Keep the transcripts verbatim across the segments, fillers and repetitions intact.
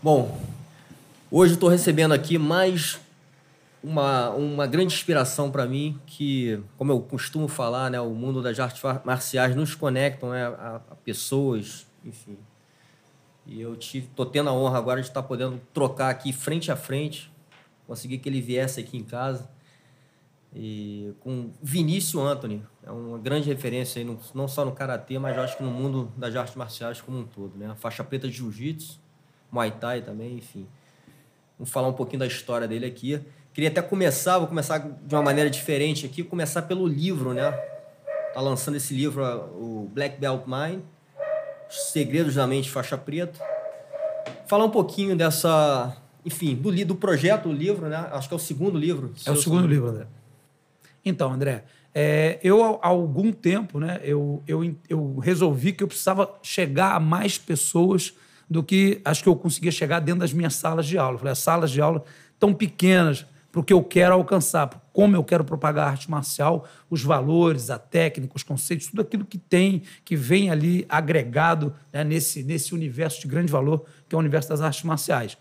Bom, hoje estou recebendo aqui mais uma, uma grande inspiração para mim, que, como eu costumo falar, né, o mundo das artes marciais nos conectam, né, a, a pessoas, enfim. E eu estou tendo a honra agora de estar podendo trocar aqui frente a frente, conseguir que ele viesse aqui em casa, e com Vinícius Anthony. É uma grande referência aí, no, não só no karatê, mas eu acho que no mundo das artes marciais como um todo, né? Faixa preta de jiu-jitsu, Muay Thai também, enfim. Vamos falar um pouquinho da história dele aqui. Queria até começar, vou começar de uma maneira diferente aqui, começar pelo livro, né? Tá lançando esse livro, o Black Belt Mind, Os Segredos da Mente Faixa Preta. Falar um pouquinho dessa, enfim, do, do projeto, o livro, né? Acho que é o segundo livro. É o segundo livro, André. Então, André, é, eu há algum tempo, né, eu, eu, eu resolvi que eu precisava chegar a mais pessoas do que acho que eu conseguia chegar dentro das minhas salas de aula. Eu falei, as salas de aula tão pequenas para o que eu quero alcançar, como eu quero propagar a arte marcial, os valores, a técnica, os conceitos, tudo aquilo que tem, que vem ali agregado, né, nesse, nesse universo de grande valor, que é o universo das artes marciais.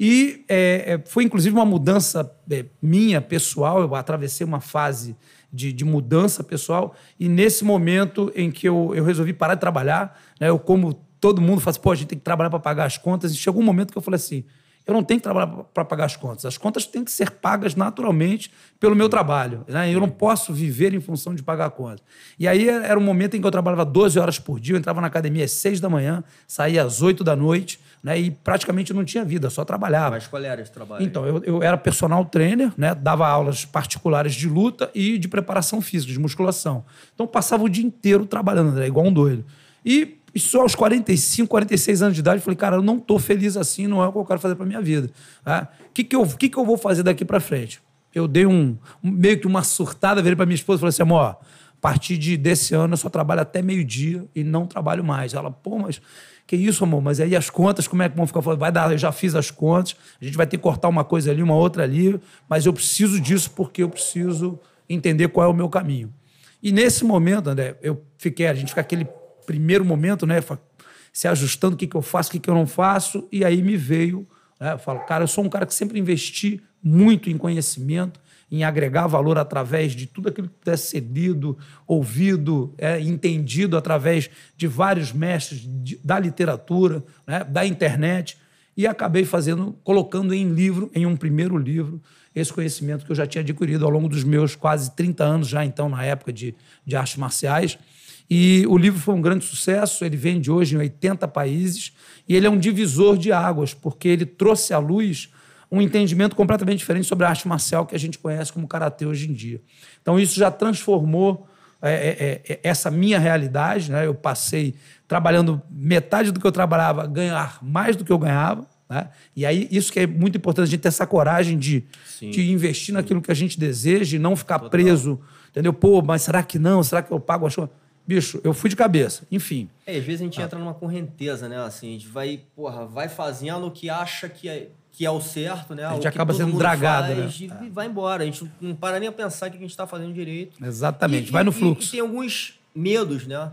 E é, foi, inclusive, uma mudança é, minha, pessoal. Eu atravessei uma fase de, de mudança pessoal e, nesse momento em que eu, eu resolvi parar de trabalhar, né, eu, como todo mundo, fala assim, pô, a gente tem que trabalhar para pagar as contas. E chegou um momento que eu falei assim, eu não tenho que trabalhar para pagar as contas. As contas têm que ser pagas naturalmente pelo meu trabalho, né? Eu não posso viver em função de pagar a conta. E aí era um momento em que eu trabalhava doze horas por dia, eu entrava na academia às seis da manhã, saía às oito da noite, né? E praticamente não tinha vida, só trabalhava. Mas qual era esse trabalho? Então, eu, eu era personal trainer, né? Dava aulas particulares de luta e de preparação física, de musculação. Então, passava o dia inteiro trabalhando, né? Igual um doido. E E só aos quarenta e cinco, quarenta e seis anos de idade, eu falei, cara, eu não estou feliz assim, não é o que eu quero fazer para minha vida. O que, que, eu, que, que eu vou fazer daqui para frente? Eu dei um, um, meio que uma surtada, virei para minha esposa e falei assim, amor, a partir de, desse ano eu só trabalho até meio-dia e não trabalho mais. Ela, pô, mas que isso, amor? Mas aí as contas, como é que vão ficar? Eu falei, vai dar, eu já fiz as contas, a gente vai ter que cortar uma coisa ali, uma outra ali, mas eu preciso disso porque eu preciso entender qual é o meu caminho. E nesse momento, André, eu fiquei, a gente fica aquele primeiro momento, né, se ajustando o que, que eu faço, o que, que eu não faço, e aí me veio, né, eu falo, cara, eu sou um cara que sempre investi muito em conhecimento, em agregar valor através de tudo aquilo que pudesse ser lido, ouvido, é, entendido através de vários mestres de, da literatura, né, da internet, e acabei fazendo, colocando em livro, em um primeiro livro, esse conhecimento que eu já tinha adquirido ao longo dos meus quase trinta anos, já então na época de, de artes marciais. E o livro foi um grande sucesso, ele vende hoje em oitenta países e ele é um divisor de águas, porque ele trouxe à luz um entendimento completamente diferente sobre a arte marcial que a gente conhece como karatê hoje em dia. Então isso já transformou é, é, é, essa minha realidade, né? Eu passei trabalhando metade do que eu trabalhava, a ganhar mais do que eu ganhava, né? E aí isso que é muito importante, a gente ter essa coragem de, de investir naquilo que a gente deseja e não ficar Total. preso, entendeu? Pô, mas será que não? Será que eu pago as coisas? Bicho, eu fui de cabeça, enfim. É, às vezes a gente ah. entra numa correnteza, né? Assim, a gente vai, porra, vai fazendo o que acha que é, que é o certo, né? A gente o acaba sendo dragado, né? E é. vai embora. A gente não para nem a pensar o que a gente está fazendo direito. Exatamente, e, vai e, no fluxo. E, e tem alguns medos, né?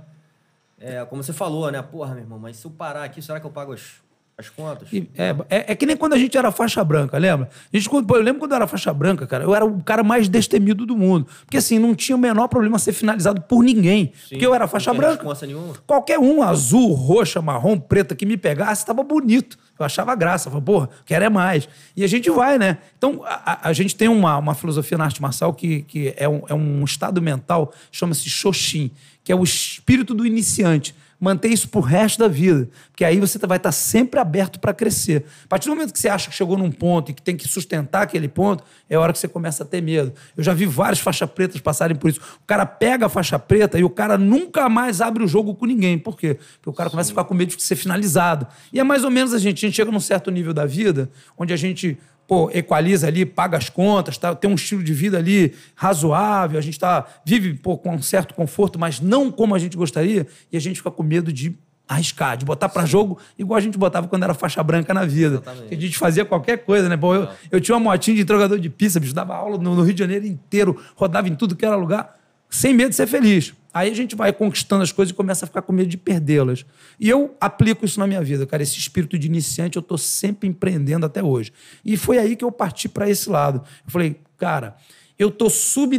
É, como você falou, né? Porra, meu irmão, mas se eu parar aqui, será que eu pago as, as contas? E, é, é, é que nem quando a gente era faixa branca, lembra? A gente, eu lembro quando eu era faixa branca, cara, eu era o cara mais destemido do mundo. Porque assim, não tinha o menor problema ser finalizado por ninguém. Sim, porque eu era faixa não branca. Nenhuma. Qualquer um, azul, roxa, marrom, preta, que me pegasse, estava bonito. Eu achava graça. Eu falava, porra, quero é mais. E a gente vai, né? Então, a, a gente tem uma, uma filosofia na arte marcial que, que é, um, é um estado mental, chama-se Shoshin, que é o espírito do iniciante. Manter isso pro resto da vida, porque aí você vai estar sempre aberto para crescer. A partir do momento que você acha que chegou num ponto e que tem que sustentar aquele ponto, é a hora que você começa a ter medo. Eu já vi vários faixas pretas passarem por isso. O cara pega a faixa preta e o cara nunca mais abre o jogo com ninguém. Por quê? Porque o cara começa Sim. a ficar com medo de ser finalizado. E é mais ou menos a gente, a gente chega num certo nível da vida, onde a gente... Pô, equaliza ali, paga as contas, tá, tem um estilo de vida ali razoável, a gente tá, vive pô, com um certo conforto, mas não como a gente gostaria, e a gente fica com medo de arriscar, de botar para jogo igual a gente botava quando era faixa branca na vida. Que a gente fazia qualquer coisa, né? Pô, eu, eu tinha uma motinha de entregador de pizza, bicho, dava aula no, no Rio de Janeiro inteiro, rodava em tudo que era lugar. sem medo de ser feliz. Aí a gente vai conquistando as coisas e começa a ficar com medo de perdê-las. E eu aplico isso na minha vida, cara. Esse espírito de iniciante eu estou sempre empreendendo até hoje. E foi aí que eu parti para esse lado. Eu falei, cara, eu estou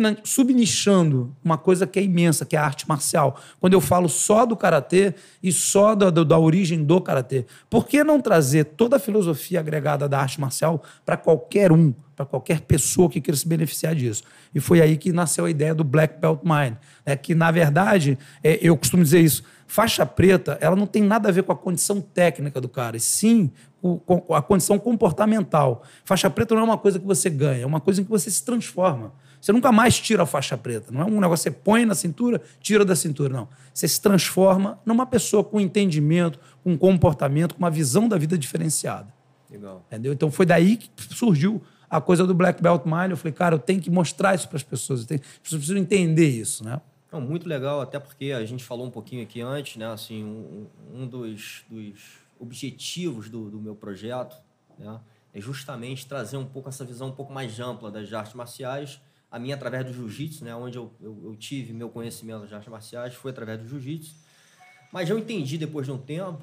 subnichando uma coisa que é imensa, que é a arte marcial. Quando eu falo só do karatê e só da, da, da origem do karatê. Por que não trazer toda a filosofia agregada da arte marcial para qualquer um, para qualquer pessoa que queira se beneficiar disso? E foi aí que nasceu a ideia do Black Belt Mind. É que, na verdade, é, eu costumo dizer isso, faixa preta, ela não tem nada a ver com a condição técnica do cara, e sim o, com a condição comportamental. Faixa preta não é uma coisa que você ganha, é uma coisa em que você se transforma. Você nunca mais tira a faixa preta. Não é um negócio que você põe na cintura, tira da cintura, não. Você se transforma numa pessoa com entendimento, com comportamento, com uma visão da vida diferenciada. Legal. Entendeu? Então foi daí que surgiu a coisa do Black Belt Mind. Eu falei, cara, eu tenho que mostrar isso para as pessoas. Eu tenho, as pessoas precisam entender isso, né? Não, muito legal, até porque a gente falou um pouquinho aqui antes, né? Assim, um, um dos, dos objetivos do, do meu projeto, né, é justamente trazer um pouco essa visão um pouco mais ampla das artes marciais. A minha, através do jiu-jitsu, né, onde eu, eu, eu tive meu conhecimento das artes marciais, foi através do jiu-jitsu. Mas eu entendi, depois de um tempo,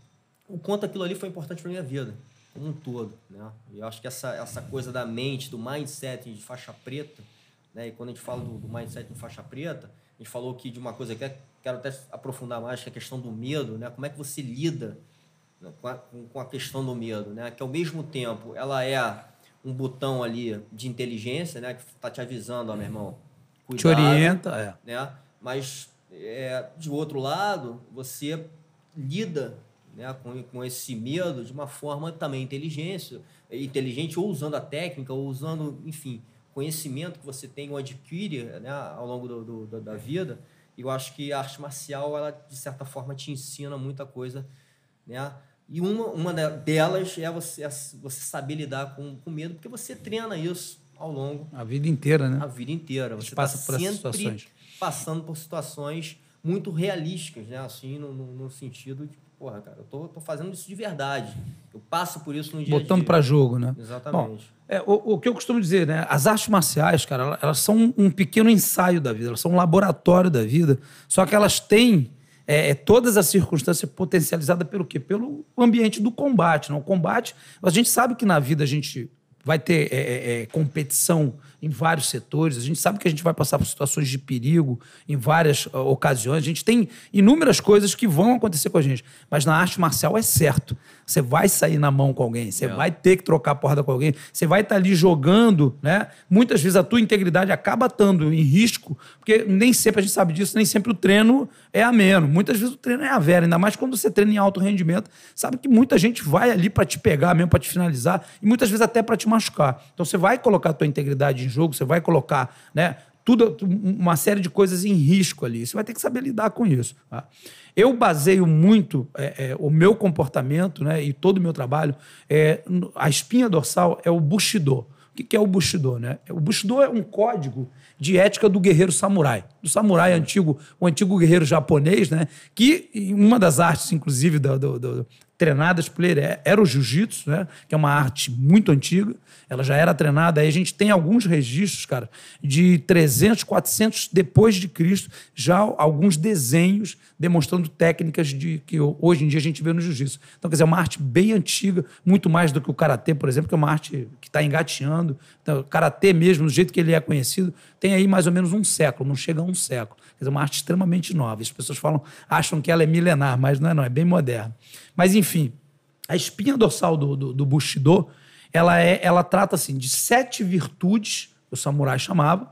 o quanto aquilo ali foi importante para minha vida, como um todo, né? E eu acho que essa, essa coisa da mente, do mindset de faixa preta, né, e quando a gente fala do, do mindset de faixa preta, a gente falou aqui de uma coisa que eu quero até aprofundar mais, que é a questão do medo, né? Como é que você lida, né, com, a, com a questão do medo, né? Que, ao mesmo tempo, ela é um botão ali de inteligência, né? Que está te avisando, ó, meu irmão, cuidado. Te orienta, é. Né? Mas, é, de outro lado, você lida, né, com, com esse medo de uma forma também inteligente, inteligente, ou usando a técnica, ou usando, enfim, conhecimento que você tem ou adquire, né, ao longo do, do, da vida. E eu acho que a arte marcial, ela, de certa forma, te ensina muita coisa, né? E uma, uma delas é você, é você saber lidar com, com medo, porque você treina isso ao longo... A vida inteira, né? A vida inteira. Você passa tá por essas situações. passando por situações muito realísticas, né? Assim, no, no, no sentido de, porra, cara, eu tô, tô fazendo isso de verdade. Eu passo por isso no dia a dia. Botando para jogo, né? Exatamente. Bom, é, o, o que eu costumo dizer, né? As artes marciais, cara, elas, elas são um pequeno ensaio da vida, elas são um laboratório da vida, só que elas têm é, todas as circunstâncias potencializadas pelo quê? Pelo ambiente do combate. Não? O combate, a gente sabe que na vida a gente vai ter é, é, competição em vários setores, a gente sabe que a gente vai passar por situações de perigo em várias uh, ocasiões, a gente tem inúmeras coisas que vão acontecer com a gente, mas na arte marcial é certo, você vai sair na mão com alguém, você é. vai ter que trocar a porrada com alguém, você vai estar ali jogando, né? Muitas vezes a tua integridade acaba estando em risco, porque nem sempre a gente sabe disso, nem sempre o treino é ameno, muitas vezes o treino é a vera, ainda mais quando você treina em alto rendimento, sabe que muita gente vai ali para te pegar mesmo, para te finalizar, e muitas vezes até para te machucar. Então você vai colocar a tua integridade em jogo, você vai colocar, né, tudo, uma série de coisas em risco ali. Você vai ter que saber lidar com isso. Tá? Eu baseio muito é, é, o meu comportamento, né, e todo o meu trabalho, é, a espinha dorsal é o Bushido. O que é o Bushido? Né? O Bushido é um código de ética do guerreiro samurai. Do samurai antigo, o antigo guerreiro japonês, né, que uma das artes, inclusive, do, do, do, treinadas por ele era o jiu-jitsu, né, que é uma arte muito antiga. Ela já era treinada. Aí a gente tem alguns registros, cara, de trezentos, quatrocentos depois de Cristo, já alguns desenhos demonstrando técnicas de, que hoje em dia a gente vê no jiu-jitsu. Então, quer dizer, é uma arte bem antiga, muito mais do que o karatê, por exemplo, que é uma arte que está engateando. Então, o karatê mesmo, do jeito que ele é conhecido, tem aí mais ou menos um século, não chega a um século. Quer dizer, uma arte extremamente nova. As pessoas falam, acham que ela é milenar, mas não é, não, é bem moderna. Mas, enfim, a espinha dorsal do, do, do Bushido, ela, é, ela trata assim, de sete virtudes, que o samurai chamava,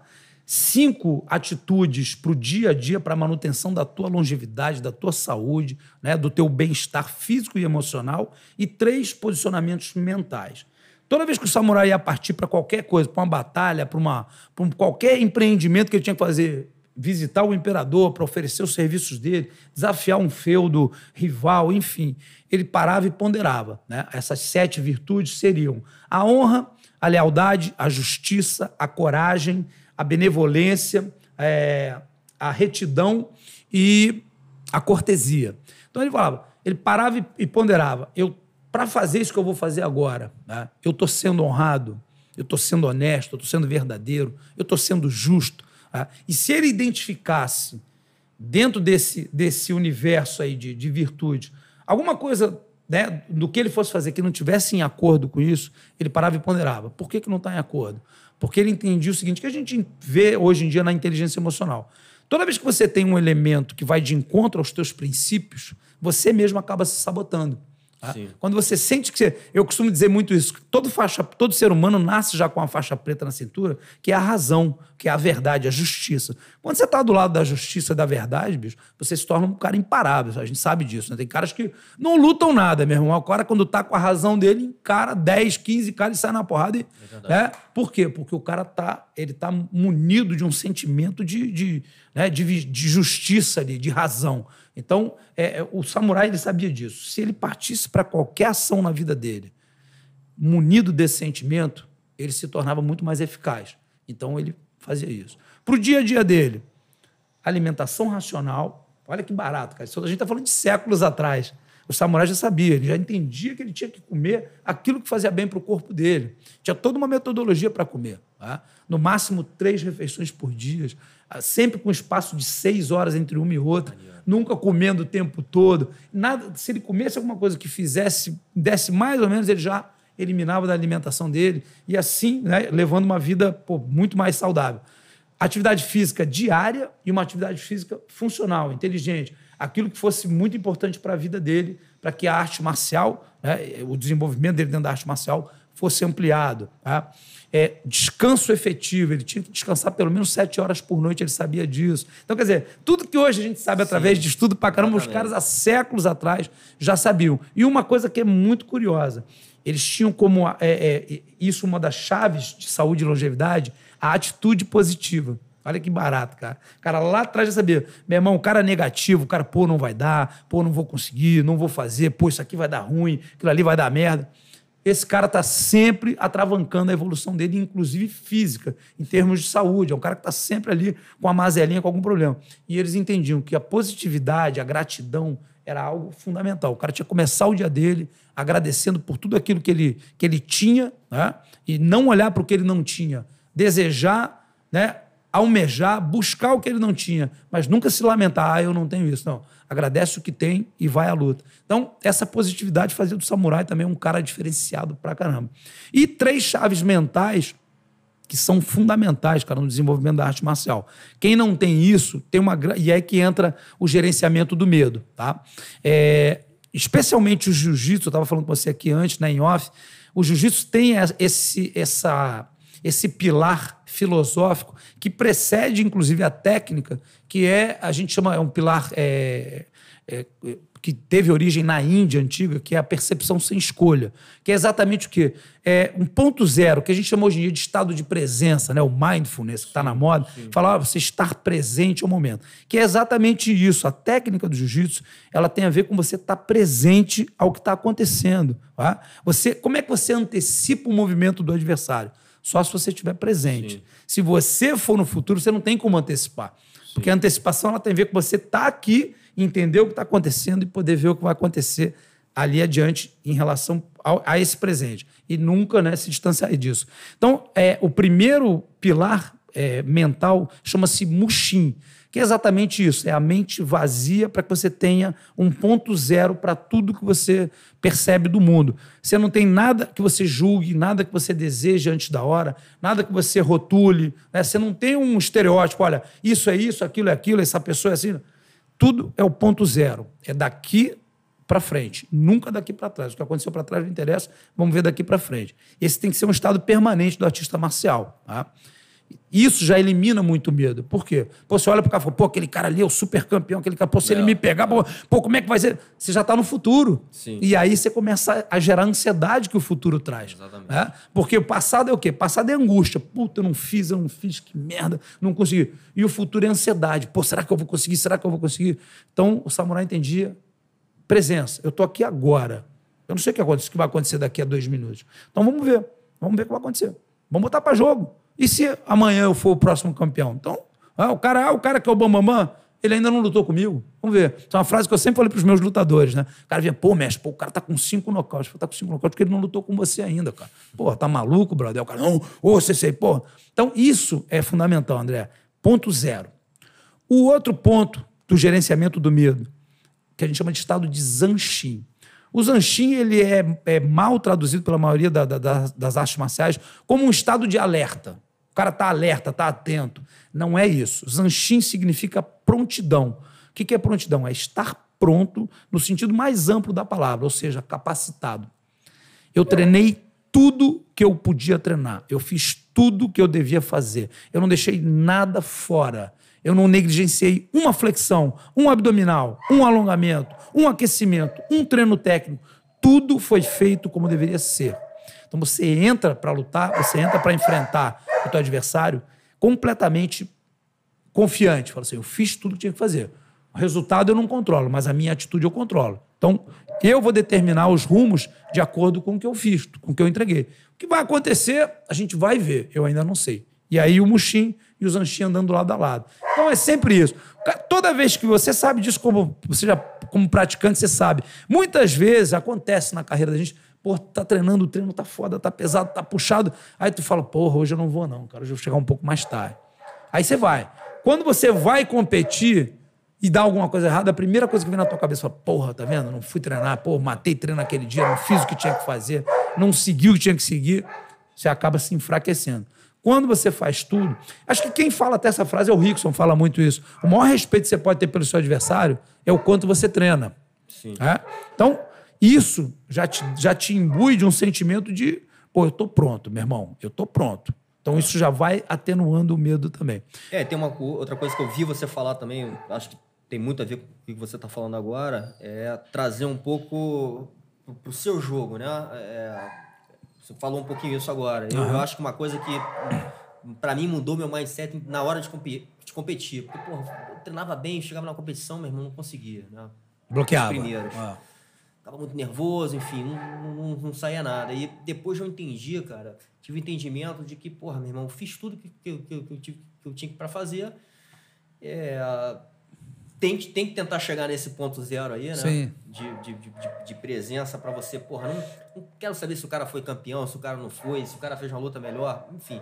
cinco atitudes para o dia a dia, para a manutenção da tua longevidade, da tua saúde, né, do teu bem-estar físico e emocional, e três posicionamentos mentais. Toda vez que o samurai ia partir para qualquer coisa, para uma batalha, para uma, para um, qualquer empreendimento que ele tinha que fazer, visitar o imperador para oferecer os serviços dele, desafiar um feudo rival, enfim, ele parava e ponderava. Né? Essas sete virtudes seriam a honra, a lealdade, a justiça, a coragem, a benevolência, é, a retidão e a cortesia. Então ele falava, ele parava e, e ponderava, eu, para fazer isso que eu vou fazer agora, né, eu estou sendo honrado, eu estou sendo honesto, eu estou sendo verdadeiro, eu estou sendo justo, Tá? E se ele identificasse, dentro desse, desse universo aí de, de virtude, alguma coisa, né, do que ele fosse fazer que não tivesse em acordo com isso, ele parava e ponderava. Por que, que não está em acordo? Porque ele entendia o seguinte, que a gente vê hoje em dia na inteligência emocional. Toda vez que você tem um elemento que vai de encontro aos teus princípios, você mesmo acaba se sabotando. Tá? Quando você sente que você... Eu costumo dizer muito isso. Todo, faixa, todo ser humano nasce já com uma faixa preta na cintura, que é a razão, que é a verdade, a justiça. Quando você está do lado da justiça e da verdade, bicho, você se torna um cara imparável. A gente sabe disso. Né? Tem caras que não lutam nada, meu irmão. O cara, quando está com a razão dele, encara dez, quinze caras e sai na porrada. E, é é? Por quê? Porque o cara está tá munido de um sentimento de, de, né, de, de justiça ali, de razão. Então, é, o samurai ele sabia disso. Se ele partisse para qualquer ação na vida dele, munido desse sentimento, ele se tornava muito mais eficaz. Então, ele fazia isso. Para o dia a dia dele, alimentação racional. Olha que barato, cara. Isso a gente está falando de séculos atrás. O samurai já sabia, ele já entendia que ele tinha que comer aquilo que fazia bem para o corpo dele. Tinha toda uma metodologia para comer. Tá? No máximo, três refeições por dia, sempre com espaço de seis horas entre uma e outra. Nunca comendo o tempo todo. Nada, se ele comesse alguma coisa que fizesse, desse mais ou menos, ele já eliminava da alimentação dele. E assim, né, levando uma vida pô, muito mais saudável. Atividade física diária e uma atividade física funcional, inteligente. Aquilo que fosse muito importante para a vida dele, para que a arte marcial, né, o desenvolvimento dele dentro da arte marcial fosse ampliado. Tá? É, descanso efetivo, ele tinha que descansar pelo menos sete horas por noite, ele sabia disso. Então, quer dizer, tudo que hoje a gente sabe através Sim, de estudo pra caramba, exatamente. Os caras há séculos atrás já sabiam. E uma coisa que é muito curiosa, eles tinham como é, é, isso uma das chaves de saúde e longevidade, a atitude positiva. Olha que barato, cara. O cara lá atrás já sabia. Meu irmão, o cara negativo, o cara, pô, não vai dar, pô, não vou conseguir, não vou fazer, pô, isso aqui vai dar ruim, aquilo ali vai dar merda. Esse cara está sempre atravancando a evolução dele, inclusive física, em termos de saúde. É um cara que está sempre ali com a mazelinha, com algum problema. E eles entendiam que a positividade, a gratidão, era algo fundamental. O cara tinha que começar o dia dele agradecendo por tudo aquilo que ele, que ele tinha, né? E não olhar para o que ele não tinha. Desejar, né? Almejar, buscar o que ele não tinha, mas nunca se lamentar, ah, eu não tenho isso. Não, agradece o que tem e vai à luta. Então, essa positividade fazia do samurai também um cara diferenciado pra caramba. E três chaves mentais que são fundamentais, cara, no desenvolvimento da arte marcial. Quem não tem isso, tem uma... E é aí que entra o gerenciamento do medo, tá? É... Especialmente o jiu-jitsu, eu estava falando com você aqui antes, né, em off, o jiu-jitsu tem esse, essa... esse pilar filosófico que precede, inclusive, a técnica, que é, a gente chama, é um pilar é, é, que teve origem na Índia antiga, que é a percepção sem escolha, que é exatamente o quê? É um ponto zero, que a gente chama hoje em dia de estado de presença, né? O mindfulness, que está na moda, falar, ah, você estar presente ao momento, que é exatamente isso. A técnica do jiu-jitsu, ela tem a ver com você estar presente ao que está acontecendo. Tá? Você, como é que você antecipa o movimento do adversário? Só se você estiver presente. Sim. Se você for no futuro, você não tem como antecipar. Sim. Porque a antecipação ela tem a ver com você estar aqui, entender o que está acontecendo e poder ver o que vai acontecer ali adiante em relação ao, a esse presente. E nunca, né, se distanciar disso. Então, é, o primeiro pilar é, mental chama-se Mushin, que é exatamente isso, é a mente vazia para que você tenha um ponto zero para tudo que você percebe do mundo. Você não tem nada que você julgue, nada que você deseje antes da hora, nada que você rotule, né? Você não tem um estereótipo, olha, isso é isso, aquilo é aquilo, essa pessoa é assim. Tudo é o ponto zero, é daqui para frente, nunca daqui para trás. O que aconteceu para trás não interessa, vamos ver daqui para frente. Esse tem que ser um estado permanente do artista marcial, tá? Isso já elimina muito medo. Por quê? Pô, você olha pro cara e fala, pô, aquele cara ali é o super campeão, aquele cara, pô, se é, ele me pegar, pô, pô, como é que vai ser? Você já está no futuro. Sim. E aí você começa a gerar ansiedade que o futuro traz. Exatamente. Né? Porque o passado é o quê? O passado é angústia. Puta, eu não fiz, eu não fiz, que merda, não consegui. E o futuro é ansiedade. Pô, será que eu vou conseguir? Será que eu vou conseguir? Então, o samurai entendia presença. Eu tô aqui agora. Eu não sei o que, acontece, o que vai acontecer daqui a dois minutos. Então, vamos ver. Vamos ver o que vai acontecer. Vamos botar para jogo. E se amanhã eu for o próximo campeão? Então, ah, o, cara, ah, o cara que é o Bambambam, ele ainda não lutou comigo. Vamos ver. Isso é uma frase que eu sempre falei para os meus lutadores, né? O cara vinha, pô, mestre, pô, o cara tá com cinco nocautes. Tá com cinco nocautes porque ele não lutou com você ainda, cara. Pô, tá maluco, brother? O cara, não, ô, sei, sei, pô. Então, isso é fundamental, André. Ponto zero. O outro ponto do gerenciamento do medo, que a gente chama de estado de Zanshin. O Zanshin ele é, é mal traduzido pela maioria da, da, das artes marciais como um estado de alerta. O cara está alerta, está atento. Não é isso. Zanshin significa prontidão. O que é prontidão? É estar pronto no sentido mais amplo da palavra, ou seja, capacitado. Eu treinei tudo que eu podia treinar. Eu fiz tudo que eu devia fazer. Eu não deixei nada fora. Eu não negligenciei uma flexão, um abdominal, um alongamento, um aquecimento, um treino técnico. Tudo foi feito como deveria ser. Então você entra para lutar, você entra para enfrentar o teu adversário completamente confiante. Fala assim, eu fiz tudo que tinha que fazer. O resultado eu não controlo, mas a minha atitude eu controlo. Então, eu vou determinar os rumos de acordo com o que eu fiz, com o que eu entreguei. O que vai acontecer, a gente vai ver. Eu ainda não sei. E aí o Mushin e o Zanshin andando lado a lado. Então é sempre isso. Toda vez que você sabe disso, como você já, como praticante, você sabe. Muitas vezes acontece na carreira da gente, pô, tá treinando, o treino tá foda, tá pesado, tá puxado. Aí tu fala, porra, hoje eu não vou não, cara, hoje eu vou chegar um pouco mais tarde. Aí você vai. Quando você vai competir e dá alguma coisa errada, a primeira coisa que vem na tua cabeça é, porra, tá vendo? Não fui treinar, porra, matei treino naquele dia, não fiz o que tinha que fazer, não segui o que tinha que seguir. Você acaba se enfraquecendo. Quando você faz tudo... Acho que quem fala até essa frase é o Rickson, fala muito isso. O maior respeito que você pode ter pelo seu adversário é o quanto você treina. Sim. É? Então, isso já te, já te imbui de um sentimento de, pô, eu tô pronto, meu irmão, eu tô pronto. Então, isso já vai atenuando o medo também. É, tem uma outra coisa que eu vi você falar também, acho que tem muito a ver com o que você está falando agora, é trazer um pouco pro seu jogo, né? É... Você falou um pouquinho isso agora. Eu, uhum. eu acho que uma coisa que, pra mim, mudou meu mindset na hora de, comp- de competir. Porque, porra, eu treinava bem, chegava na competição, meu irmão, não conseguia. Né? Bloqueava. Os primeiros. Ah. Tava muito nervoso, enfim, não, não, não saía nada. E depois eu entendi, cara, tive o entendimento de que, porra, meu irmão, fiz tudo que, que, que, que, eu, tive, que eu tinha pra fazer. É... Tem que, tem que tentar chegar nesse ponto zero aí, né? Sim. De, de, de, de presença pra você, porra, não, não quero saber se o cara foi campeão, se o cara não foi, se o cara fez uma luta melhor, enfim.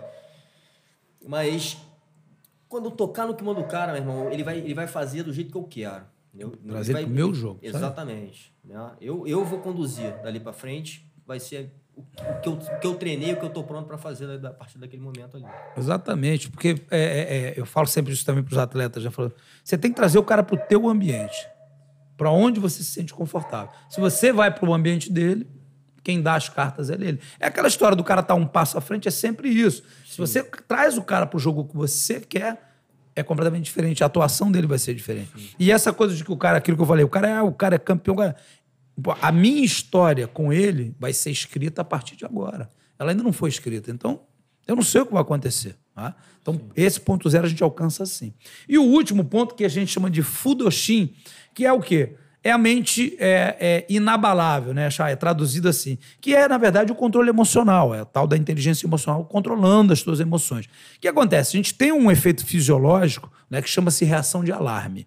Mas quando tocar no kimono do cara, meu irmão, ele vai, ele vai fazer do jeito que eu quero. Eu, Trazer vai, pro meu jogo. Exatamente. Né? Eu, eu vou conduzir dali pra frente, vai ser o, o, que, eu, o que eu treinei, o que eu tô pronto pra fazer a partir daquele momento ali. Exatamente, porque é, é, é, eu falo sempre isso também pros atletas, já falando, você tem que trazer o cara pro teu ambiente, para onde você se sente confortável. Se você vai pro ambiente dele, quem dá as cartas é ele. É aquela história do cara estar tá um passo à frente, é sempre isso. Sim. Se você traz o cara pro jogo que você quer, é completamente diferente. A atuação dele vai ser diferente. Sim. E essa coisa de que o cara, aquilo que eu falei, o cara é, o cara é campeão. Cara... A minha história com ele vai ser escrita a partir de agora. Ela ainda não foi escrita. Então, eu não sei o que vai acontecer. Tá? Então, sim, esse ponto zero a gente alcança assim. E o último ponto que a gente chama de Fudoshin, que é o quê? É a mente é, é inabalável, né? É traduzido assim. Que é, na verdade, o controle emocional. É a tal da inteligência emocional controlando as suas emoções. O que acontece? A gente tem um efeito fisiológico, né, que chama-se reação de alarme.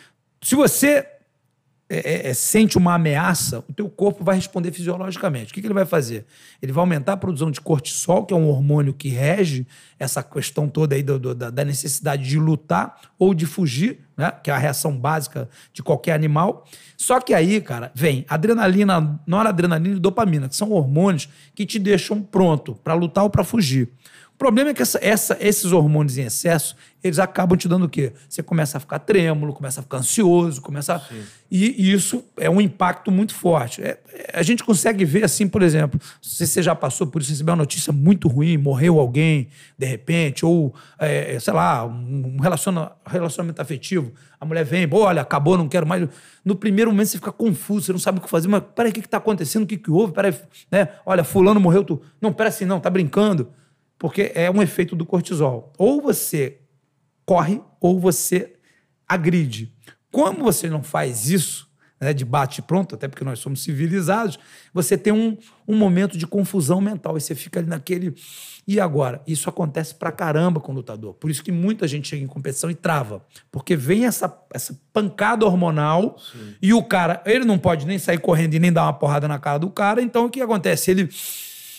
Se você é, é, sente uma ameaça, o teu corpo vai responder fisiologicamente. O que, que ele vai fazer? Ele vai aumentar a produção de cortisol, que é um hormônio que rege essa questão toda aí do, do, da necessidade de lutar ou de fugir, né? Que é a reação básica de qualquer animal. Só que aí, cara, vem adrenalina, noradrenalina e dopamina, que são hormônios que te deixam pronto para lutar ou para fugir. O problema é que essa, essa, esses hormônios em excesso, eles acabam te dando o quê? Você começa a ficar trêmulo, começa a ficar ansioso, começa a... E, e isso é um impacto muito forte. É, é, a gente consegue ver assim, por exemplo, se você já passou por isso, recebeu uma notícia muito ruim, morreu alguém, de repente, ou, é, sei lá, um relaciona, relacionamento afetivo, a mulher vem, olha, acabou, não quero mais... No primeiro momento você fica confuso, você não sabe o que fazer, mas peraí, o que está acontecendo, o que, que houve? Peraí, né? Olha, fulano morreu, tu... Não, peraí assim, não, tá brincando. Porque é um efeito do cortisol. Ou você corre, ou você agride. Como você não faz isso, né, de bate pronto, até porque nós somos civilizados, você tem um, um momento de confusão mental. E você fica ali naquele... E agora? Isso acontece pra caramba com o lutador. Por isso que muita gente chega em competição e trava. Porque vem essa, essa pancada hormonal. Sim. E o cara, ele não pode nem sair correndo e nem dar uma porrada na cara do cara. Então, o que acontece? Ele...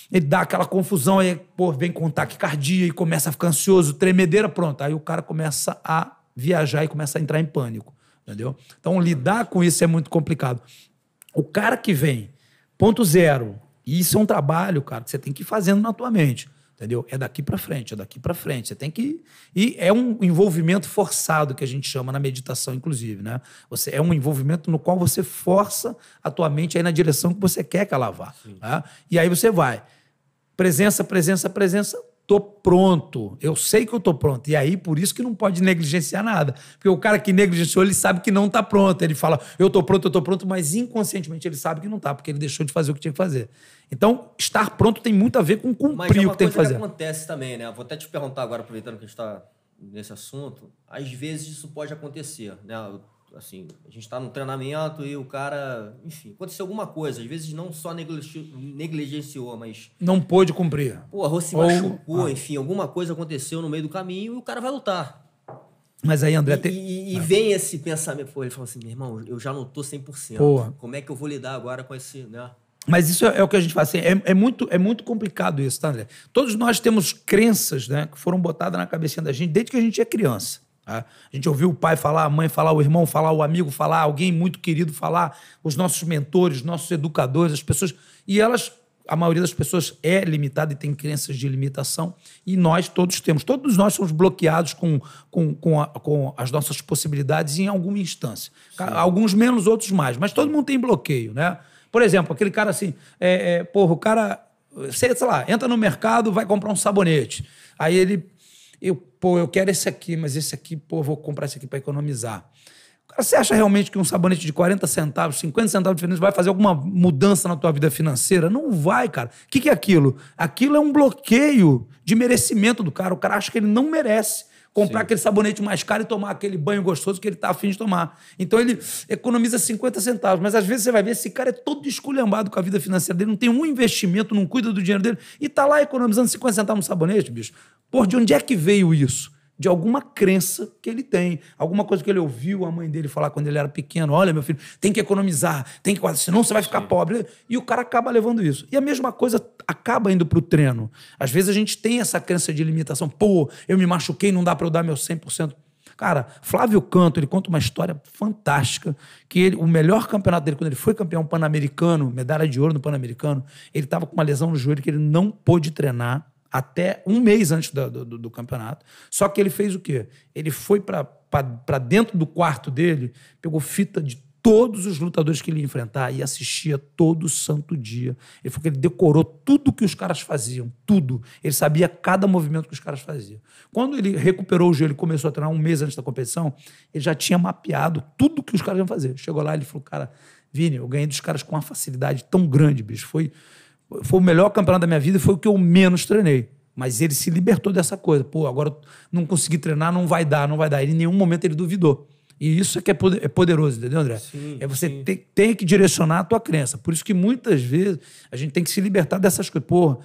ele dá aquela confusão, aí, pô, vem com taquicardia e começa a ficar ansioso, tremedeira, pronto. Aí o cara começa a viajar e começa a entrar em pânico, entendeu? Então, lidar com isso é muito complicado. O cara que vem, ponto zero, e isso é um trabalho, cara, que você tem que ir fazendo na tua mente, entendeu? É daqui para frente, é daqui para frente. Você tem que... E é um envolvimento forçado, que a gente chama na meditação, inclusive, né? Você, é um envolvimento no qual você força a tua mente aí na direção que você quer que ela vá. Tá? E aí você vai. Presença, presença, presença. Tô pronto. Eu sei que eu tô pronto. E aí, por isso que não pode negligenciar nada. Porque o cara que negligenciou, ele sabe que não tá pronto. Ele fala, eu tô pronto, eu tô pronto, mas inconscientemente ele sabe que não tá, porque ele deixou de fazer o que tinha que fazer. Então, estar pronto tem muito a ver com cumprir mas é o que tem que fazer. Mas é uma coisa que acontece também, né? Vou até te perguntar agora, aproveitando que a gente está nesse assunto. Às vezes isso pode acontecer, né? Assim, a gente está num treinamento e o cara... Enfim, aconteceu alguma coisa. Às vezes não só negligenciou, mas... Não pôde cumprir. Pô, se Ou... machucou, ah. enfim. Alguma coisa aconteceu no meio do caminho e o cara vai lutar. Mas aí, André... E, tem... e, e ah. vem esse pensamento... Pô, ele fala assim, meu irmão, eu já não estou cem por cento. Pô. Como é que eu vou lidar agora com esse... né? Mas isso é, é o que a gente faz. Assim, é, é, muito, é muito complicado isso, tá, André? Todos nós temos crenças, né, que foram botadas na cabecinha da gente desde que a gente é criança. Tá? A gente ouviu o pai falar, a mãe falar, o irmão falar, o amigo falar, alguém muito querido falar, os nossos mentores, nossos educadores, as pessoas... E elas, a maioria das pessoas é limitada e tem crenças de limitação. E nós todos temos. Todos nós somos bloqueados com, com, com, a, com as nossas possibilidades em alguma instância. Sim. Alguns menos, outros mais. Mas todo mundo tem bloqueio, né? Por exemplo, aquele cara assim, é, é, porra, o cara, sei, sei lá, entra no mercado, vai comprar um sabonete. Aí ele, eu, pô, eu quero esse aqui, mas esse aqui, pô, vou comprar esse aqui para economizar. Cara, você acha realmente que um sabonete de quarenta centavos, cinquenta centavos de diferença vai fazer alguma mudança na tua vida financeira? Não vai, cara. O que, que é aquilo? Aquilo é um bloqueio de merecimento do cara. O cara acha que ele não merece comprar Sim. aquele sabonete mais caro e tomar aquele banho gostoso que ele está afim de tomar. Então ele economiza cinquenta centavos, mas às vezes você vai ver esse cara é todo esculhambado com a vida financeira dele, não tem um investimento, não cuida do dinheiro dele e está lá economizando cinquenta centavos no sabonete, bicho. Pô, de onde é que veio isso? De alguma crença que ele tem, alguma coisa que ele ouviu a mãe dele falar quando ele era pequeno. Olha, meu filho, tem que economizar, tem que guardar, senão você vai ficar Sim. pobre. E o cara acaba levando isso. E a mesma coisa acaba indo para o treino. Às vezes a gente tem essa crença de limitação. Pô, eu me machuquei, não dá para eu dar meu cem por cento. Cara, Flávio Canto, ele conta uma história fantástica, que ele, o melhor campeonato dele, quando ele foi campeão pan-americano, medalha de ouro no pan-americano, ele estava com uma lesão no joelho que ele não pôde treinar até um mês antes do, do, do campeonato. Só que ele fez o quê? Ele foi para dentro do quarto dele, pegou fita de todos os lutadores que ele ia enfrentar e assistia todo santo dia. Ele falou que ele decorou tudo que os caras faziam, tudo. Ele sabia cada movimento que os caras faziam. Quando ele recuperou o joelho e começou a treinar um mês antes da competição, ele já tinha mapeado tudo que os caras iam fazer. Chegou lá e ele falou, cara, Vini, eu ganhei dos caras com uma facilidade tão grande, bicho. Foi... Foi o melhor campeonato da minha vida e foi o que eu menos treinei. Mas ele se libertou dessa coisa. Pô, agora não consegui treinar, não vai dar, não vai dar. Ele, em nenhum momento ele duvidou. E isso é que é poderoso, entendeu, André? Sim, é você sim. ter, tem que direcionar a tua crença. Por isso que muitas vezes a gente tem que se libertar dessas coisas. Pô,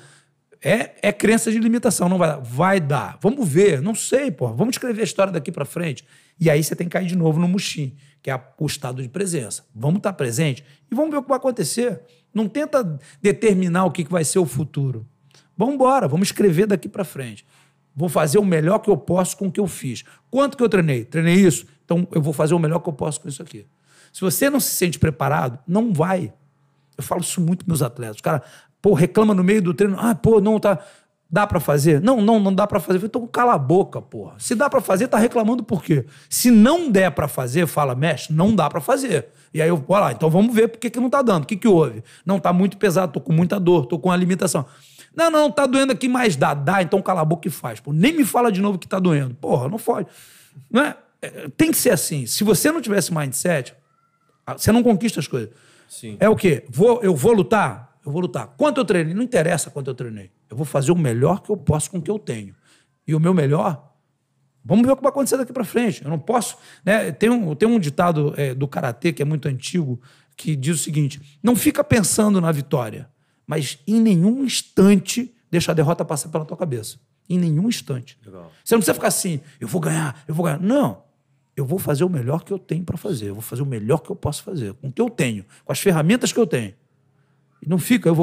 é, é crença de limitação, não vai dar. Vai dar. Vamos ver, não sei, pô. Vamos escrever a história daqui para frente. E aí você tem que cair de novo no muxim, que é o estado de presença. Vamos estar presente e vamos ver o que vai acontecer. Não tenta determinar o que vai ser o futuro. Vamos embora, vamos escrever daqui para frente. Vou fazer o melhor que eu posso com o que eu fiz. Quanto que eu treinei? Treinei isso? Então eu vou fazer o melhor que eu posso com isso aqui. Se você não se sente preparado, não vai. Eu falo isso muito para meus atletas. O cara, pô, reclama no meio do treino. Ah, pô, não, tá... Dá para fazer? Não, não, não dá para fazer. Então cala a boca, porra. Se dá para fazer, tá reclamando por quê? Se não der para fazer, fala, mestre, não dá para fazer. E aí eu, olha lá, então vamos ver por que que não tá dando. O que que houve? Não, tá muito pesado, tô com muita dor, tô com uma limitação. Não, não, tá doendo aqui, mas dá. Dá, então cala a boca e faz. Pô, nem me fala de novo que tá doendo. Porra, não pode. Não é? Tem que ser assim. Se você não tivesse mindset, você não conquista as coisas. Sim. É o quê? Vou, eu vou lutar? Eu vou lutar. Quanto eu treinei? Não interessa quanto eu treinei. Eu vou fazer o melhor que eu posso com o que eu tenho. E o meu melhor, vamos ver o que vai acontecer daqui para frente. Eu não posso... Né? Tem, um, tem um ditado é, do karatê, que é muito antigo, que diz o seguinte, não fica pensando na vitória, mas em nenhum instante deixa a derrota passar pela tua cabeça. Em nenhum instante. Legal. Você não precisa ficar assim, eu vou ganhar, eu vou ganhar. Não. Eu vou fazer o melhor que eu tenho para fazer. Eu vou fazer o melhor que eu posso fazer, com o que eu tenho, com as ferramentas que eu tenho. E não fica, eu vou...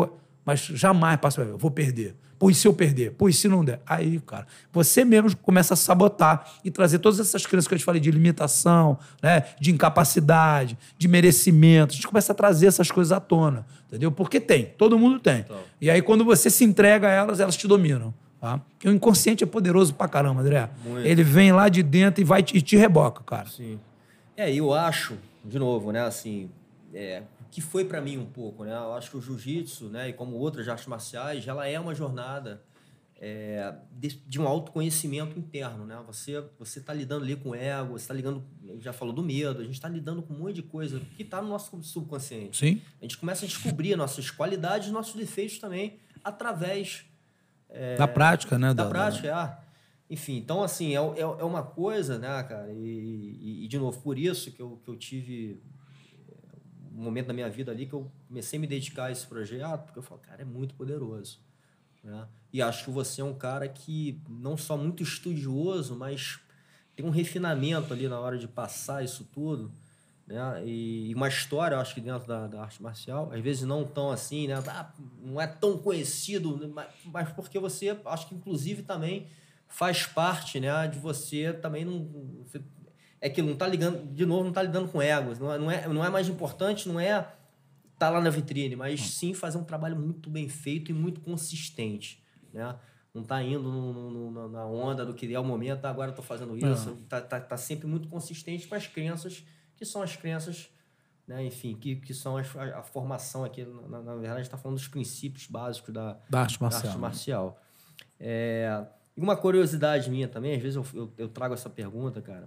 mas jamais passa, eu vou perder. Pô, e se eu perder? Pô, e se não der? Aí, cara, você mesmo começa a sabotar e trazer todas essas crenças que eu te falei de limitação, né, de incapacidade, de merecimento. A gente começa a trazer essas coisas à tona, entendeu? Porque tem, todo mundo tem. Então. E aí, quando você se entrega a elas, elas te dominam. Tá? Porque o inconsciente é poderoso pra caramba, André. Muito. Ele vem lá de dentro e vai te, e te reboca, cara. Sim. É, eu acho, de novo, né, assim, é, que foi para mim um pouco, né? Eu acho que o jiu-jitsu, né, e como outras artes marciais, ela é uma jornada é, de, de um autoconhecimento interno, né? Você você tá lidando ali com o ego, você tá lidando, já falou do medo, a gente tá lidando com um monte de coisa que tá no nosso subconsciente. Sim. A gente começa a descobrir nossas qualidades e nossos defeitos também através é, da prática, né? Da, da prática, da... Ah, enfim, então assim, é, é, é uma coisa, né, cara? E, e, e de novo, por isso que eu, que eu tive um momento da minha vida ali que eu comecei a me dedicar a esse projeto, porque eu falo, cara, é muito poderoso, né? E acho que você é um cara que não só muito estudioso, mas tem um refinamento ali na hora de passar isso tudo, né? E uma história, eu acho que dentro da, da arte marcial, às vezes não tão assim, né? Ah, não é tão conhecido, mas porque você, acho que inclusive também faz parte, né, de você também não... Você, é que não tá ligando, de novo, não tá lidando com egos. Não é, não é, não é mais importante, não é tá lá na vitrine, mas sim fazer um trabalho muito bem feito e muito consistente, né? Não tá indo no, no, na onda do que é o momento, agora eu tô fazendo isso. Tá, tá, tá sempre muito consistente com as crenças, que são as crenças, né? Enfim, que, que são as, a, a formação aqui, na, na verdade, a gente tá falando dos princípios básicos da, da arte marcial. Da arte marcial. É, e uma curiosidade minha também, às vezes eu, eu, eu trago essa pergunta, cara.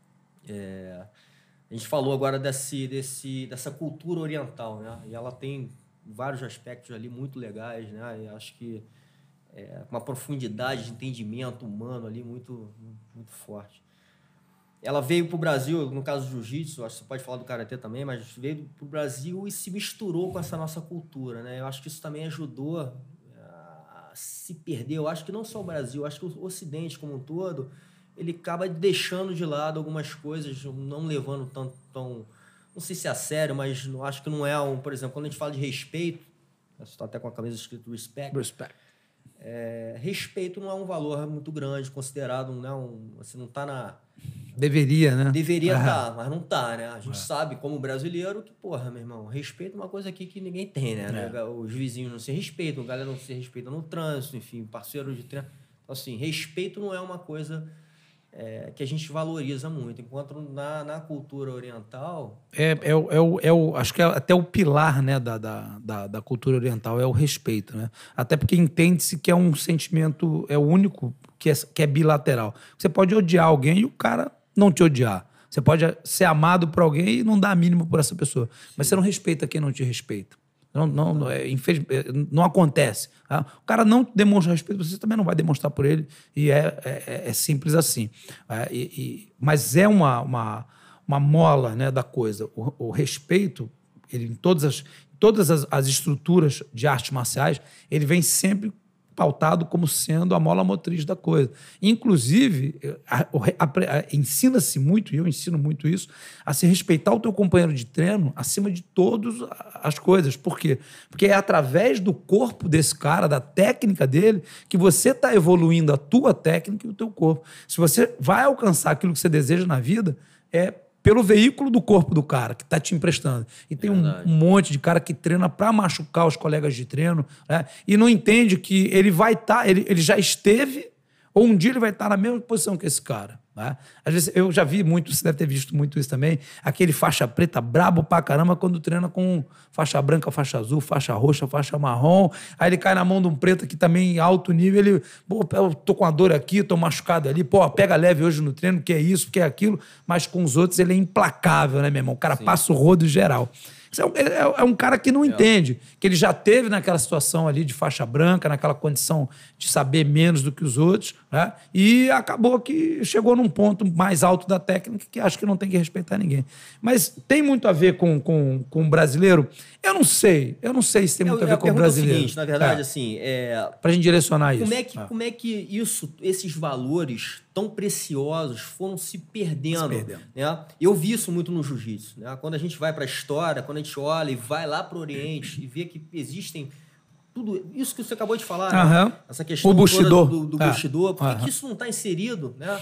É, a gente falou agora desse, desse, dessa cultura oriental, né? E ela tem vários aspectos ali muito legais, né? E acho que é uma profundidade de entendimento humano ali muito, muito forte. Ela veio para o Brasil, no caso do jiu-jitsu, acho que você pode falar do karatê também, mas veio para o Brasil e se misturou com essa nossa cultura, né? Eu acho que isso também ajudou a se perder. Eu acho que não só o Brasil, eu acho que o Ocidente como um todo, ele acaba deixando de lado algumas coisas, não levando tanto, tão, não sei se é a sério, mas não, acho que não é um, por exemplo, quando a gente fala de respeito, você está até com a camisa escrito respect, respect. É, respeito não é um valor muito grande, considerado, né, um, assim, não está na... Deveria, né? Deveria estar, ah. tá, mas não está, né? A gente ah. sabe, como brasileiro, que, porra, meu irmão, respeito é uma coisa aqui que ninguém tem, né? É. Os vizinhos não se respeitam, a galera não se respeita no trânsito, enfim, parceiro de treino. Então, assim, respeito não é uma coisa... É, que a gente valoriza muito, enquanto na, na cultura oriental... É, é, o, é, o, é o, acho que é até o pilar, né, da, da, da, da cultura oriental, é o respeito, né? Até porque entende-se que é um sentimento, é o único que é, que é bilateral. Você pode odiar alguém e o cara não te odiar. Você pode ser amado por alguém e não dar a mínima por essa pessoa. Sim. Mas você não respeita quem não te respeita. Não, não, não, é, infeliz, não acontece. Tá? O cara não demonstra respeito, você também não vai demonstrar por ele, e é, é, é simples assim. É, e, e, mas é uma, uma, uma mola, né, da coisa. O, o respeito, ele, em todas, as, todas as, as estruturas de artes marciais, ele vem sempre pautado como sendo a mola motriz da coisa. Inclusive, ensina-se muito, e eu ensino muito isso, a se respeitar o teu companheiro de treino acima de todas as coisas. Por quê? Porque é através do corpo desse cara, da técnica dele, que você está evoluindo a tua técnica e o teu corpo. Se você vai alcançar aquilo que você deseja na vida, é pelo veículo do corpo do cara que está te emprestando. E tem um, um monte de cara que treina para machucar os colegas de treino, né? E não entende que ele vai estar, tá, ele, ele já esteve, ou um dia ele vai estar tá na mesma posição que esse cara. Né? Às vezes eu já vi muito, você deve ter visto muito isso também, aquele faixa preta brabo pra caramba quando treina com faixa branca, faixa azul, faixa roxa, faixa marrom, aí ele cai na mão de um preto que também em alto nível, ele, pô, eu tô com a dor aqui, tô machucado ali, pô, pega leve hoje no treino, que é isso, que é aquilo, mas com os outros ele é implacável, né, meu irmão? O cara Sim. passa o rodo geral. É um, é, é um cara que não é. entende, que ele já teve naquela situação ali de faixa branca, naquela condição de saber menos do que os outros, né? E acabou que chegou num ponto mais alto da técnica que acho que não tem que respeitar ninguém. Mas tem muito a ver com, com, com o brasileiro? Eu não sei. Eu não sei se tem muito eu, a ver com o brasileiro. É o seguinte, na verdade, é. assim... É... Pra gente direcionar como isso. É que, é. Como é que isso, esses valores tão preciosos foram se perdendo, se perdendo. Né? Eu vi isso muito no jiu-jitsu. Né? Quando a gente vai para a história, quando a gente olha e vai lá para o Oriente e vê que existem tudo isso que você acabou de falar, uhum. né? Essa questão o Bushido. do, do é. Bushido, por que, uhum. que isso não está inserido, né?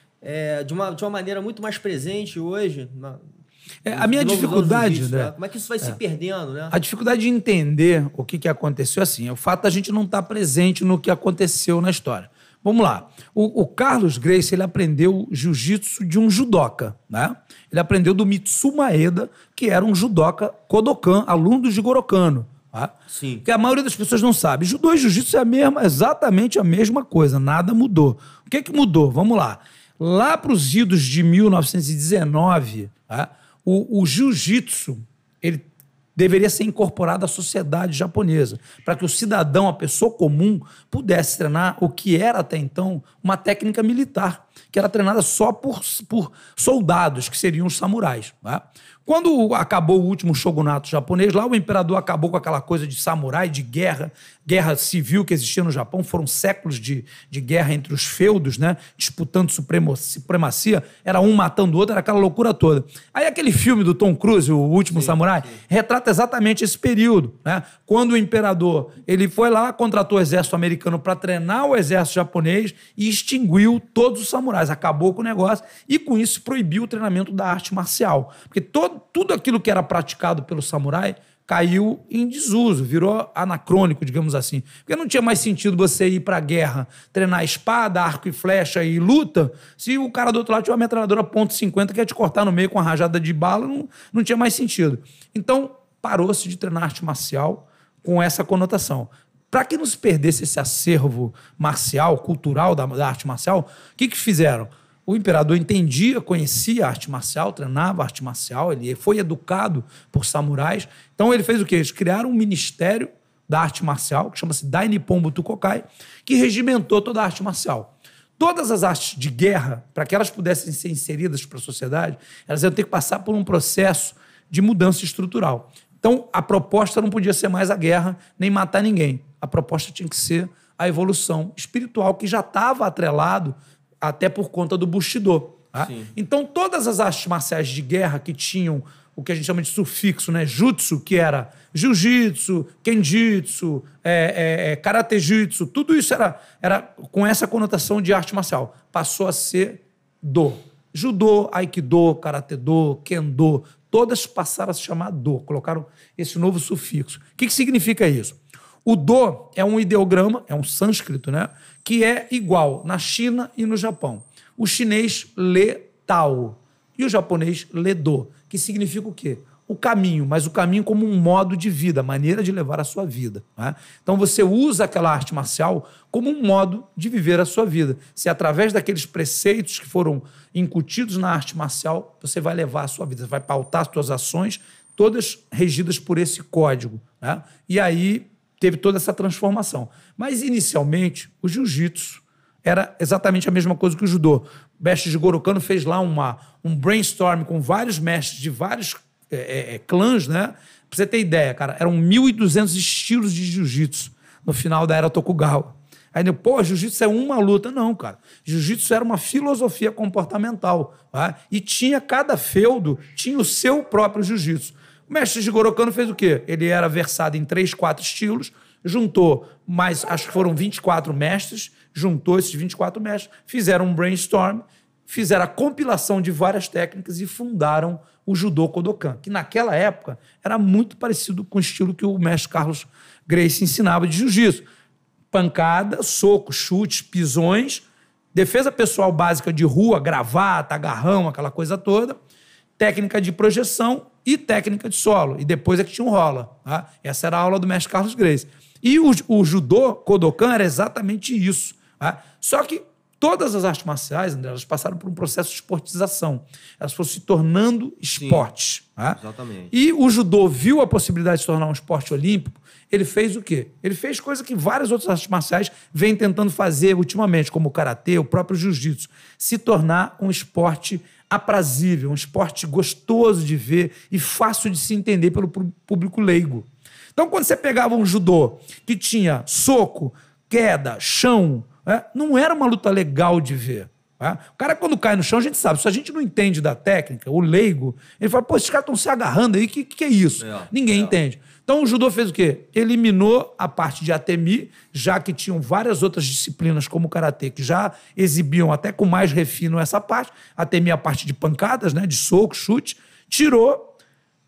É, de, uma, de uma maneira muito mais presente hoje? Na, é, a minha dificuldade, vídeos, né? né? Como é que isso vai é. se perdendo, né? A dificuldade de entender o que, que aconteceu assim, é o fato da gente não estar presente no que aconteceu na história. Vamos lá. O, o Carlos Gracie, ele aprendeu jiu-jitsu de um judoca, né? Ele aprendeu do Mitsu Maeda, que era um judoca Kodokan, aluno do Jigoro Kano. Tá? Sim. Que a maioria das pessoas não sabe. Judô e jiu-jitsu é a mesma, exatamente a mesma coisa, nada mudou. O que que mudou? Vamos lá. Lá para os idos de mil novecentos e dezenove, tá? o, o jiu-jitsu, ele deveria ser incorporado à sociedade japonesa, para que o cidadão, a pessoa comum, pudesse treinar o que era até então uma técnica militar, que era treinada só por, por soldados, que seriam os samurais. Tá? Quando acabou o último shogunato japonês, lá o imperador acabou com aquela coisa de samurai, de guerra, guerra civil que existia no Japão, foram séculos de, de guerra entre os feudos, né, disputando supremo, supremacia, era um matando o outro, era aquela loucura toda. Aí aquele filme do Tom Cruise, O Último sim, Samurai, sim. retrata exatamente esse período, né? Quando o imperador ele foi lá, contratou o exército americano para treinar o exército japonês e extinguiu todos os samurais, acabou com o negócio e com isso proibiu o treinamento da arte marcial, porque todo tudo aquilo que era praticado pelo samurai caiu em desuso, virou anacrônico, digamos assim. Porque não tinha mais sentido você ir para a guerra, treinar espada, arco e flecha e luta, se o cara do outro lado tinha uma metralhadora ponto cinquenta que ia te cortar no meio com uma rajada de bala, não, não tinha mais sentido. Então, parou-se de treinar arte marcial com essa conotação. Para que não se perdesse esse acervo marcial, cultural da, da arte marcial, o que que fizeram? O imperador entendia, conhecia a arte marcial, treinava a arte marcial, ele foi educado por samurais. Então ele fez o quê? Eles criaram um ministério da arte marcial, que chama-se Dai Nippon Butokokai, que regimentou toda a arte marcial. Todas as artes de guerra, para que elas pudessem ser inseridas para a sociedade, elas iam ter que passar por um processo de mudança estrutural. Então a proposta não podia ser mais a guerra, nem matar ninguém. A proposta tinha que ser a evolução espiritual, que já estava atrelado até por conta do Bushido. Tá? Então, todas as artes marciais de guerra que tinham o que a gente chama de sufixo, né? Jutsu, que era jiu-jitsu, kenjitsu, é, é, é, karatejitsu, tudo isso era, era com essa conotação de arte marcial. Passou a ser do. Judô, aikido, karatê-do, kendo, todas passaram a se chamar do, colocaram esse novo sufixo. O que, que significa isso? O do é um ideograma, é um sânscrito, né? Que é igual na China e no Japão. O chinês lê Tao e o japonês lê Do, que significa o quê? O caminho, mas o caminho como um modo de vida, maneira de levar a sua vida. Né? Então você usa aquela arte marcial como um modo de viver a sua vida. Se através daqueles preceitos que foram incutidos na arte marcial, você vai levar a sua vida, você vai pautar as suas ações, todas regidas por esse código. Né? E aí teve toda essa transformação. Mas, inicialmente, o jiu-jitsu era exatamente a mesma coisa que o judô. O mestre Jigoro Kano fez lá uma, um brainstorm com vários mestres de vários é, é, clãs, né? Pra você ter ideia, cara, eram mil e duzentos estilos de jiu-jitsu no final da era Tokugawa. Aí, pô, jiu-jitsu é uma luta. Não, cara. Jiu-jitsu era uma filosofia comportamental. Tá? E tinha, cada feudo tinha o seu próprio jiu-jitsu. O mestre Jigoro Kano fez o quê? Ele era versado em três, quatro estilos, juntou mais, acho que foram vinte e quatro mestres, juntou esses vinte e quatro mestres, fizeram um brainstorm, fizeram a compilação de várias técnicas e fundaram o Judô Kodokan, que naquela época era muito parecido com o estilo que o mestre Carlos Gracie ensinava de jiu-jitsu. Pancada, soco, chutes, pisões, defesa pessoal básica de rua, gravata, agarrão, aquela coisa toda, técnica de projeção e técnica de solo. E depois é que tinha um rola. Tá? Essa era a aula do mestre Carlos Gracie. E o, o judô Kodokan era exatamente isso. Tá? Só que todas as artes marciais, André, elas passaram por um processo de esportização. Elas foram se tornando esportes. Tá? Exatamente. E o judô viu a possibilidade de se tornar um esporte olímpico. Ele fez o quê? Ele fez coisa que várias outras artes marciais vêm tentando fazer ultimamente, como o karatê, o próprio jiu-jitsu. Se tornar um esporte aprazível, um esporte gostoso de ver e fácil de se entender pelo público leigo. Então, quando você pegava um judô que tinha soco, queda, chão, né, não era uma luta legal de ver. Né? O cara, quando cai no chão, a gente sabe, se a gente não entende da técnica, o leigo, ele fala, pô, esses caras estão se agarrando aí, o que, que é isso? É, Ninguém é. entende. Então, o judô fez o quê? Eliminou a parte de atemi, já que tinham várias outras disciplinas, como o karatê, que já exibiam até com mais refino essa parte. Atemi a parte de pancadas, né, de soco, chute. Tirou,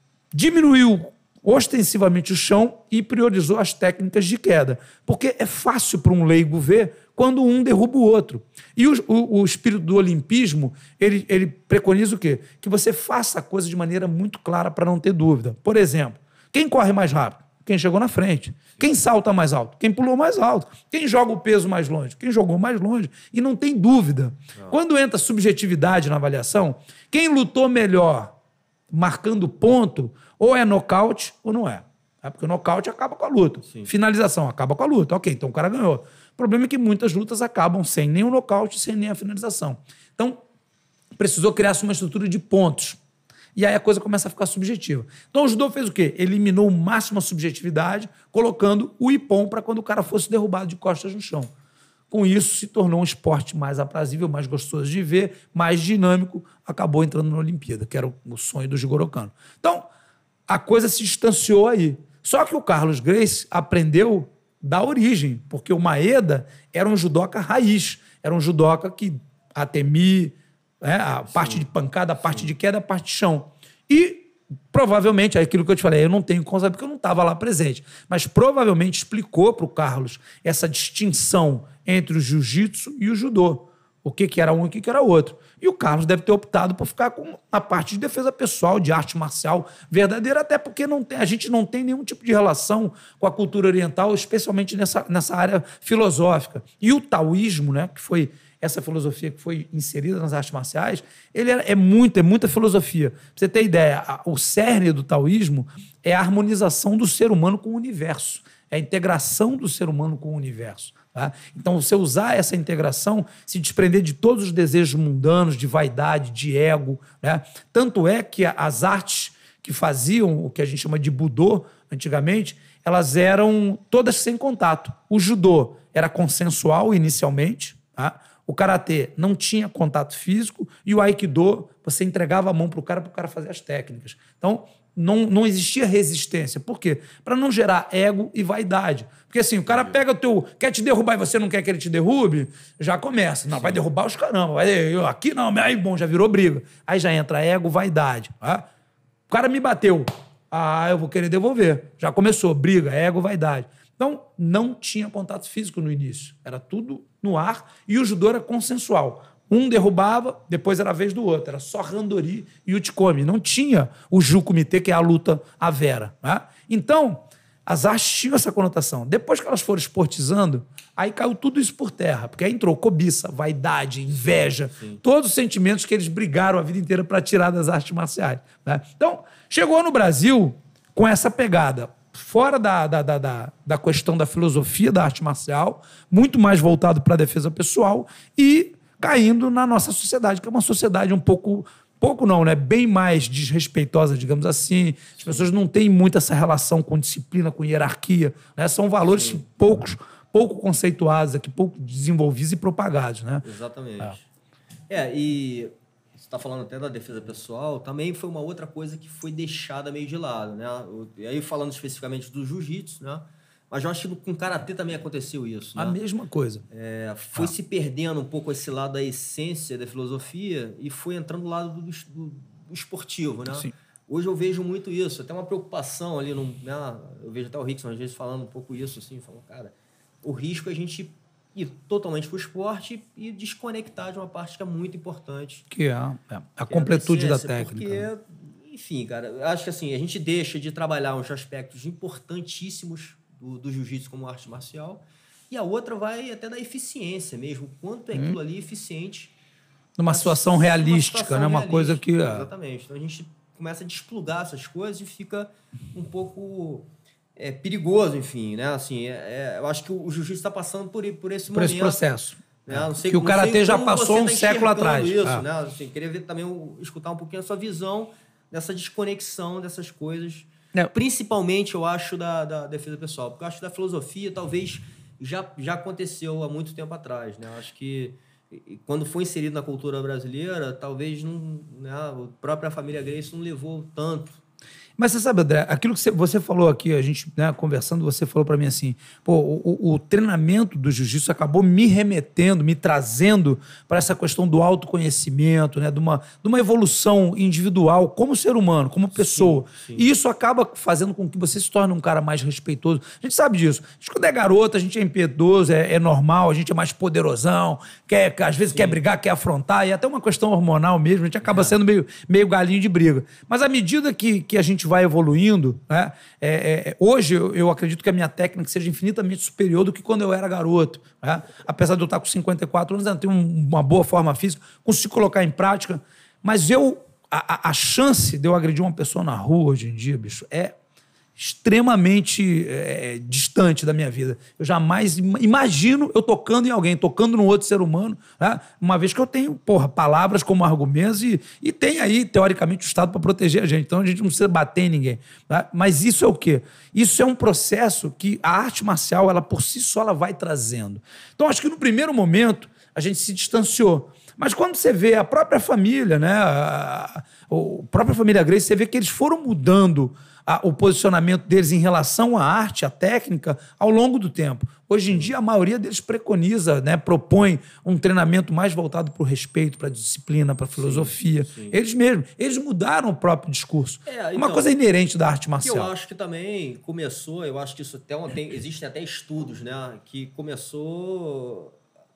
diminuiu ostensivamente o chão e priorizou as técnicas de queda. Porque é fácil para um leigo ver quando um derruba o outro. E o, o, o espírito do olimpismo, ele, ele preconiza o quê? Que você faça a coisa de maneira muito clara para não ter dúvida. Por exemplo, quem corre mais rápido? Quem chegou na frente. Quem salta mais alto? Quem pulou mais alto. Quem joga o peso mais longe? Quem jogou mais longe. E não tem dúvida. Não. Quando entra subjetividade na avaliação, quem lutou melhor marcando ponto, ou é nocaute ou não é. É porque o nocaute acaba com a luta. Sim. Finalização acaba com a luta. Ok, então o cara ganhou. O problema é que muitas lutas acabam sem nem o nocaute, sem nem a finalização. Então, precisou criar-se uma estrutura de pontos. E aí a coisa começa a ficar subjetiva. Então o judô fez o quê? Eliminou o máximo a subjetividade, colocando o ippon para quando o cara fosse derrubado de costas no chão. Com isso, se tornou um esporte mais aprazível, mais gostoso de ver, mais dinâmico, acabou entrando na Olimpíada, que era o sonho do Jigoro Kano. Então, a coisa se distanciou aí. Só que o Carlos Gracie aprendeu da origem, porque o Maeda era um judoca raiz, era um judoca que atemi, né, a Sim. parte de pancada, a parte Sim. de queda, a parte de chão. E provavelmente, é aquilo que eu te falei, eu não tenho como saber porque eu não estava lá presente, mas provavelmente explicou para o Carlos essa distinção entre o jiu-jitsu e o judô. O que, que era um e o que, que era outro. E o Carlos deve ter optado por ficar com a parte de defesa pessoal, de arte marcial verdadeira, até porque não tem, a gente não tem nenhum tipo de relação com a cultura oriental, especialmente nessa, nessa área filosófica. E o taoísmo, né, que foi essa filosofia que foi inserida nas artes marciais, ele é, é, muito, é muita filosofia. Pra você ter ideia, a, o cerne do taoísmo é a harmonização do ser humano com o universo. É a integração do ser humano com o universo. Tá? Então, você usar essa integração, se desprender de todos os desejos mundanos, de vaidade, de ego. Né? Tanto é que as artes que faziam o que a gente chama de Budô, antigamente, elas eram todas sem contato. O judô era consensual inicialmente, tá? O karatê não tinha contato físico e o aikido, você entregava a mão para o cara para o cara fazer as técnicas. Então, não, não existia resistência. Por quê? Para não gerar ego e vaidade. Porque assim, o cara pega o teu... Quer te derrubar e você não quer que ele te derrube, já começa. Não, Sim. vai derrubar os caramba. Vai, eu, aqui não, aí bom, já virou briga. Aí já entra ego, vaidade. Tá? O cara me bateu. Ah, eu vou querer devolver. Já começou, briga, ego, vaidade. Então, não tinha contato físico no início. Era tudo no ar e o judô era consensual. Um derrubava, depois era a vez do outro. Era só randori e uchikomi. Não tinha o ju-kumite, que é a luta à vera. Né? Então, as artes tinham essa conotação. Depois que elas foram esportizando, aí caiu tudo isso por terra. Porque aí entrou cobiça, vaidade, inveja, sim, sim. todos os sentimentos que eles brigaram a vida inteira para tirar das artes marciais. Né? Então, chegou no Brasil com essa pegada. Fora da, da, da, da, da questão da filosofia da arte marcial, muito mais voltado para a defesa pessoal e caindo na nossa sociedade, que é uma sociedade um pouco, pouco não, né? Bem mais desrespeitosa, digamos assim. As pessoas não têm muito essa relação com disciplina, com hierarquia. Né? São valores Sim. poucos, pouco conceituados aqui, pouco desenvolvidos e propagados. Né? Exatamente. É, é e... Você está falando até da defesa pessoal, também foi uma outra coisa que foi deixada meio de lado, né? E aí falando especificamente do jiu-jitsu, né? Mas eu acho que com o karatê também aconteceu isso, né? A mesma coisa. É, foi ah. se perdendo um pouco esse lado da essência da filosofia e foi entrando do lado do, do, do esportivo, né? Sim. Hoje eu vejo muito isso, até uma preocupação ali, no, né? Eu vejo até o Rickson às vezes falando um pouco isso, assim, falando, cara, o risco é a gente ir totalmente para o esporte e desconectar de uma parte que é muito importante. Que é a, é a completude é a da técnica. Porque, enfim, cara, eu acho que assim, a gente deixa de trabalhar uns aspectos importantíssimos do, do jiu-jitsu como arte marcial e a outra vai até da eficiência mesmo. Quanto é hum. aquilo ali eficiente? Numa situação realística, situação né? Uma realística, coisa que... Exatamente. Então a gente começa a desplugar essas coisas e fica um pouco... É perigoso, enfim, né? Assim, é, é, eu acho que o, o jiu-jitsu está passando por, por esse por momento. Por esse processo. Né? Não sei, que o karatê já passou um tá século atrás. Isso, ah. né? Assim, queria ver também, escutar um pouquinho a sua visão dessa desconexão dessas coisas. É. Principalmente, eu acho, da, da defesa pessoal. Porque eu acho que da filosofia, talvez, já, já aconteceu há muito tempo atrás, né? Eu acho que quando foi inserido na cultura brasileira, talvez não, né? A própria família Gracie não levou tanto. Mas você sabe, André, aquilo que você falou aqui, a gente, né, conversando, você falou para mim assim, pô, o, o treinamento do jiu-jitsu acabou me remetendo, me trazendo para essa questão do autoconhecimento, né, de uma, de uma evolução individual como ser humano, como pessoa. Sim, sim. E isso acaba fazendo com que você se torne um cara mais respeitoso. A gente sabe disso. A gente, quando é garoto, a gente é impiedoso, é, é normal, a gente é mais poderosão, quer, às vezes sim. quer brigar, quer afrontar, e é até uma questão hormonal mesmo, a gente acaba é. sendo meio, meio galinho de briga. Mas à medida que, que a gente vai evoluindo, né? É, é, hoje eu, eu acredito que a minha técnica seja infinitamente superior do que quando eu era garoto. Né? Apesar de eu estar com cinquenta e quatro anos, eu tenho uma boa forma física, consigo colocar em prática, mas eu, a, a chance de eu agredir uma pessoa na rua hoje em dia, bicho, é extremamente é, distante da minha vida. Eu jamais imagino eu tocando em alguém, tocando num outro ser humano, né? Uma vez que eu tenho, porra, palavras como argumentos e, e tem aí, teoricamente, o Estado para proteger a gente. Então, a gente não precisa bater em ninguém. Tá? Mas isso é o quê? Isso é um processo que a arte marcial, ela por si só, ela vai trazendo. Então, acho que no primeiro momento, a gente se distanciou. Mas quando você vê a própria família, né? A, a, a própria família Gracie, você vê que eles foram mudando a, o posicionamento deles em relação à arte, à técnica, ao longo do tempo. Hoje em dia, a maioria deles preconiza, né, propõe um treinamento mais voltado para o respeito, para a disciplina, para a filosofia. Sim, sim. Eles mesmos, eles mudaram o próprio discurso. É, então, uma coisa inerente da arte marcial. Eu acho que também começou, eu acho que isso até tem, existem até estudos, né, que começou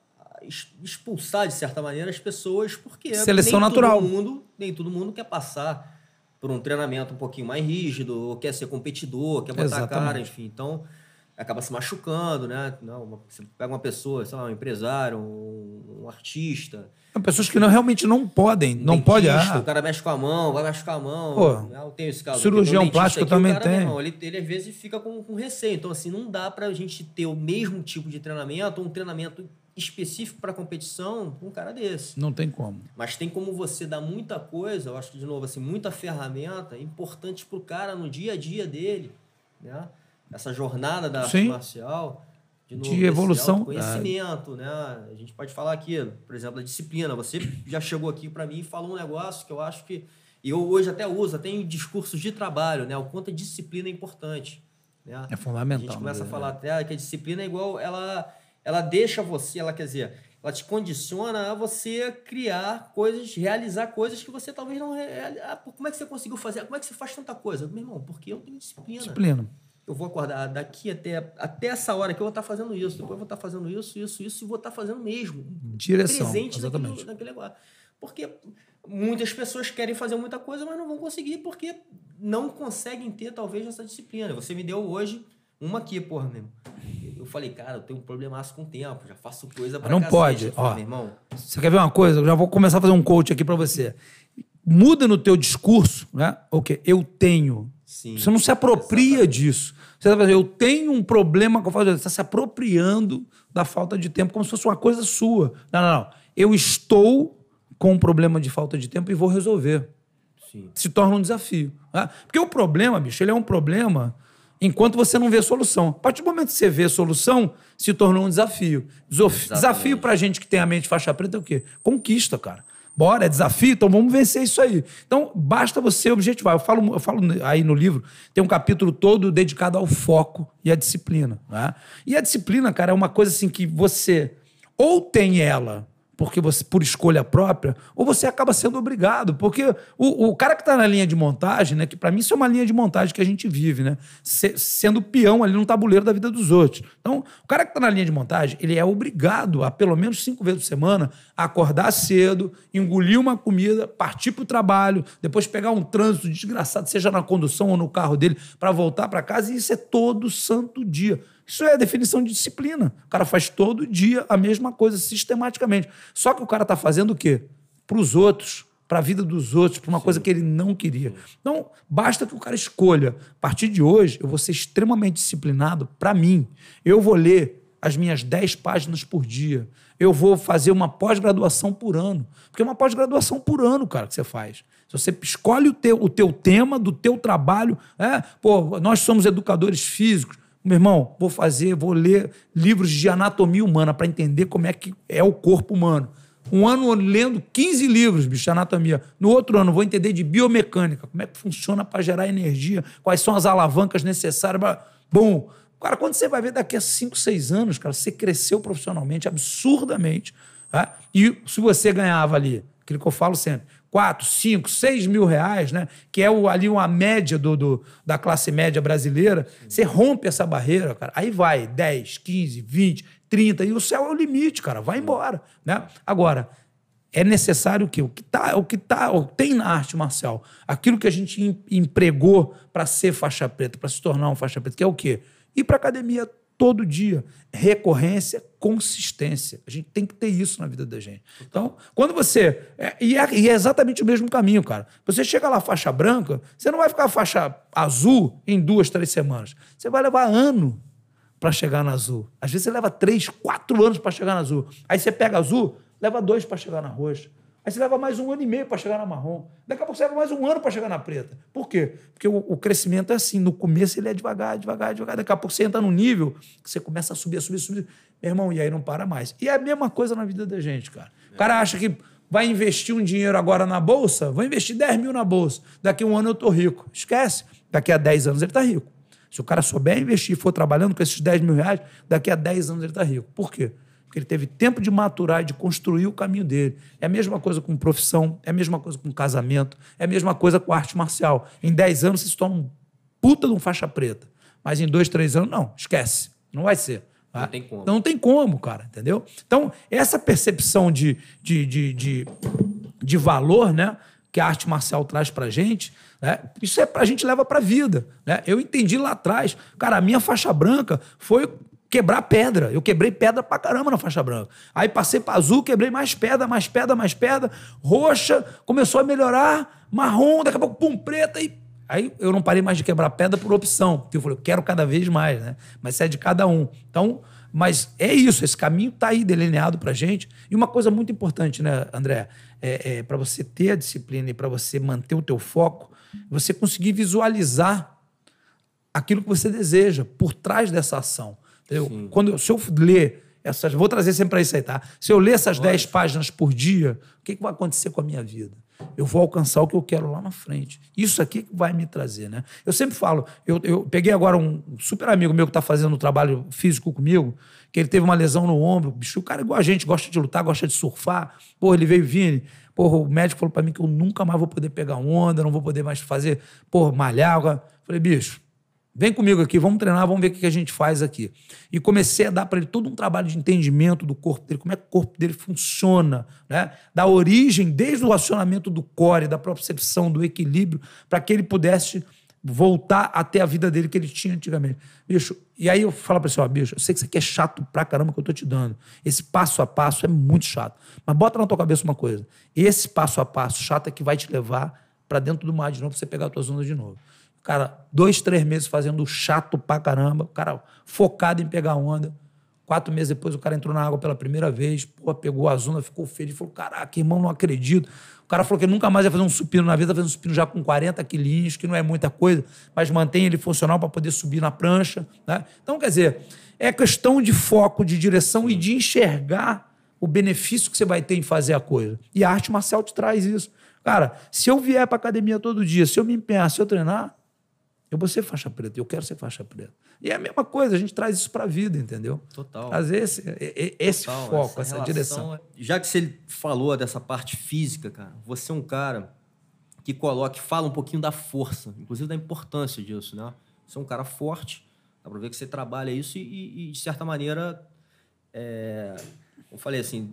a expulsar, de certa maneira, as pessoas, porque seleção nem natural. Todo mundo, nem todo mundo quer passar por um treinamento um pouquinho mais rígido, ou quer ser competidor, quer botar Exatamente. a cara, enfim. Então, acaba se machucando, né? Não, uma, você pega uma pessoa, sei lá, um empresário, um, um artista. São pessoas que não, realmente não podem, não pode. Ah. O cara mexe com a mão, vai machucar a mão. Pô, eu tenho esse caso. cirurgião plástico também tem. Irmão, ele, ele às vezes fica com, com receio. Então, assim, não dá pra gente ter o mesmo tipo de treinamento, um treinamento específico para competição com um cara desse. Não tem como. Mas tem como você dar muita coisa, eu acho que, de novo, assim, muita ferramenta importante pro cara no dia a dia dele, né? Essa jornada da arte marcial, de, novo, de evolução, conhecimento, né? A gente pode falar aqui, por exemplo, da disciplina. Você já chegou aqui para mim e falou um negócio que eu acho que e eu hoje até uso, até em discursos de trabalho, né? O quanto a disciplina é importante, né? É fundamental. A gente começa né? a falar até que a disciplina é igual, ela ela deixa você, ela quer dizer, ela te condiciona a você criar coisas, realizar coisas que você talvez não realize. Ah, como é que você conseguiu fazer? Como é que você faz tanta coisa? Meu irmão, porque eu tenho disciplina. Disciplina. Eu vou acordar daqui até, até essa hora que eu vou estar fazendo isso, depois eu vou estar fazendo isso, isso, isso, e vou estar fazendo mesmo. Direção, presente exatamente. Naquele, naquele negócio. Porque muitas pessoas querem fazer muita coisa, mas não vão conseguir porque não conseguem ter, talvez, essa disciplina. Você me deu hoje uma aqui, porra, mesmo. Eu falei, cara, eu tenho um problemaço com o tempo, já faço coisa pra não cacete. pode. Falei, Ó, meu irmão. Você quer ver uma coisa? Eu já vou começar a fazer um coach aqui pra você. Muda no teu discurso, né? O quê? Eu tenho. Sim, você não se apropria exatamente. disso. Você tá falando, eu tenho um problema com a falta de tempo. Você está se apropriando da falta de tempo como se fosse uma coisa sua. Não, não, não. Eu estou com um problema de falta de tempo e vou resolver. Sim. Se torna um desafio. Né? Porque o problema, bicho, ele é um problema enquanto você não vê solução. A partir do momento que você vê solução, se tornou um desafio. Desof... Desafio pra gente que tem a mente faixa preta é o quê? Conquista, cara. Bora, é desafio, então vamos vencer isso aí. Então, basta você objetivar. Eu falo, eu falo aí no livro, tem um capítulo todo dedicado ao foco e à disciplina. Né? E a disciplina, cara, é uma coisa assim que você ou tem ela porque você, por escolha própria, ou você acaba sendo obrigado. Porque o, o cara que está na linha de montagem, né, que para mim isso é uma linha de montagem que a gente vive, né, se, sendo peão ali no tabuleiro da vida dos outros. Então, o cara que está na linha de montagem, ele é obrigado a, pelo menos cinco vezes por semana, a acordar cedo, engolir uma comida, partir para o trabalho, depois pegar um trânsito desgraçado, seja na condução ou no carro dele, para voltar para casa, e isso é todo santo dia. Isso é a definição de disciplina. O cara faz todo dia a mesma coisa, sistematicamente. Só que o cara está fazendo o quê? Para os outros, para a vida dos outros, para uma Sim. coisa que ele não queria. Sim. Então, basta que o cara escolha. A partir de hoje, eu vou ser extremamente disciplinado para mim. Eu vou ler as minhas dez páginas por dia. Eu vou fazer uma pós-graduação por ano. Porque é uma pós-graduação por ano, cara, que você faz. Se você escolhe o teu, o teu tema do teu trabalho, é, pô, nós somos educadores físicos. Meu irmão, vou fazer, vou ler livros de anatomia humana para entender como é que é o corpo humano. Um ano lendo quinze livros, bicho, de anatomia. No outro ano, vou entender de biomecânica, como é que funciona para gerar energia, quais são as alavancas necessárias. Pra... Bom, cara, quando você vai ver daqui a cinco, seis anos, cara, você cresceu profissionalmente absurdamente. Tá? E se você ganhava ali, aquilo que eu falo sempre, quatro, cinco, seis mil reais, né? Que é o, ali uma média do, do, da classe média brasileira, você rompe essa barreira, cara. Aí vai dez, quinze, vinte, trinta, e o céu é o limite, cara. Vai embora, né? Agora, é necessário o quê? O que tá, o que tá, o que tem na arte marcial, aquilo que a gente empregou para ser faixa preta, para se tornar um faixa preta, que é o quê? Ir para academia todo dia. Recorrência, consistência. A gente tem que ter isso na vida da gente. Então, quando você... É, e, é, e é exatamente o mesmo caminho, cara. Você chega lá faixa branca, você não vai ficar faixa azul em duas, três semanas. Você vai levar ano para chegar na azul. Às vezes você leva três, quatro anos para chegar na azul. Aí você pega azul, leva dois para chegar na roxa. Aí você leva mais um ano e meio para chegar na marrom. Daqui a pouco você leva mais um ano para chegar na preta. Por quê? Porque o, o crescimento é assim. No começo ele é devagar, devagar, devagar. Daqui a pouco você entra num nível que você começa a subir, a subir, a subir. Meu irmão, e aí não para mais. E é a mesma coisa na vida da gente, cara. O cara acha que vai investir um dinheiro agora na bolsa, vou investir dez mil na bolsa. Daqui a um ano eu tô rico. Esquece. Daqui a dez anos ele tá rico. Se o cara souber investir e for trabalhando com esses dez mil reais, daqui a dez anos ele tá rico. Por quê? Porque ele teve tempo de maturar e de construir o caminho dele. É a mesma coisa com profissão, é a mesma coisa com casamento, é a mesma coisa com arte marcial. Em dez anos você se torna um puta de um faixa preta. Mas em dois, três anos, não, esquece. Não vai ser. Tá? Não tem como. Então, não tem como, cara, entendeu? Então, essa percepção de, de, de, de, de valor, né, que a arte marcial traz pra gente, né, isso é pra gente leva pra vida. Né? Eu entendi lá atrás. Cara, a minha faixa branca foi... quebrar pedra. Eu quebrei pedra pra caramba na faixa branca. Aí passei pra azul, quebrei mais pedra, mais pedra, mais pedra. Roxa, começou a melhorar. Marrom, daqui a pouco, pum, preta. E... aí eu não parei mais de quebrar pedra por opção. Porque eu falei, eu quero cada vez mais, né? Mas isso é de cada um. Então, mas é isso. Esse caminho tá aí delineado pra gente. E uma coisa muito importante, né, André? É, é, para você ter a disciplina e para você manter o teu foco, você conseguir visualizar aquilo que você deseja por trás dessa ação. Eu, quando, se eu ler essas... vou trazer sempre para isso aí, tá? Se eu ler essas dez páginas por dia, o que, que vai acontecer com a minha vida? Eu vou alcançar o que eu quero lá na frente. Isso aqui que vai me trazer, né? Eu sempre falo... Eu, eu peguei agora um super amigo meu que está fazendo um trabalho físico comigo, que ele teve uma lesão no ombro. Bicho, o cara é igual a gente, gosta de lutar, gosta de surfar. Porra, ele veio Vini. Porra, o médico falou para mim que eu nunca mais vou poder pegar onda, não vou poder mais fazer, porra, malhar. Falei, bicho... vem comigo aqui, vamos treinar, vamos ver o que a gente faz aqui. E comecei a dar para ele todo um trabalho de entendimento do corpo dele, como é que o corpo dele funciona, né? Da origem, desde o acionamento do core, da propriocepção, do equilíbrio, para que ele pudesse voltar até a vida dele que ele tinha antigamente. Bicho, e aí eu falo para ele assim, ó, bicho, eu sei que isso aqui é chato pra caramba que eu tô te dando. Esse passo a passo é muito chato. Mas bota na tua cabeça uma coisa. Esse passo a passo chato é que vai te levar para dentro do mar de novo, para você pegar as tuas ondas de novo. Cara, dois, três meses fazendo chato pra caramba, o cara focado em pegar onda. Quatro meses depois o cara entrou na água pela primeira vez, pô, pegou a zona, ficou feliz, falou, caraca, irmão, não acredito. O cara falou que nunca mais ia fazer um supino na vida, tá fazendo um supino já com quarenta quilinhos, que não é muita coisa, mas mantém ele funcional para poder subir na prancha, né? Então, quer dizer, é questão de foco, de direção e de enxergar o benefício que você vai ter em fazer a coisa. E a arte marcial te traz isso. Cara, se eu vier pra academia todo dia, se eu me empenhar, se eu treinar, eu vou ser faixa preta, eu quero ser faixa preta. E é a mesma coisa, a gente traz isso para a vida, entendeu? Total. Trazer esse, esse Total, foco, essa, essa direção. Já que você falou dessa parte física, cara, você é um cara que coloca, fala um pouquinho da força, inclusive da importância disso, né? Você é um cara forte, dá para ver que você trabalha isso e, e de certa maneira, é, eu falei assim...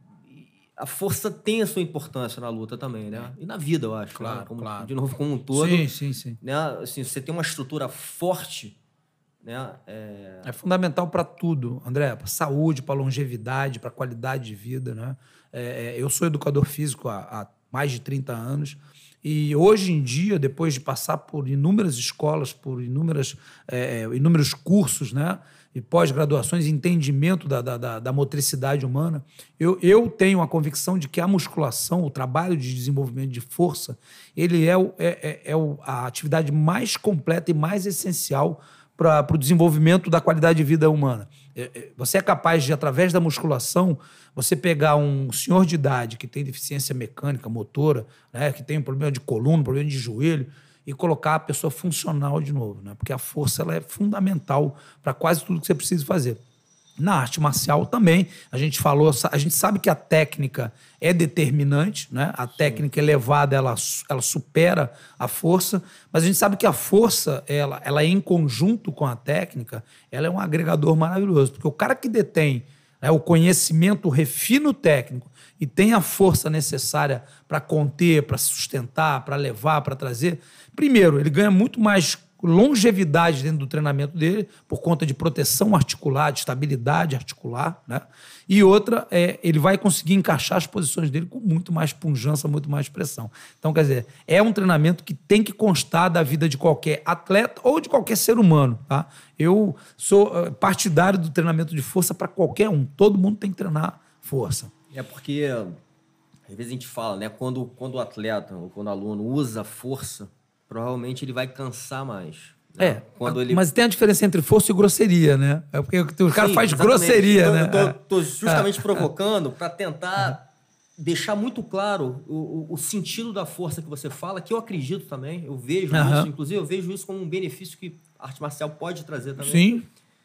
a força tem a sua importância na luta também, né? E na vida, eu acho. Claro, né? Como, claro. De novo, como um todo. Sim, sim, sim. Né? Assim, você tem uma estrutura forte, né? É, é fundamental para tudo, André. Para saúde, para longevidade, para qualidade de vida, né? É, eu sou educador físico há, há mais de trinta anos e hoje em dia, depois de passar por inúmeras escolas, por inúmeras, é, inúmeros cursos, né? E pós-graduações, entendimento da, da, da motricidade humana, eu, eu tenho a convicção de que a musculação, o trabalho de desenvolvimento de força, ele é, o, é, é, é a atividade mais completa e mais essencial para o desenvolvimento da qualidade de vida humana. Você é capaz de, através da musculação, você pegar um senhor de idade que tem deficiência mecânica, motora, né, que tem um problema de coluna, problema de joelho, e colocar a pessoa funcional de novo, né? Porque a força ela é fundamental para quase tudo que você precisa fazer. Na arte marcial também, a gente falou, a gente sabe que a técnica é determinante, né? A Sim. técnica elevada, ela, ela supera a força, mas a gente sabe que a força, ela, ela em conjunto com a técnica, ela é um agregador maravilhoso, porque o cara que detém, né, o conhecimento, o refino técnico e tem a força necessária para conter, para sustentar, para levar, para trazer, primeiro, ele ganha muito mais longevidade dentro do treinamento dele, por conta de proteção articular, de estabilidade articular, né? E outra, é, ele vai conseguir encaixar as posições dele com muito mais pujança, muito mais pressão. Então, quer dizer, é um treinamento que tem que constar da vida de qualquer atleta ou de qualquer ser humano, tá? Eu sou partidário do treinamento de força para qualquer um. Todo mundo tem que treinar força. É porque, às vezes a gente fala, né? Quando, quando o atleta ou quando o aluno usa força, provavelmente ele vai cansar mais. Né? É, Quando ele... mas tem a diferença entre força e grosseria, né? É porque o cara Sim, faz exatamente. grosseria, então, né? Eu tô, tô justamente é. provocando para tentar deixar muito claro o, o, o sentido da força que você fala, que eu acredito também, eu vejo uhum. isso, inclusive eu vejo isso como um benefício que a arte marcial pode trazer também. Sim.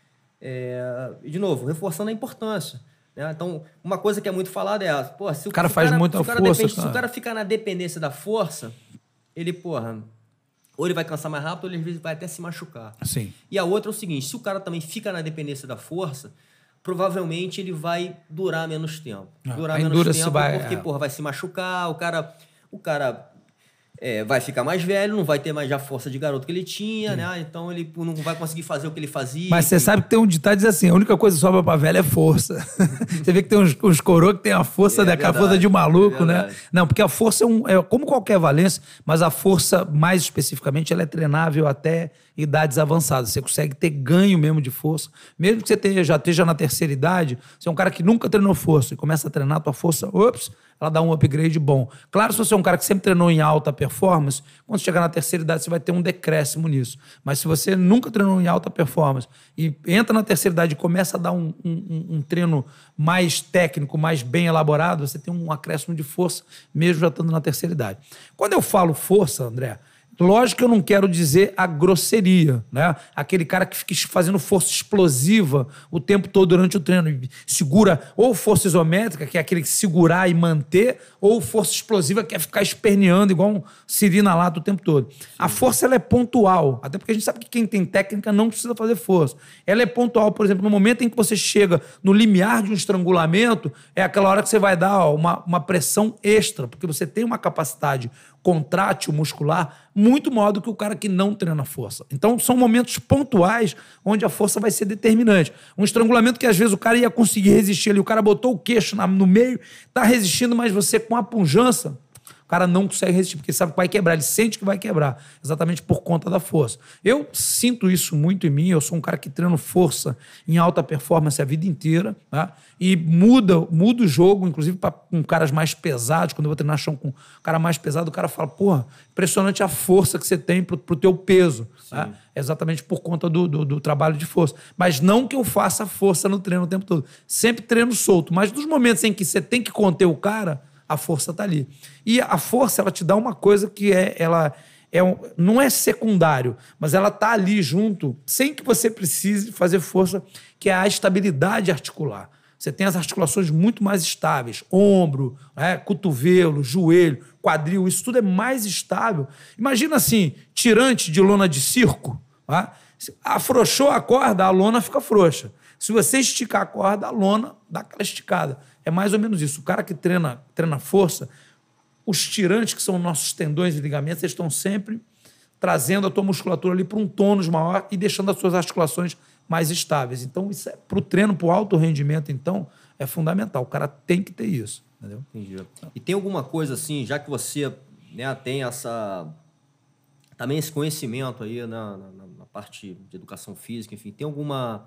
É, e, de novo, reforçando a importância. Né? Então, uma coisa que é muito falada é, pô, se o, o cara se faz cara, muita se o cara força. Depende, cara. Se o cara ficar na dependência da força, ele, porra... Ou ele vai cansar mais rápido, ou ele às vezes vai até se machucar. Sim. E a outra é o seguinte, se o cara também fica na dependência da força, provavelmente ele vai durar menos tempo. Ah, durar menos tempo vai, porque, é. porra, vai se machucar, o cara, o cara é, vai ficar mais velho, não vai ter mais a força de garoto que ele tinha, Sim. né? Então ele não vai conseguir fazer o que ele fazia. Mas você sabe que tem um ditado que diz assim, a única coisa que sobra pra velho é força. Você vê que tem uns, uns coroas que tem a força, é, daquela força de maluco, é né? Não, porque a força é, um, é como qualquer valência, mas a força, mais especificamente, ela é treinável até idades avançadas. Você consegue ter ganho mesmo de força. Mesmo que você tenha, já esteja na terceira idade, você é um cara que nunca treinou força e começa a treinar a tua força, ops, ela dá um upgrade bom. Claro, se você é um cara que sempre treinou em alta performance, quando chegar na terceira idade você vai ter um decréscimo nisso. Mas se você nunca treinou em alta performance e entra na terceira idade e começa a dar um, um, um treino mais técnico, mais bem elaborado, você tem um acréscimo de força, mesmo já estando na terceira idade. Quando eu falo força, André, lógico que eu não quero dizer a grosseria, né? Aquele cara que fica fazendo força explosiva o tempo todo durante o treino. Segura ou força isométrica, que é aquele que segurar e manter, ou força explosiva, que é ficar esperneando igual um siri na lata o tempo todo. Sim. A força ela é pontual, até porque a gente sabe que quem tem técnica não precisa fazer força. Ela é pontual, por exemplo, no momento em que você chega no limiar de um estrangulamento, é aquela hora que você vai dar ó, uma, uma pressão extra, porque você tem uma capacidade contrátil muscular muito maior do que o cara que não treina força. Então, são momentos pontuais onde a força vai ser determinante. Um estrangulamento que, às vezes, o cara ia conseguir resistir ali, o cara botou o queixo na, no meio, tá resistindo, mas você, com a pujança, o cara não consegue resistir, porque sabe que vai quebrar, ele sente que vai quebrar, exatamente por conta da força. Eu sinto isso muito em mim, eu sou um cara que treino força em alta performance a vida inteira, tá? E muda, muda o jogo, inclusive pra, com caras mais pesados, quando eu vou treinar chão com um cara mais pesado, o cara fala, porra, impressionante a força que você tem pro, pro teu peso, tá? Exatamente por conta do, do, do trabalho de força. Mas não que eu faça força no treino o tempo todo, sempre treino solto, mas nos momentos em que você tem que conter o cara, a força está ali. E a força, ela te dá uma coisa que é, ela é um, não é secundário, mas ela está ali junto, sem que você precise fazer força, que é a estabilidade articular. Você tem as articulações muito mais estáveis, ombro, né, cotovelo, joelho, quadril, isso tudo é mais estável. Imagina assim, tirante de lona de circo, tá? Afrouxou a corda, a lona fica frouxa. Se você esticar a corda, a lona dá aquela esticada. É mais ou menos isso. O cara que treina, treina força, os tirantes, que são nossos tendões e ligamentos, eles estão sempre trazendo a tua musculatura ali para um tônus maior e deixando as suas articulações mais estáveis. Então, isso é, para o treino, para o alto rendimento, então, é fundamental. O cara tem que ter isso. Entendeu? Entendi. E tem alguma coisa assim, já que você, né, tem essa... também esse conhecimento aí na, na, na parte de educação física, enfim, tem alguma...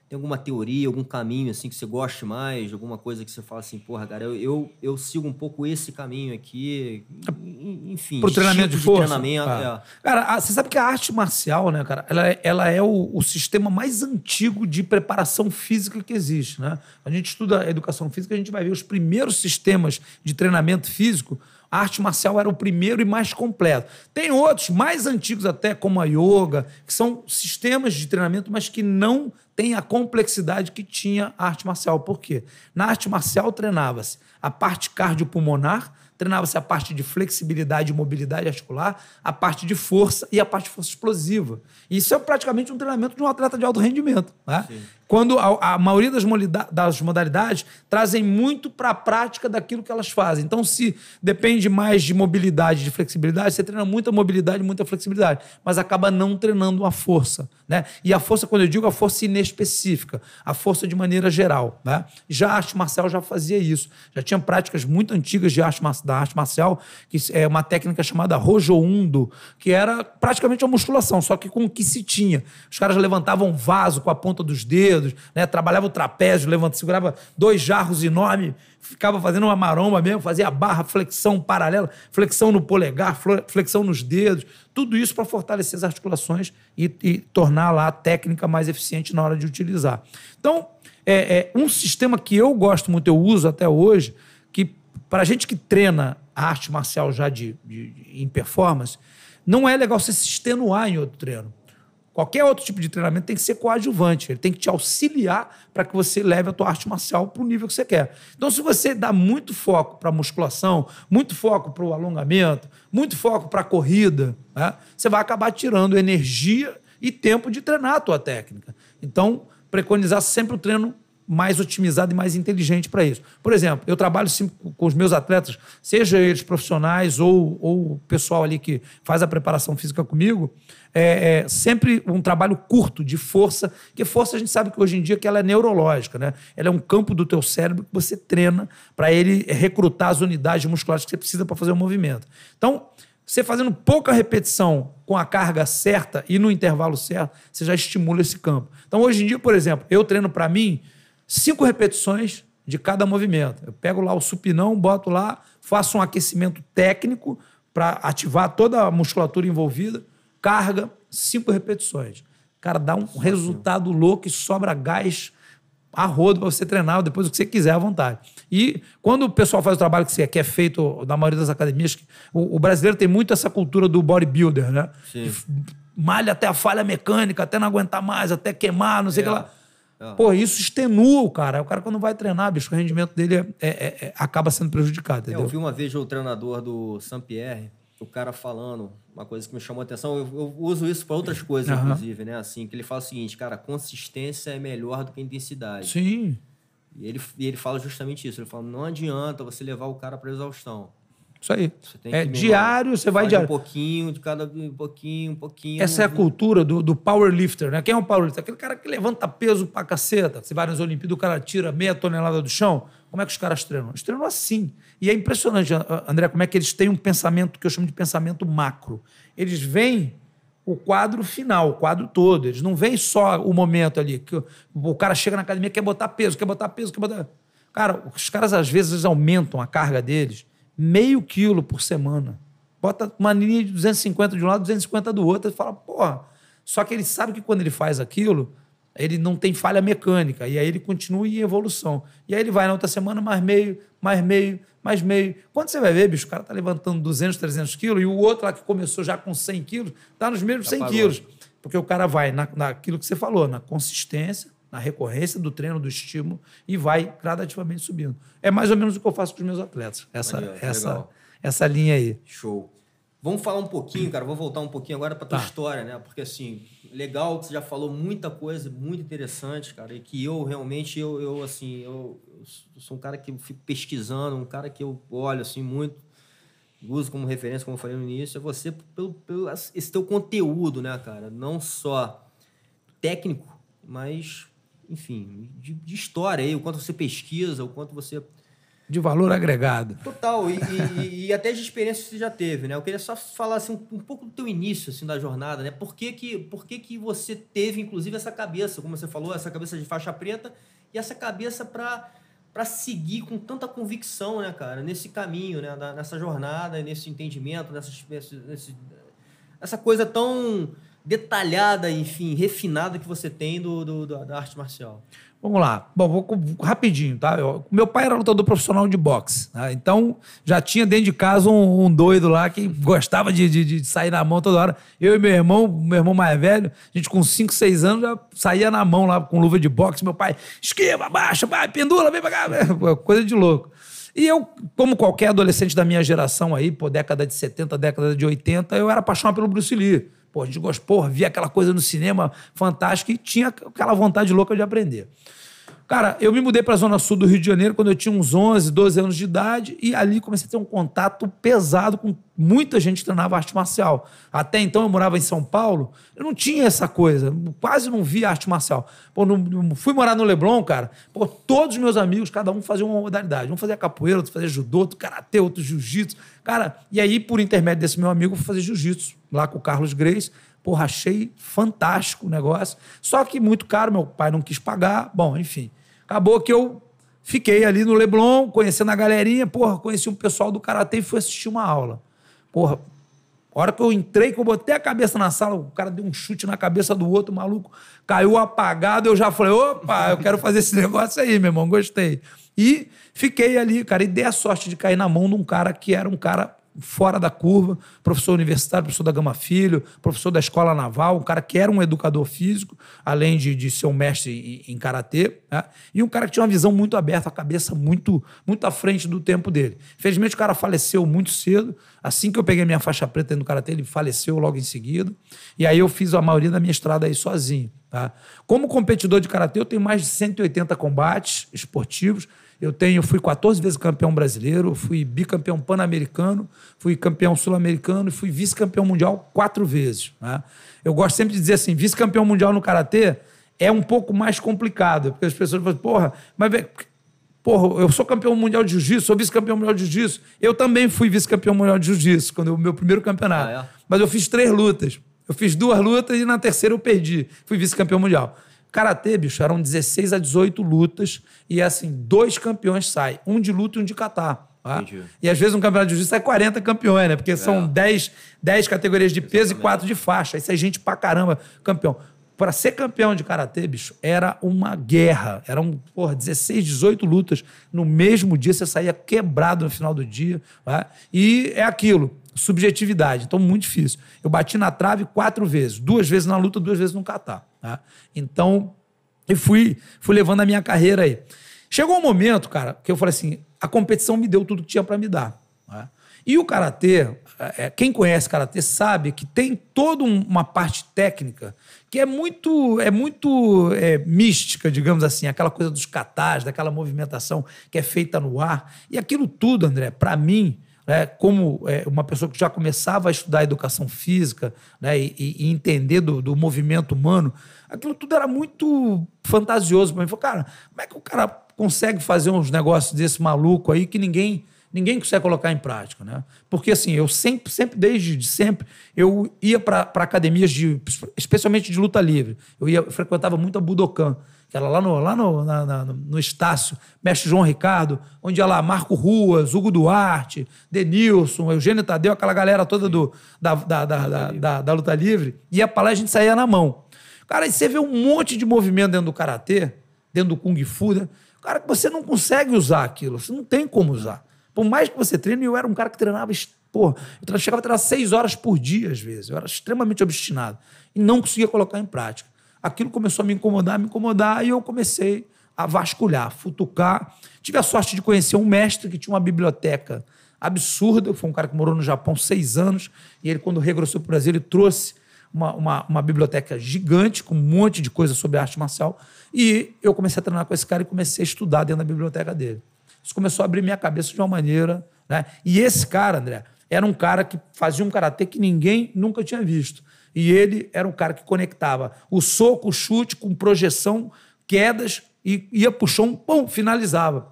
Tem alguma teoria, algum caminho assim que você goste mais? Alguma coisa que você fala assim, porra, cara, eu, eu, eu sigo um pouco esse caminho aqui. Enfim, pro treinamento de força? De treinamento, ah. é. Cara, a, você sabe que a arte marcial, né, cara, ela, é, ela é o, o sistema mais antigo de preparação física que existe, né? A gente estuda a educação física, a gente vai ver os primeiros sistemas de treinamento físico. A arte marcial era o primeiro e mais completo. Tem outros, mais antigos até, como a yoga, que são sistemas de treinamento, mas que não têm a complexidade que tinha a arte marcial. Por quê? Na arte marcial treinava-se a parte cardiopulmonar, treinava-se a parte de flexibilidade e mobilidade articular, a parte de força e a parte de força explosiva. Isso é praticamente um treinamento de um atleta de alto rendimento. Né? Quando a, a maioria das, das modalidades trazem muito para a prática daquilo que elas fazem. Então, se depende mais de mobilidade, de flexibilidade, você treina muita mobilidade, muita flexibilidade, mas acaba não treinando a força. Né? E a força, quando eu digo, a força inespecífica, a força de maneira geral. Né? Já a arte marcial já fazia isso. Já tinha práticas muito antigas de arte, da arte marcial, que é uma técnica chamada Rojo-Undo, que era praticamente uma musculação, só que com o que se tinha. Os caras levantavam vaso com a ponta dos dedos, né? Trabalhava o trapézio, levantava, segurava dois jarros enormes, ficava fazendo uma maromba mesmo, fazia barra, flexão paralela, flexão no polegar, flexão nos dedos, tudo isso para fortalecer as articulações e, e tornar lá a técnica mais eficiente na hora de utilizar. Então, é, é um sistema que eu gosto muito, eu uso até hoje, que para a gente que treina a arte marcial já de, de, de, em performance, não é legal você se extenuar em outro treino. Qualquer outro tipo de treinamento tem que ser coadjuvante. Ele tem que te auxiliar para que você leve a tua arte marcial para o nível que você quer. Então, se você dá muito foco para a musculação, muito foco para o alongamento, muito foco para a corrida, né, você vai acabar tirando energia e tempo de treinar a tua técnica. Então, preconizar sempre o treino mais otimizado e mais inteligente para isso. Por exemplo, eu trabalho sempre com os meus atletas, seja eles profissionais ou, ou o pessoal ali que faz a preparação física comigo, é, é sempre um trabalho curto de força, porque força a gente sabe que hoje em dia que ela é neurológica, né? Ela é um campo do teu cérebro que você treina para ele recrutar as unidades musculares que você precisa para fazer o movimento. Então, você fazendo pouca repetição com a carga certa e no intervalo certo, você já estimula esse campo. Então, hoje em dia, por exemplo, eu treino para mim cinco repetições de cada movimento. Eu pego lá o supinão, boto lá, faço um aquecimento técnico para ativar toda a musculatura envolvida, carga, cinco repetições. Cara, dá um resultado louco e sobra gás a rodo para você treinar depois o que você quiser à vontade. E quando o pessoal faz o trabalho que, você, que é feito na maioria das academias, o, o brasileiro tem muito essa cultura do bodybuilder, né? Que malha até a falha mecânica, até não aguentar mais, até queimar, não sei o é. que lá. É. Pô, isso extenua o cara. O cara, quando vai treinar, bicho, o rendimento dele é, é, é, acaba sendo prejudicado. Entendeu? É, eu vi uma vez o treinador do Saint-Pierre, o cara falando uma coisa que me chamou a atenção. Eu, eu uso isso para outras coisas, uhum. inclusive, né? Assim, que ele fala o seguinte, cara, consistência é melhor do que intensidade. Sim. E ele, e ele fala justamente isso. Ele fala, não adianta você levar o cara para exaustão. Isso aí. É diário, você vai diário. Um pouquinho, de cada um pouquinho, um pouquinho. Essa é a cultura do, do powerlifter, né? Quem é o powerlifter? Aquele cara que levanta peso pra caceta. Você vai nas Olimpíadas, o cara tira meia tonelada do chão. Como é que os caras treinam? Eles treinam assim. E é impressionante, André, como é que eles têm um pensamento que eu chamo de pensamento macro. Eles veem o quadro final, o quadro todo. Eles não veem só o momento ali. Que o cara chega na academia, quer botar peso, quer botar peso, quer botar... Cara, os caras, às vezes, eles aumentam a carga deles meio quilo por semana. Bota uma linha de duzentos e cinquenta de um lado, duzentos e cinquenta do outro, e fala, porra. Só que ele sabe que quando ele faz aquilo, ele não tem falha mecânica, e aí ele continua em evolução. E aí ele vai na outra semana, mais meio, mais meio, mais meio. Quando você vai ver, bicho, o cara tá levantando duzentos, trezentos quilos, e o outro lá que começou já com cem quilos, tá nos mesmos cem quilos. Porque o cara vai na, naquilo que você falou, na consistência, na recorrência do treino, do estímulo, e vai gradativamente subindo. É mais ou menos o que eu faço com os meus atletas. Essa, legal, essa, legal. essa linha aí. Show. Vamos falar um pouquinho, cara. Vou voltar um pouquinho agora para tua tá. história, né? Porque, assim, legal que você já falou muita coisa, muito interessante, cara, e que eu realmente, eu, eu assim, eu, eu sou um cara que eu fico pesquisando, um cara que eu olho, assim, muito, uso como referência, como eu falei no início, é você pelo, pelo esse teu conteúdo, né, cara? Não só técnico, mas... enfim, de, de história aí, o quanto você pesquisa, o quanto você de valor agregado. Total, e, e, e até de experiência que você já teve, né? Eu queria só falar assim, um, um pouco do teu início assim, da jornada, né? Por que que, por que que você teve, inclusive, essa cabeça, como você falou, essa cabeça de faixa preta e essa cabeça para para seguir com tanta convicção, né, cara? Nesse caminho, né? Nessa jornada, nesse entendimento, nessa, nesse, essa coisa tão detalhada, enfim, refinada que você tem do, do, da arte marcial. Vamos lá. Bom, vou rapidinho, tá? Eu, meu pai era lutador profissional de boxe, tá? Então já tinha dentro de casa um, um doido lá que gostava de, de, de sair na mão toda hora. Eu e meu irmão, meu irmão mais velho, a gente com cinco, seis anos já saía na mão lá com luva de boxe. Meu pai, esquiva, baixa, vai, pendula, vem pra cá. Coisa de louco. E eu, como qualquer adolescente da minha geração aí, pô, década de setenta, década de oitenta, eu era apaixonado pelo Bruce Lee. Pô, a gente gosta, porra, via aquela coisa no cinema fantástica e tinha aquela vontade louca de aprender. Cara, eu me mudei para a Zona Sul do Rio de Janeiro quando eu tinha uns onze, doze anos de idade e ali comecei a ter um contato pesado com muita gente que treinava arte marcial. Até então eu morava em São Paulo, eu não tinha essa coisa, quase não via arte marcial. Pô, não, não fui morar no Leblon, cara, pô, todos os meus amigos, cada um fazia uma modalidade. Um fazia capoeira, outro fazia judô, outro karatê, outro jiu-jitsu. Cara, e aí por intermédio desse meu amigo eu fui fazer jiu-jitsu lá com o Carlos Grace. Porra, achei fantástico o negócio. Só que muito caro, meu pai não quis pagar. Bom, enfim. Acabou que eu fiquei ali no Leblon, conhecendo a galerinha. Porra, conheci um pessoal do karatê e fui assistir uma aula. Porra, a hora que eu entrei, que eu botei a cabeça na sala, o cara deu um chute na cabeça do outro, o maluco caiu apagado. Eu já falei, opa, eu quero fazer esse negócio aí, meu irmão, gostei. E fiquei ali, cara, e dei a sorte de cair na mão de um cara que era um cara fora da curva, professor universitário, professor da Gama Filho, professor da Escola Naval, um cara que era um educador físico, além de, de ser um mestre em, em karatê, né? E um cara que tinha uma visão muito aberta, a cabeça muito, muito à frente do tempo dele. Infelizmente, o cara faleceu muito cedo. Assim que eu peguei minha faixa preta no karatê, ele faleceu logo em seguida. E aí eu fiz a maioria da minha estrada aí sozinho. Tá? Como competidor de karatê, eu tenho mais de cento e oitenta combates esportivos. Eu tenho, fui quatorze vezes campeão brasileiro, fui bicampeão pan-americano, fui campeão sul-americano e fui vice-campeão mundial quatro vezes. Né? Eu gosto sempre de dizer assim, vice-campeão mundial no karatê é um pouco mais complicado, porque as pessoas falam, porra, mas porra, eu sou campeão mundial de jiu-jitsu, sou vice-campeão mundial de jiu-jitsu. Eu também fui vice-campeão mundial de jiu-jitsu, quando o meu primeiro campeonato. Ah, é? Mas eu fiz três lutas. Eu fiz duas lutas e na terceira eu perdi. Fui vice-campeão mundial. Karatê, bicho, eram dezesseis a dezoito lutas e, assim, dois campeões saem. Um de luta e um de kata. Tá? E, às vezes, um campeonato de jiu-jitsu sai quarenta campeões, né? Porque são é. dez, dez categorias de peso Exatamente. E quatro de faixa. Isso é gente pra caramba campeão. Para ser campeão de karatê, bicho, era uma guerra. Eram, porra, dezesseis, dezoito lutas. No mesmo dia, você saía quebrado no final do dia. Tá? E é aquilo. Subjetividade, então muito difícil. Eu bati na trave quatro vezes, duas vezes na luta, duas vezes no kata. Tá? Então, eu fui, fui levando a minha carreira aí. Chegou um momento, cara, que eu falei assim, a competição me deu tudo que tinha para me dar. Tá? E o karatê, é, quem conhece karatê sabe que tem toda um, uma parte técnica que é muito, é muito é, mística, digamos assim, aquela coisa dos katas, daquela movimentação que é feita no ar. E aquilo tudo, André, para mim, É, como é, uma pessoa que já começava a estudar educação física, né, e, e entender do, do movimento humano, aquilo tudo era muito fantasioso para mim. Falei, cara, como é que o cara consegue fazer uns negócios desse maluco aí que ninguém, ninguém consegue colocar em prática? Né? Porque assim, eu sempre, sempre desde sempre, eu ia para academias, de, especialmente de luta livre. Eu, ia, eu frequentava muito a Budokan, que era lá no, lá no, na, na, no Estácio, mestre João Ricardo, onde ia lá Marco Ruas, Hugo Duarte, Denilson, Eugênio Tadeu, aquela galera toda do, da, da, da, da, da, da luta livre, ia pra lá e a gente saía na mão. Cara, aí você vê um monte de movimento dentro do karatê, dentro do Kung Fu, né? Cara, que você não consegue usar aquilo, você não tem como usar. Por mais que você treine, eu era um cara que treinava, porra, eu chegava a treinar seis horas por dia, às vezes, eu era extremamente obstinado e não conseguia colocar em prática. Aquilo começou a me incomodar, me incomodar, e eu comecei a vasculhar, futucar. Tive a sorte de conhecer um mestre que tinha uma biblioteca absurda. Foi um cara que morou no Japão seis anos, e ele, quando regressou para o Brasil, ele trouxe uma, uma, uma biblioteca gigante, com um monte de coisa sobre arte marcial, e eu comecei a treinar com esse cara e comecei a estudar dentro da biblioteca dele. Isso começou a abrir minha cabeça de uma maneira, né? E esse cara, André, era um cara que fazia um karatê que ninguém nunca tinha visto. E ele era um cara que conectava o soco, o chute com projeção, quedas, e ia pro chão, pum, finalizava.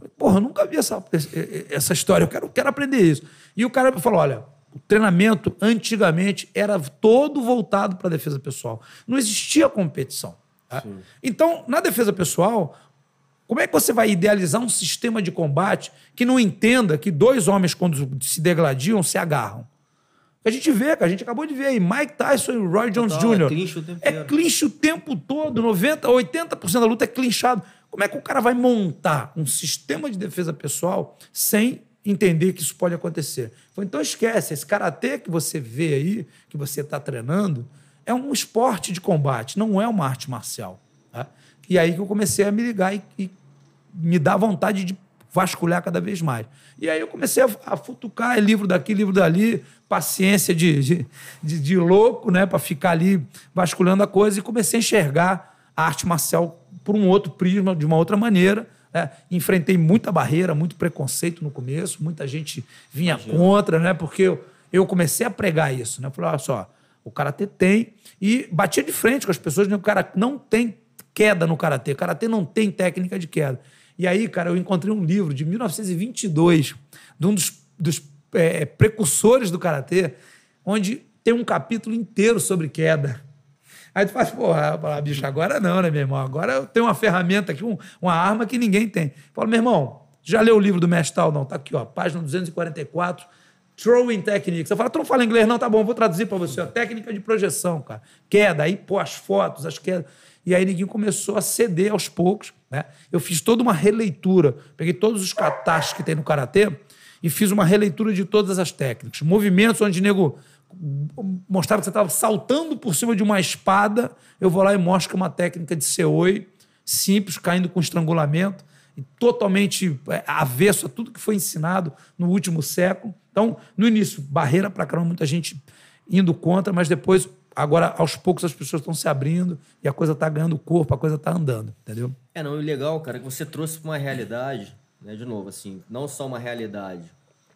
Porra, eu nunca vi essa, essa história, eu quero, quero aprender isso. E o cara falou, olha, o treinamento antigamente era todo voltado para a defesa pessoal. Não existia competição. Tá? Então, na defesa pessoal, como é que você vai idealizar um sistema de combate que não entenda que dois homens, quando se degladiam, se agarram? A gente vê, que a gente acabou de ver aí, Mike Tyson e Roy Jones Total, Júnior É clinch o tempo É inteiro. clinch o tempo todo, noventa, oitenta por cento da luta é clinchado. Como é que o cara vai montar um sistema de defesa pessoal sem entender que isso pode acontecer? Então esquece, esse karatê que você vê aí, que você está treinando, é um esporte de combate, não é uma arte marcial. Tá? E aí que eu comecei a me ligar e, e me dar vontade de vasculhar cada vez mais. E aí eu comecei a, a futucar livro daqui, livro dali, paciência de, de, de, de louco, né, para ficar ali vasculhando a coisa, e comecei a enxergar a arte marcial por um outro prisma, de uma outra maneira. Né? Enfrentei muita barreira, muito preconceito no começo, muita gente vinha Imagina. contra, né, porque eu, eu comecei a pregar isso. Né? Falei, olha só, o karatê tem, e batia de frente com as pessoas, né? O cara não tem queda no karatê, o karatê não tem técnica de queda. E aí, cara, eu encontrei um livro de mil novecentos e vinte e dois, de um dos, dos é, precursores do karatê, onde tem um capítulo inteiro sobre queda. Aí tu faz, porra, bicho, agora não, né, meu irmão? Agora eu tenho uma ferramenta aqui, um, uma arma que ninguém tem. Fala, meu irmão, já leu o livro do Mestre Tal? Não, tá aqui, ó, página duzentos e quarenta e quatro, Throwing Techniques. Eu falo, tu não fala inglês? Não, tá bom, vou traduzir pra você, ó, técnica de projeção, cara. Queda, aí, pô, as fotos, as quedas. E aí ninguém começou a ceder aos poucos, né? Eu fiz toda uma releitura, peguei todos os katas que tem no karatê e fiz uma releitura de todas as técnicas. Movimentos onde o nego mostrava que você estava saltando por cima de uma espada, eu vou lá e mostro que é uma técnica de seoi, simples, caindo com estrangulamento, e totalmente avesso a tudo que foi ensinado no último século. Então, no início, barreira pra caramba, muita gente indo contra, mas depois, agora, aos poucos, as pessoas estão se abrindo e a coisa está ganhando corpo, a coisa está andando, entendeu? É, não, e legal, cara, que você trouxe para uma realidade, né, de novo, assim, não só uma realidade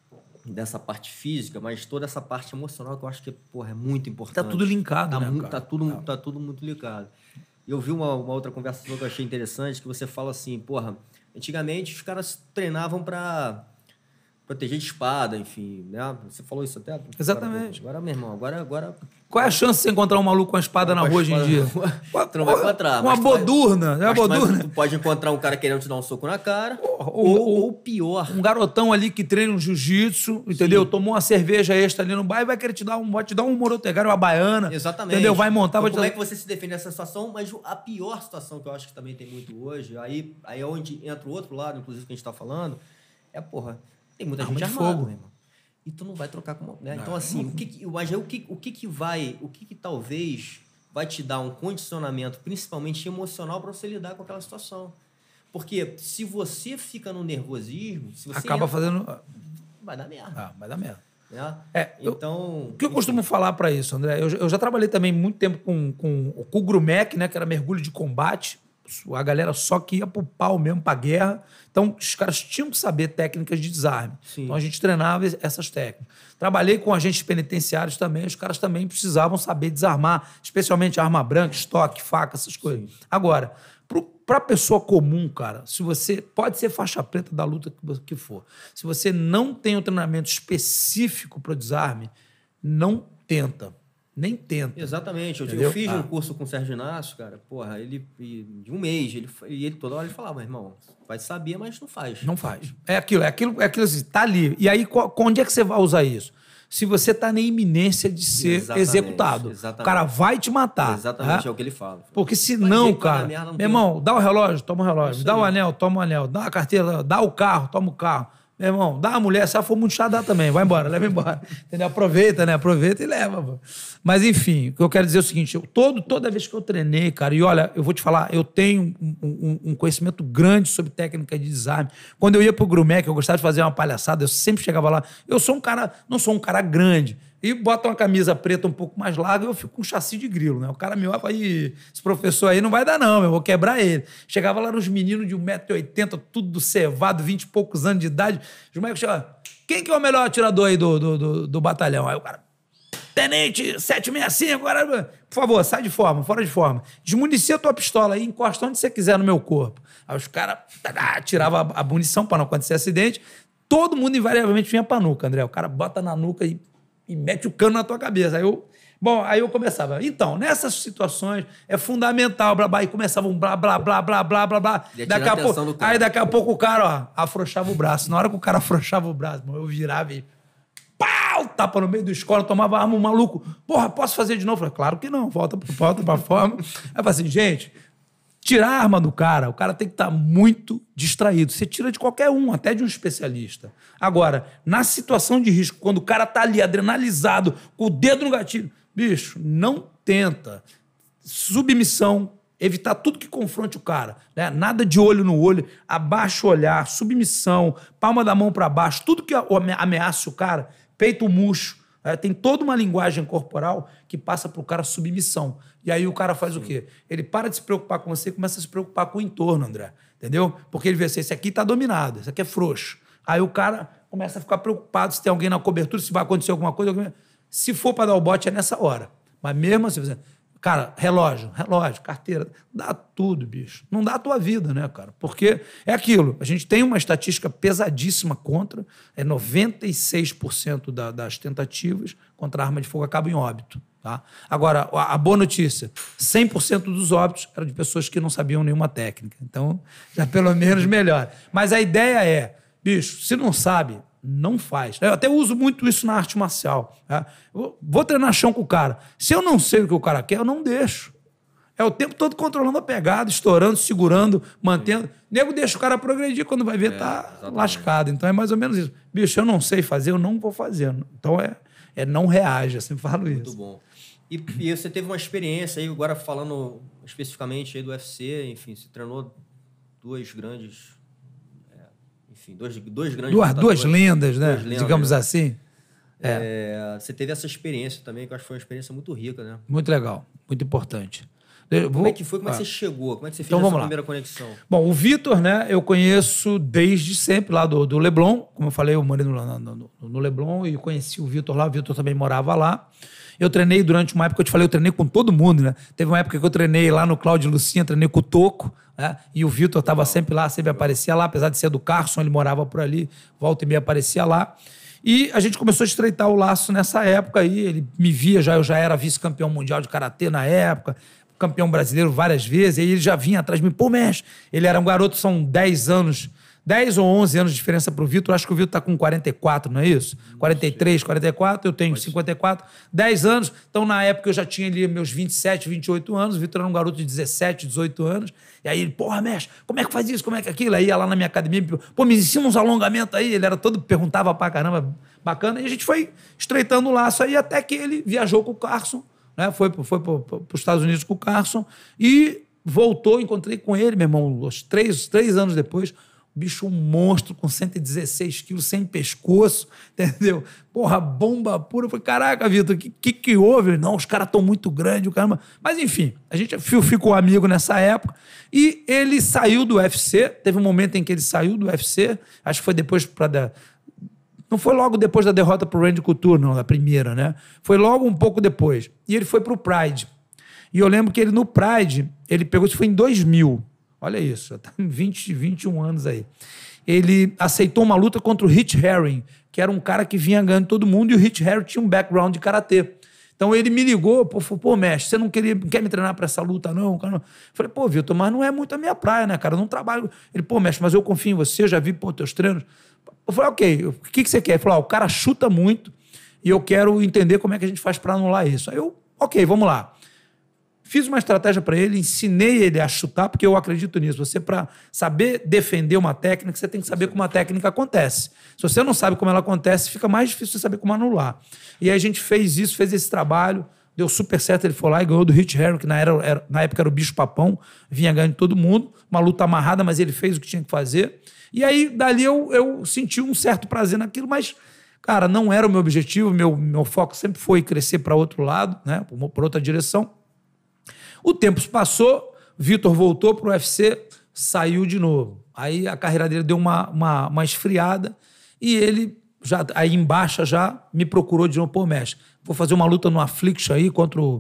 dessa parte física, mas toda essa parte emocional que eu acho que, porra, é muito importante. Tá tudo linkado, tá né, mu- cara? Tá tudo, tá tudo muito linkado. E eu vi uma, uma outra conversação que eu achei interessante, que você fala assim, porra, antigamente os caras treinavam para proteger de espada, enfim, né? Você falou isso até? Exatamente. Agora, agora meu irmão, agora... agora Qual é a chance de você encontrar um maluco com a espada na rua hoje em dia? Tu não vai encontrar. Uma mas tu vai- bodurna, é uma mas tu vai- bodurna. Tu pode encontrar um cara querendo te dar um soco na cara, Ou- ou, ou- ou pior. Um garotão ali que treina um jiu-jitsu, entendeu? Sim. Tomou uma cerveja extra ali no bar e vai querer te dar um, vai te dar um morotegário, uma baiana. Exatamente. Entendeu? Vai montar, Então, vai te como dar... é que você se defende nessa situação? Mas a pior situação que eu acho que também tem muito hoje, aí, aí é onde entra o outro lado, inclusive, que a gente tá falando, é, porra, tem muita Arma gente de armada, fogo. meu irmão. E tu não vai trocar com... Né? Não. Então, assim, o que, que- mas aí o que, o que que vai... O que que talvez vai te dar um condicionamento, principalmente emocional, para você lidar com aquela situação? Porque se você fica no nervosismo... Se você Acaba entra- fazendo... Vai dar merda. Ah, vai dar merda. Né? É, eu- Então... O que eu costumo falar para isso, André? Eu, eu já trabalhei também muito tempo com, com, com o Grumec, né? Que era mergulho de combate. A galera só que ia pro pau mesmo, pra guerra. Então, os caras tinham que saber técnicas de desarme. Sim. Então, a gente treinava essas técnicas. Trabalhei com agentes penitenciários também. Os caras também precisavam saber desarmar, especialmente arma branca, estoque, faca, essas coisas. Agora, para a pessoa comum, cara, se você pode ser faixa preta da luta que você- que for, se você não tem um treinamento específico para o desarme, não tenta. Nem tenta. Exatamente. Eu, Entendeu? eu fiz Ah. um curso com o Sérgio Inácio, cara. Porra, ele... e de um mês. Ele, e ele toda hora ele falava, irmão, vai saber, mas não faz. Não faz. É aquilo, é aquilo, é aquilo assim, tá ali. E aí, qual- onde é que você vai usar isso? Se você tá na iminência de ser Exatamente, executado. exatamente. O cara vai te matar. Exatamente, né? é o que ele fala. Porque Vai senão, dizer que tá na cara, merda, não meu tem- irmão, dá o relógio, toma o relógio. Isso Dá o aí. anel, toma o anel. Dá a carteira, dá o carro, toma o carro. Meu irmão, dá a mulher, se ela for muito chata, dá também. Vai embora, leva embora. Entendeu? Aproveita, né? Aproveita e leva. Pô. Mas, enfim, o que eu quero dizer é o seguinte: eu, todo, toda vez que eu treinei, cara, e olha, eu vou te falar, eu tenho um, um- um conhecimento grande sobre técnica de desarme. Quando eu ia pro Grumec, eu gostava de fazer uma palhaçada, eu sempre chegava lá. Eu sou um cara, não sou um cara grande. E bota uma camisa preta um pouco mais larga, eu fico com um chassi de grilo, né? O cara me olha e fala, "Ih, esse professor aí não vai dar não, eu vou quebrar ele." Chegava lá nos meninos de um metro e oitenta, tudo cevado, vinte e poucos anos de idade. Os moleques chegavam, quem que é o melhor atirador aí do, do, do, do batalhão? Aí o cara, tenente sete sessenta e cinco, agora, por favor, sai de forma, fora de forma. Desmunicia a tua pistola aí, encosta onde você quiser no meu corpo. Aí os caras tiravam a, a munição para não acontecer acidente. Todo mundo invariavelmente vinha pra nuca, André. O cara bota na nuca e, e mete o cano na tua cabeça. Aí eu... Bom, aí eu começava. Então, nessas situações é fundamental, blá, blá, e começava um blá, blá, blá, blá, blá, blá, blá. Daqui a pouco, aí daqui a pouco o cara, ó, afrouxava o braço. Na hora que o cara afrouxava o braço, eu virava e pau, tapa no meio do escola, tomava arma, um maluco. Porra, posso fazer de novo? Eu falei, claro que não, volta, volta pra forma. Aí eu falei assim, gente, tirar a arma do cara, o cara tem que estar muito distraído. Você tira de qualquer um, até de um especialista. Agora, na situação de risco, quando o cara tá ali adrenalizado, com o dedo no gatilho, bicho, não tenta. Submissão, evitar tudo que confronte o cara. Né? Nada de olho no olho, abaixa o olhar, submissão, palma da mão para baixo, tudo que ameaça o cara, peito murcho. É, tem toda uma linguagem corporal que passa pro cara submissão. E aí o cara faz Sim. o quê? Ele para de se preocupar com você e começa a se preocupar com o entorno, André. Entendeu? Porque ele vê assim, esse aqui tá dominado, esse aqui é frouxo. Aí o cara começa a ficar preocupado se tem alguém na cobertura, se vai acontecer alguma coisa. Alguma... Se for para dar o bote, é nessa hora. Mas mesmo assim, cara, relógio, relógio, carteira, dá tudo, bicho. Não dá a tua vida, né, cara? Porque é aquilo. A gente tem uma estatística pesadíssima contra, é noventa e seis por cento da, das tentativas contra a arma de fogo acabam em óbito. Tá? Agora, a, a boa notícia, cem por cento dos óbitos eram de pessoas que não sabiam nenhuma técnica. Então, já pelo menos melhor. Mas a ideia é, bicho, se não sabe... Não faz. Eu até uso muito isso na arte marcial. Tá? Eu vou treinar chão com o cara. Se eu não sei o que o cara quer, eu não deixo. É o tempo todo controlando a pegada, estourando, segurando, mantendo. O nego deixa o cara progredir, quando vai ver, é, tá exatamente. Lascado. Então é mais ou menos isso. Bicho, eu não sei fazer, eu não vou fazer. Então é, é não reage, eu sempre falo muito isso. Muito bom. E, e você teve uma experiência aí, agora falando especificamente aí do U F C, enfim, você treinou duas grandes... Enfim, dois, dois grandes... Duas, duas lendas, né? Duas lendas, digamos né? assim. É. É, você teve essa experiência também, que eu acho que foi uma experiência muito rica, né? Muito legal, muito importante. Eu Como vou... é que foi? Como é que você chegou? Como é que você fez então, essa lá. primeira conexão? Bom, o Vitor, né? Eu conheço desde sempre lá do, do Leblon. Como eu falei, eu morei no, no, no, no Leblon e conheci o Vitor lá. O Vitor também morava lá. Eu treinei durante uma época, eu te falei, eu treinei com todo mundo, né? Teve uma época que eu treinei lá no Cláudio Lucinha, treinei com o Toco, né? E o Vitor estava sempre lá, sempre aparecia lá, apesar de ser do Carson, ele morava por ali, volta e meia aparecia lá. E a gente começou a estreitar o laço nessa época aí, ele me via já, eu já era vice-campeão mundial de karatê na época, campeão brasileiro várias vezes, e aí ele já vinha atrás de mim, pô, mestre, ele era um garoto, são dez anos, dez ou onze anos de diferença pro Vitor, acho que o Vitor tá com quarenta e quatro, não é isso? quarenta e três, quarenta e quatro, eu tenho cinquenta e quatro, dez anos, então na época eu já tinha ali meus vinte e sete, vinte e oito anos, o Vitor era um garoto de dezessete, dezoito anos, e aí ele, porra, mestre, como é que faz isso, como é que aquilo? Aí ia lá na minha academia, pô, me ensina uns alongamentos aí, ele era todo, perguntava pra caramba, bacana, e a gente foi estreitando o laço aí, até que ele viajou com o Carson, né? Foi, foi para os Estados Unidos com o Carson, e voltou, encontrei com ele, meu irmão, uns três, três anos depois, bicho um monstro com cento e dezesseis quilos, sem pescoço, entendeu? Porra, bomba pura. Eu falei, caraca, Vitor, o que, que que houve? Não, os caras estão muito grandes, o caramba. Mas, enfim, a gente ficou amigo nessa época e ele saiu do U F C. Teve um momento em que ele saiu do U F C, acho que foi depois para... Não foi logo depois da derrota pro Randy Couture, não, da primeira, né? Foi logo um pouco depois. E ele foi pro Pride. E eu lembro que ele, no Pride, ele pegou, isso foi em dois mil. Olha isso, já tá em vinte, vinte e um anos aí. Ele aceitou uma luta contra o Rich Herring, que era um cara que vinha ganhando todo mundo, e o Rich Herring tinha um background de karatê. Então ele me ligou, pô, falou, pô, mestre, você não queria, não quer me treinar para essa luta, não? Eu falei, pô, Vitor, mas não é muito a minha praia, né, cara? Eu não trabalho. Ele, pô, mestre, mas eu confio em você, eu já vi, pô, teus treinos. Eu falei, ok, o que, que você quer? Ele falou, ah, o cara chuta muito e eu quero entender como é que a gente faz para anular isso. Aí eu, ok, vamos lá. Fiz uma estratégia para ele, ensinei ele a chutar, porque eu acredito nisso. Você, para saber defender uma técnica, você tem que saber como a técnica acontece. Se você não sabe como ela acontece, fica mais difícil você saber como anular. E aí a gente fez isso, fez esse trabalho, deu super certo, ele foi lá e ganhou do Rich Herring, que na, era, era, na época era o bicho papão, vinha ganhando todo mundo, uma luta amarrada, mas ele fez o que tinha que fazer. E aí, dali, eu, eu senti um certo prazer naquilo, mas, cara, não era o meu objetivo, meu, meu foco sempre foi crescer para outro lado, né, para outra direção. O tempo se passou, Vitor voltou para o U F C, saiu de novo. Aí a carreira dele deu uma, uma, uma esfriada e ele já, aí embaixo já me procurou de novo, pô, mestre, vou fazer uma luta no Affliction aí contra o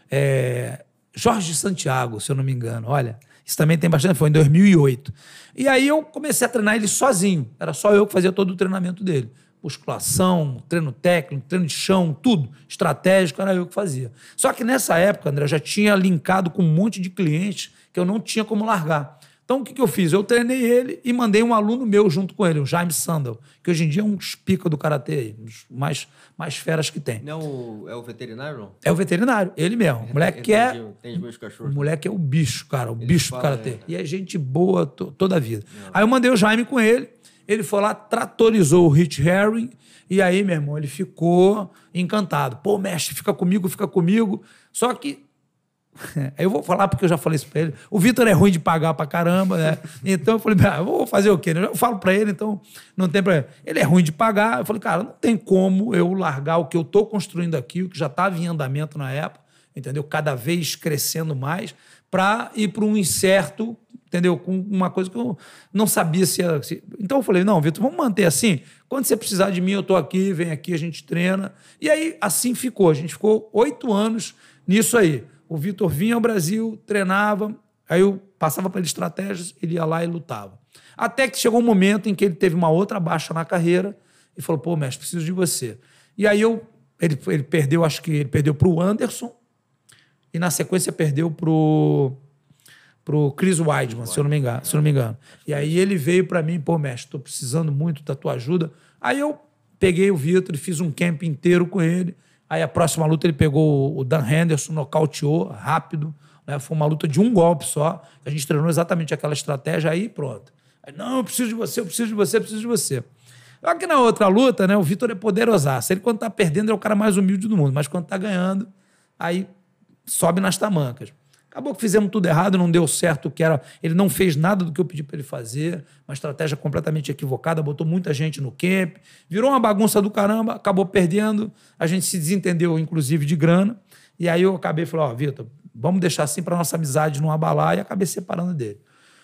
é, Jorge Santiago, se eu não me engano. Olha, isso também tem bastante, foi em dois mil e oito. E aí eu comecei a treinar ele sozinho. Era só eu que fazia todo o treinamento dele. Musculação, treino técnico, treino de chão, tudo. Estratégico, era eu que fazia. Só que nessa época, André, eu já tinha linkado com um monte de clientes que eu não tinha como largar. Então, o que, que eu fiz? Eu treinei ele e mandei um aluno meu junto com ele, o Jaime Sandel, que hoje em dia é um pica do karatê aí, um dos mais, mais feras que tem. Não é o, é o veterinário, não? É o veterinário, ele mesmo. O moleque é... Tem os meus cachorros. O moleque é o bicho, cara, o Ele bicho do fala, karatê. é. E é gente boa to, toda a vida. Não. Aí eu mandei o Jaime com ele, ele foi lá, tratorizou o Rich Herring, e aí, meu irmão, ele ficou encantado. Pô, mestre, fica comigo, fica comigo. Só que aí eu vou falar porque eu já falei isso pra ele. O Vitor é ruim de pagar pra caramba, né? Então eu falei, ah, eu vou fazer o quê? Eu falo pra ele, então não tem problema. Ele é ruim de pagar. Eu falei, cara, não tem como eu largar o que eu tô construindo aqui, o que já estava em andamento na época, entendeu? Cada vez crescendo mais, pra ir para um incerto, entendeu? Com uma coisa que eu não sabia se ia... Se... Então eu falei, não, Vitor, vamos manter assim. Quando você precisar de mim, eu tô aqui, vem aqui, a gente treina. E aí, assim ficou. A gente ficou oito anos nisso aí. O Vitor vinha ao Brasil, treinava, aí eu passava para ele estratégias, ele ia lá e lutava. Até que chegou um momento em que ele teve uma outra baixa na carreira e falou, pô, mestre, preciso de você. E aí eu, ele, ele perdeu, acho que ele perdeu para o Anderson e na sequência perdeu para o Chris Weidman, se eu não me engano. Se eu não me engano. E aí ele veio para mim, pô, mestre, estou precisando muito da tua ajuda. Aí eu peguei o Vitor e fiz um camp inteiro com ele. Aí a próxima luta ele pegou o Dan Henderson, nocauteou rápido, né? Foi uma luta de um golpe só. A gente treinou exatamente aquela estratégia, aí pronto. Aí, não, eu preciso de você, eu preciso de você, eu preciso de você. Só que na outra luta, né, o Vitor é poderosaço. Ele, quando tá perdendo, é o cara mais humilde do mundo, mas quando tá ganhando, aí sobe nas tamancas. Acabou que fizemos tudo errado, não deu certo o que era. Ele não fez nada do que eu pedi para ele fazer, uma estratégia completamente equivocada, botou muita gente no camp, virou uma bagunça do caramba, acabou perdendo, a gente se desentendeu, inclusive, de grana, e aí eu acabei falando, ó, oh, Vitor, vamos deixar assim para nossa amizade não abalar, e acabei separando dele.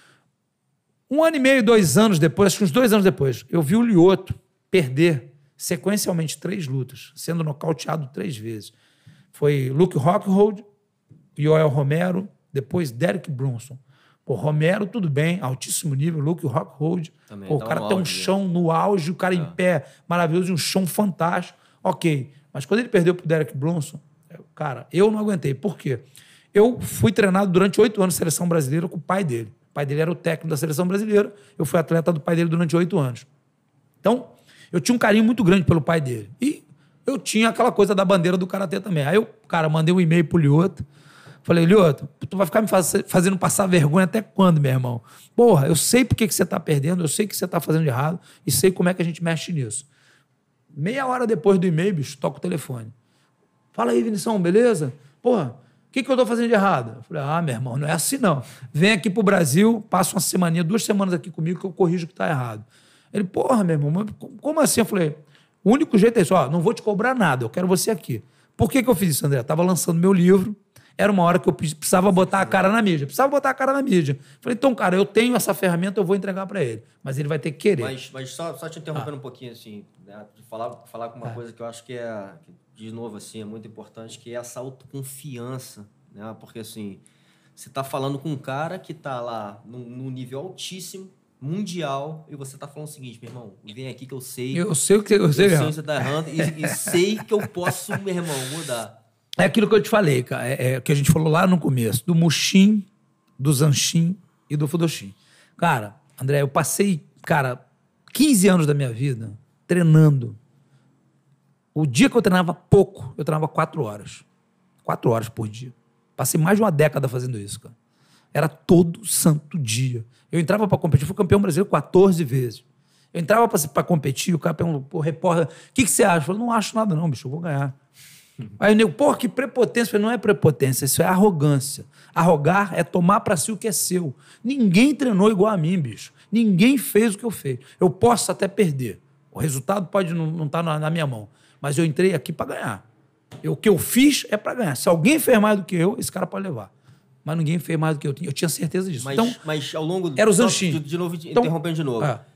Um ano e meio, dois anos depois, acho que uns dois anos depois, eu vi o Lyoto perder sequencialmente três lutas, sendo nocauteado três vezes. Foi Luke Rockhold, Yoel Romero, depois Derek Brunson. Pô, Romero, tudo bem, altíssimo nível. Luke Rockhold. Pô, o cara tem um auge, chão no auge, o cara é. em pé, maravilhoso, e um chão fantástico. Ok. Mas quando ele perdeu pro Derek Brunson, cara, eu não aguentei. Por quê? Eu fui treinado durante oito anos na seleção brasileira com o pai dele. O pai dele era o técnico da seleção brasileira. Eu fui atleta do pai dele durante oito anos. Então, eu tinha um carinho muito grande pelo pai dele. E eu tinha aquela coisa da bandeira do karatê também. Aí eu, cara, mandei um e-mail pro Lyoto. Falei, Lyoto, tu vai ficar me faz, fazendo passar vergonha até quando, meu irmão? Porra, eu sei por que você tá perdendo, eu sei o que você tá fazendo de errado e sei como é que a gente mexe nisso. Meia hora depois do e-mail, bicho, toca o telefone. Fala aí, Vinição, beleza? Porra, o que, que eu tô fazendo de errado? Eu falei, ah, meu irmão, não é assim não. Vem aqui pro Brasil, passa uma semaninha, duas semanas aqui comigo que eu corrijo o que tá errado. Ele, porra, meu irmão, como assim? Eu falei, o único jeito é isso, ó, não vou te cobrar nada, eu quero você aqui. Por que que eu fiz isso, André? Eu tava lançando meu livro, era uma hora que eu precisava botar a cara na mídia. Precisava botar a cara na mídia. Falei, então, cara, eu tenho essa ferramenta, eu vou entregar para ele. Mas ele vai ter que querer. Mas, mas só, só te interrompendo ah. um pouquinho, assim, né? De falar, falar com uma ah. coisa que eu acho que é, de novo, assim, é muito importante, que é essa autoconfiança, né? Porque, assim, você tá falando com um cara que tá lá num, num nível altíssimo, mundial, e você tá falando o seguinte, meu irmão, vem aqui que eu sei... Eu sei o que eu sei, eu sei que você tá errando e, e sei que eu posso, meu irmão, mudar. É aquilo que eu te falei, cara, é, é que a gente falou lá no começo, do Mushin, do Zanshin e do Fudoshin. Cara, André, eu passei, cara, quinze anos da minha vida treinando. O dia que eu treinava pouco, eu treinava quatro horas. Quatro horas por dia. Passei mais de uma década fazendo isso, cara. Era todo santo dia. Eu entrava para competir, fui campeão brasileiro quatorze vezes. Eu entrava para competir, o cara perguntou, o repórter, o que, que você acha? Eu falei, não acho nada não, bicho, eu vou ganhar. Aí o nego, porra, que prepotência. Eu falei, não é prepotência, isso é arrogância. Arrogar é tomar pra si o que é seu. Ninguém treinou igual a mim, bicho. Ninguém fez o que eu fiz. Eu posso até perder. O resultado pode não estar na, na minha mão. Mas eu entrei aqui pra ganhar. Eu, o que eu fiz é pra ganhar. Se alguém fez mais do que eu, esse cara pode levar. Mas ninguém fez mais do que eu. Eu tinha certeza disso. Mas, então, mas ao longo do... Era o Zanshin. De, de novo, então, interrompendo de novo. É.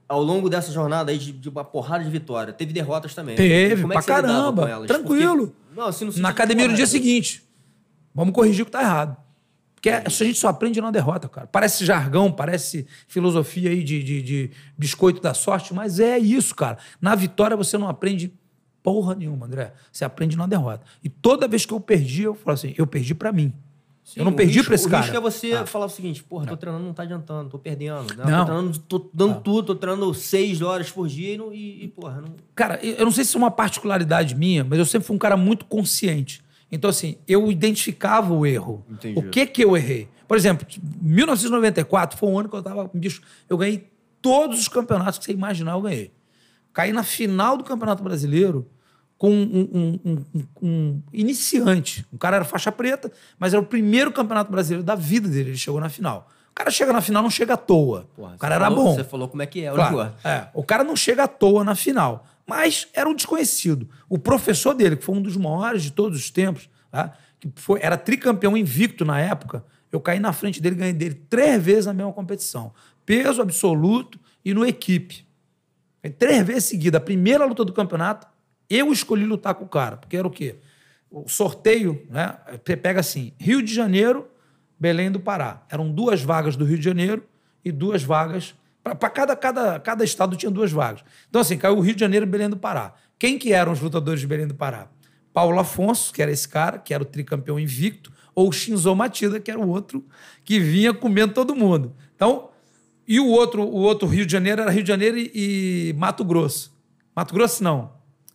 ao longo dessa jornada aí de, de uma porrada de vitória, teve derrotas também. Teve, Como é pra que você lidava caramba. com elas? Tranquilo. Porque, não, assim, no Na academia no dia seguinte. Vamos corrigir o que tá errado. Porque a gente só aprende na derrota, cara. Parece jargão, parece filosofia aí de, de, de biscoito da sorte, mas é isso, cara. Na vitória você não aprende porra nenhuma, André. Você aprende na derrota. E toda vez que eu perdi, eu falo assim, eu perdi pra mim. Sim, eu não perdi risco, pra esse o cara. O risco é você ah. falar o seguinte, porra, tô treinando, não tá adiantando, tô perdendo. Né? Não. Tô treinando, tô dando ah. tudo, tô treinando seis horas por dia e, não, e, e porra... Não... Cara, eu não sei se é uma particularidade minha, mas eu sempre fui um cara muito consciente. Então, assim, eu identificava o erro. Entendi. O que que eu errei? Por exemplo, mil novecentos e noventa e quatro foi um ano que eu tava... Bicho, eu ganhei todos os campeonatos que você imaginar, eu ganhei. Caí na final do Campeonato Brasileiro com um, um, um, um, um iniciante. O cara era faixa preta, mas era o primeiro Campeonato Brasileiro da vida dele. Ele chegou na final. O cara chega na final, não chega à toa. Porra, o cara era falou, bom. Você falou como é que é o claro, negócio. É, o cara não chega à toa na final. Mas era um desconhecido. O professor dele, que foi um dos maiores de todos os tempos, tá? Que foi, era tricampeão invicto na época, eu caí na frente dele e ganhei dele três vezes na mesma competição. Peso absoluto e no equipe. Três vezes seguida. A primeira luta do campeonato, eu escolhi lutar com o cara. Porque era o quê? O sorteio, né? Você pega assim, Rio de Janeiro, Belém do Pará. Eram duas vagas do Rio de Janeiro e duas vagas... Para cada, cada, cada estado tinha duas vagas. Então, assim, caiu o Rio de Janeiro e Belém do Pará. Quem que eram os lutadores de Belém do Pará? Paulo Afonso, que era esse cara, que era o tricampeão invicto, ou Shinzo Matida, que era o outro que vinha comendo todo mundo. Então, e o outro, o outro Rio de Janeiro era Rio de Janeiro e, e Mato Grosso. Mato Grosso, não.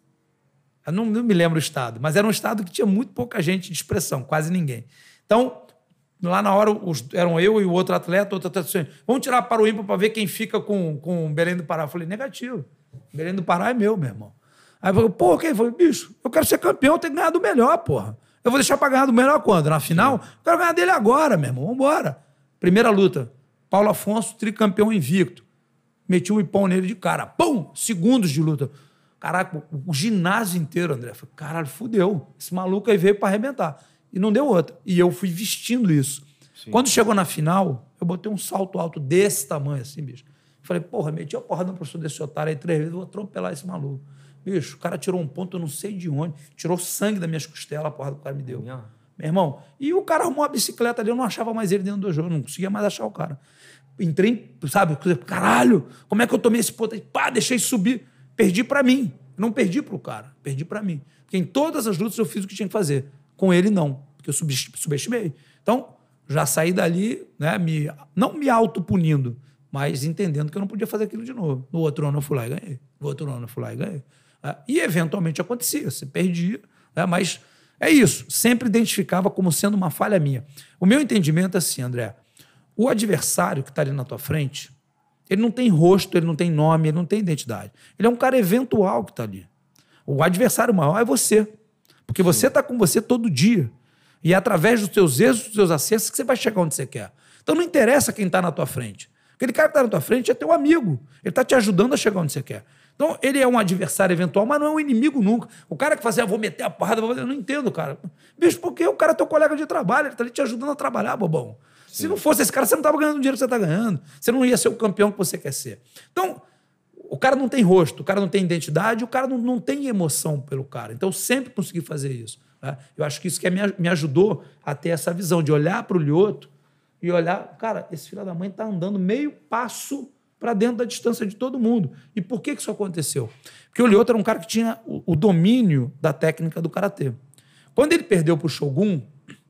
Eu não, não me lembro o estado, mas era um estado que tinha muito pouca gente de expressão, quase ninguém. Então, lá na hora, os, eram eu e o outro atleta, outro atleta assim, vamos tirar para o ímpar para ver quem fica com, com Belém do Pará. Eu falei, negativo. Belém do Pará é meu, meu irmão. Aí eu falei, pô, quem foi? Bicho, eu quero ser campeão, eu tenho que ganhar do melhor, porra. Eu vou deixar para ganhar do melhor quando? Na final? Sim. Eu quero ganhar dele agora, meu irmão. Vambora. Primeira luta. Paulo Afonso, tricampeão invicto. Meti um ipão nele de cara. Pum! Segundos de luta. Caraca, o, o ginásio inteiro, André. Falei, caralho, fudeu. Esse maluco aí veio para arrebentar. E não deu outra. E eu fui vestindo isso. Sim. Quando chegou na final, eu botei um salto alto desse tamanho, assim, bicho. Falei, porra, meti a porrada no professor desse otário aí três vezes, vou atropelar esse maluco. Bicho, o cara tirou um ponto, eu não sei de onde, tirou sangue das minhas costelas, a porrada que o cara me deu. Meu irmão, e o cara arrumou uma bicicleta ali, eu não achava mais ele dentro do jogo, não conseguia mais achar o cara. Entrei, sabe, caralho, como é que eu tomei esse ponto aí? Pá, deixei subir. Perdi pra mim. Não perdi pro cara, perdi pra mim. Porque em todas as lutas eu fiz o que tinha que fazer. Com ele, não, porque eu subestimei. Então, já saí dali, né, me, não me autopunindo, mas entendendo que eu não podia fazer aquilo de novo. No outro ano eu fui lá e ganhei. No outro ano eu fui lá e ganhei. É, e, eventualmente, acontecia. Você perdia, né, mas é isso. Sempre identificava como sendo uma falha minha. O meu entendimento é assim, André. O adversário que está ali na tua frente, ele não tem rosto, ele não tem nome, ele não tem identidade. Ele é um cara eventual que está ali. O adversário maior é você. Porque você está com você todo dia. E é através dos teus erros, dos teus acertos, que você vai chegar onde você quer. Então não interessa quem está na tua frente. Aquele cara que está na tua frente é teu amigo. Ele está te ajudando a chegar onde você quer. Então ele é um adversário eventual, mas não é um inimigo nunca. O cara que fala assim, ah, vou meter a porrada, eu não entendo, cara. Bicho, porque o cara é teu colega de trabalho, ele está ali te ajudando a trabalhar, bobão. Sim. Se não fosse esse cara, você não estava ganhando o dinheiro que você está ganhando. Você não ia ser o campeão que você quer ser. Então, o cara não tem rosto, o cara não tem identidade, o cara não, não tem emoção pelo cara. Então, eu sempre consegui fazer isso. Né? Eu acho que isso que me, me ajudou a ter essa visão de olhar para o Lyoto e olhar, cara, esse filho da mãe está andando meio passo para dentro da distância de todo mundo. E por que, que isso aconteceu? Porque o Lyoto era um cara que tinha o, o domínio da técnica do karatê. Quando ele perdeu para o Shogun,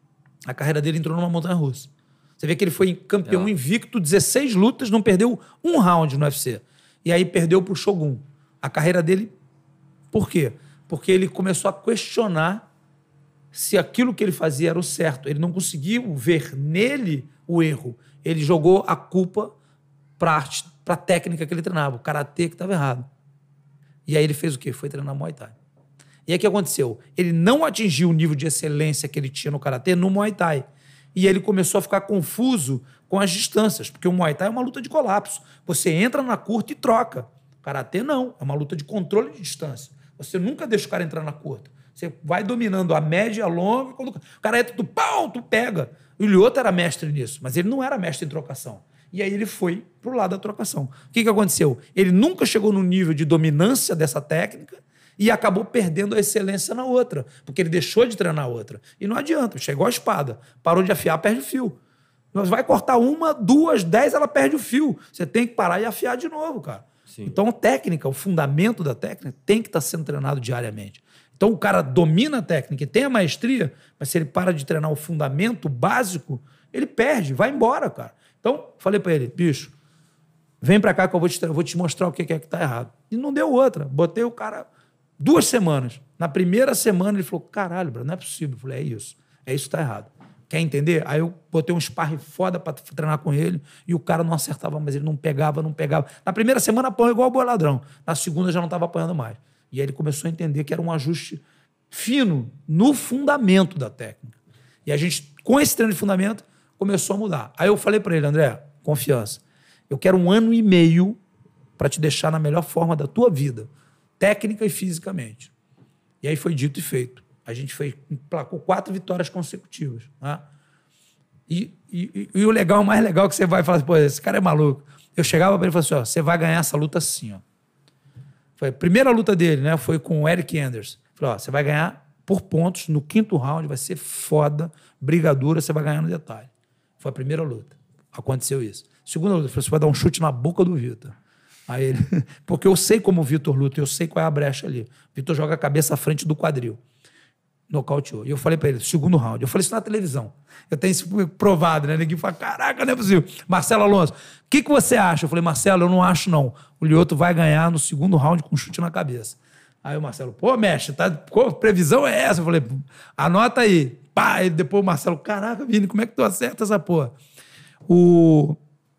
a carreira dele entrou numa montanha-russa. Você vê que ele foi campeão é. invicto, dezesseis lutas, não perdeu um round no U F C. E aí perdeu para o Shogun. A carreira dele, por quê? Porque ele começou a questionar se aquilo que ele fazia era o certo. Ele não conseguiu ver nele o erro. Ele jogou a culpa para a técnica que ele treinava, o karatê que estava errado. E aí ele fez o quê? Foi treinar Muay Thai. E aí o que aconteceu? Ele não atingiu o nível de excelência que ele tinha no karatê no Muay Thai. E ele começou a ficar confuso com as distâncias, porque o Muay Thai é uma luta de colapso. Você entra na curta e troca. O karatê não, é uma luta de controle de distância. Você nunca deixa o cara entrar na curta. Você vai dominando a média, a longa, quando o cara entra, tu, pau, tu pega. O Lyoto era mestre nisso, mas ele não era mestre em trocação. E aí ele foi pro lado da trocação. O que, que aconteceu? Ele nunca chegou no nível de dominância dessa técnica e acabou perdendo a excelência na outra, porque ele deixou de treinar a outra. E não adianta, chegou a espada. Parou de afiar, perde o fio. Nós vai cortar uma, duas, dez, ela perde o fio. Você tem que parar e afiar de novo, cara. Sim. Então, a técnica, o fundamento da técnica tem que estar sendo treinado diariamente. Então, o cara domina a técnica e tem a maestria, mas se ele para de treinar o fundamento básico, ele perde, vai embora, cara. Então, falei para ele, bicho, vem para cá que eu vou te, eu vou te mostrar o que é que tá errado. E não deu outra. Botei o cara duas semanas. Na primeira semana, ele falou, caralho, bro, não é possível. Eu falei, é isso. É isso que tá errado. Quer entender? Aí eu botei um sparring foda pra treinar com ele e o cara não acertava, mas ele não pegava, não pegava. Na primeira semana apanhou igual o boi ladrão. Na segunda já não estava apanhando mais. E aí ele começou a entender que era um ajuste fino no fundamento da técnica. E a gente, com esse treino de fundamento, começou a mudar. Aí eu falei para ele, André, confiança. Eu quero um ano e meio para te deixar na melhor forma da tua vida, técnica e fisicamente. E aí foi dito e feito. A gente fez, emplacou quatro vitórias consecutivas. Né? E, e, e o legal, o mais legal que você vai falar, pô, esse cara é maluco. Eu chegava para ele e falava assim, ó, você vai ganhar essa luta assim, ó. Foi a primeira luta dele, né? Foi com o Eric Anders. Falei, ó, você vai ganhar por pontos no quinto round, vai ser foda, briga dura, você vai ganhar no detalhe. Foi a primeira luta. Aconteceu isso. Segunda luta, falei, você vai dar um chute na boca do Vitor. Aí ele, porque eu sei como o Vitor luta, eu sei qual é a brecha ali. O Vitor joga a cabeça à frente do quadril. Nocauteou. E eu falei pra ele, segundo round. Eu falei isso na televisão. Eu tenho isso provado, né? Ninguém fala, caraca, não é possível. Marcelo Alonso, o que, que você acha? Eu falei, Marcelo, eu não acho, não. O Lyoto vai ganhar no segundo round com um chute na cabeça. Aí o Marcelo, pô, mestre, tá, pô, previsão é essa? Eu falei, anota aí. Pá, e depois o Marcelo, caraca, Vini, como é que tu acerta essa porra? O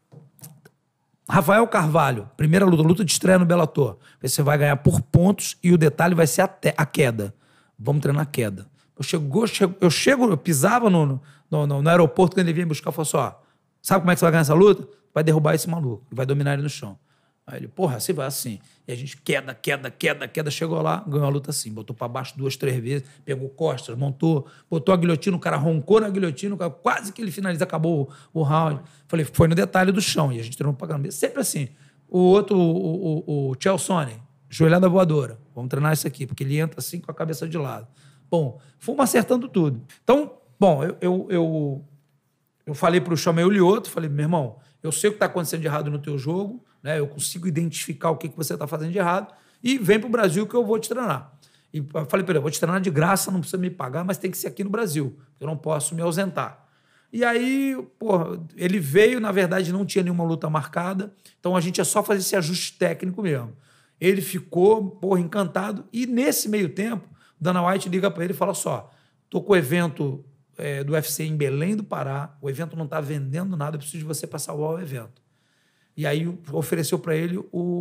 Rafael Carvalho, primeira luta, luta de estreia no Bellator. Você vai ganhar por pontos e o detalhe vai ser a, te- a queda. Vamos treinar queda. Eu chego, chego, eu chego, eu pisava no, no, no, no aeroporto, quando ele vinha me buscar, eu falei assim, ó, sabe como é que você vai ganhar essa luta? Vai derrubar esse maluco e vai dominar ele no chão. Aí ele, porra, assim vai assim. E a gente queda, queda, queda, queda, chegou lá, ganhou a luta assim, botou pra baixo duas, três vezes, pegou costas, montou, botou a guilhotina, o cara roncou na guilhotina, o cara, quase que ele finaliza, acabou o, o round. Falei, foi no detalhe do chão, e a gente treinou pra caramba. Sempre assim. O outro, o, o, o Chelsone, joelhada voadora. Vamos treinar isso aqui, porque ele entra assim com a cabeça de lado. Bom, fomos acertando tudo. Então, bom, eu, eu, eu, eu falei para o chamei o Lyoto, falei, meu irmão, eu sei o que está acontecendo de errado no teu jogo, né? Eu consigo identificar o que, que você está fazendo de errado, e vem para o Brasil que eu vou te treinar. E eu falei para ele, eu vou te treinar de graça, não precisa me pagar, mas tem que ser aqui no Brasil, eu não posso me ausentar. E aí, porra, ele veio, na verdade, não tinha nenhuma luta marcada, então a gente é só fazer esse ajuste técnico mesmo. Ele ficou, porra, encantado. E nesse meio tempo, Dana White liga para ele e fala só, tô com o evento é, do U F C em Belém do Pará, o evento não está vendendo nada, eu preciso de você para salvar o evento. E aí ofereceu para ele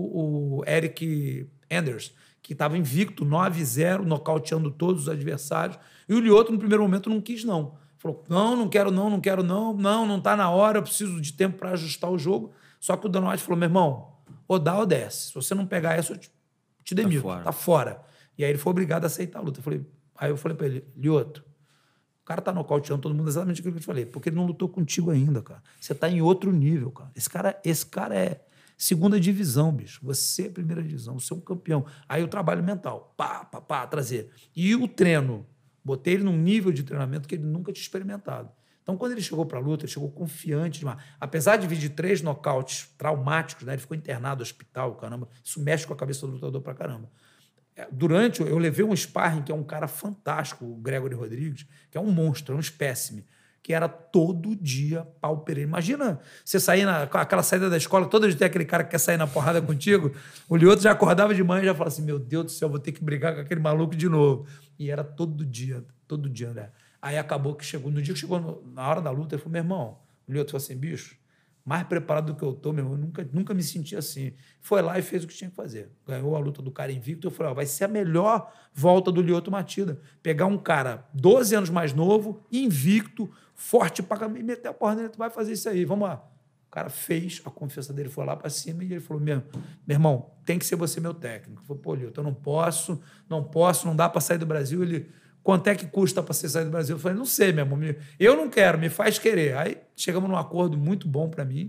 o, o Eric Anders, que estava invicto, nove a zero, nocauteando todos os adversários. E o Lyoto, no primeiro momento, não quis não. Falou, não, não quero não, não quero não, não, não está na hora, eu preciso de tempo para ajustar o jogo. Só que o Dana White falou, meu irmão, ou dá ou desce. Se você não pegar essa, eu te, te demito. Tá fora. tá fora. E aí ele foi obrigado a aceitar a luta. Eu falei, aí eu falei pra ele, Lyoto, o cara tá nocauteando todo mundo exatamente aquilo que eu te falei. Porque ele não lutou contigo ainda, cara. Você tá em outro nível, cara. Esse cara, esse cara é segunda divisão, bicho. Você é primeira divisão, você é um campeão. Aí o trabalho mental, pá, pá, pá, trazer. E o treino, botei ele num nível de treinamento que ele nunca tinha experimentado. Então, quando ele chegou para a luta, ele chegou confiante demais. Apesar de vir de três nocautes traumáticos, né? Ele ficou internado no hospital, caramba. Isso mexe com a cabeça do lutador pra caramba. Durante, eu levei um sparring, que é um cara fantástico, o Gregory Rodrigues, que é um monstro, é um espécime, que era todo dia pau Pereira. Imagina você sair na, aquela saída da escola, todo dia tem aquele cara que quer sair na porrada contigo, o Lyoto já acordava de manhã e já falava assim, meu Deus do céu, vou ter que brigar com aquele maluco de novo. E era todo dia, todo dia, né? Aí acabou que chegou, no dia que chegou no, na hora da luta, ele falou, meu irmão, o Lyoto falou assim, bicho, mais preparado do que eu tô, meu irmão, eu nunca, nunca me senti assim. Foi lá e fez o que tinha que fazer. Ganhou a luta do cara invicto, eu falei, ó, vai ser a melhor volta do Lyoto Machida. Pegar um cara doze anos mais novo, invicto, forte pra caramba, e meter a porra nele, tu vai fazer isso aí, vamos lá. O cara fez, a confiança dele foi lá pra cima e ele falou, meu, meu irmão, tem que ser você meu técnico. Eu falei, pô, Lyoto, eu não posso, não posso, não dá pra sair do Brasil. Ele... Quanto é que custa para você sair do Brasil? Eu falei, não sei, meu irmão. Eu não quero, me faz querer. Aí chegamos num acordo muito bom para mim.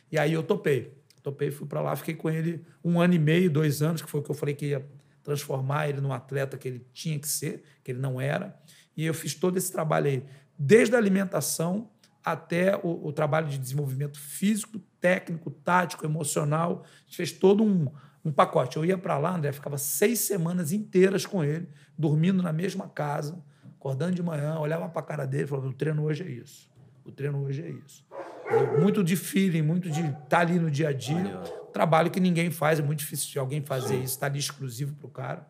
E aí eu topei. Topei, fui para lá, fiquei com ele um ano e meio, dois anos, que foi o que eu falei que ia transformar ele num atleta que ele tinha que ser, que ele não era. E eu fiz todo esse trabalho aí, desde a alimentação até o, o trabalho de desenvolvimento físico, técnico, tático, emocional. A gente fez todo um, um pacote. Eu ia para lá, André, ficava seis semanas inteiras com ele, dormindo na mesma casa, acordando de manhã, olhava para a cara dele e falava, o treino hoje é isso. O treino hoje é isso. Muito de feeling, muito de estar tá ali no dia a dia. Trabalho que ninguém faz, é muito difícil de alguém fazer isso, está ali exclusivo para o cara.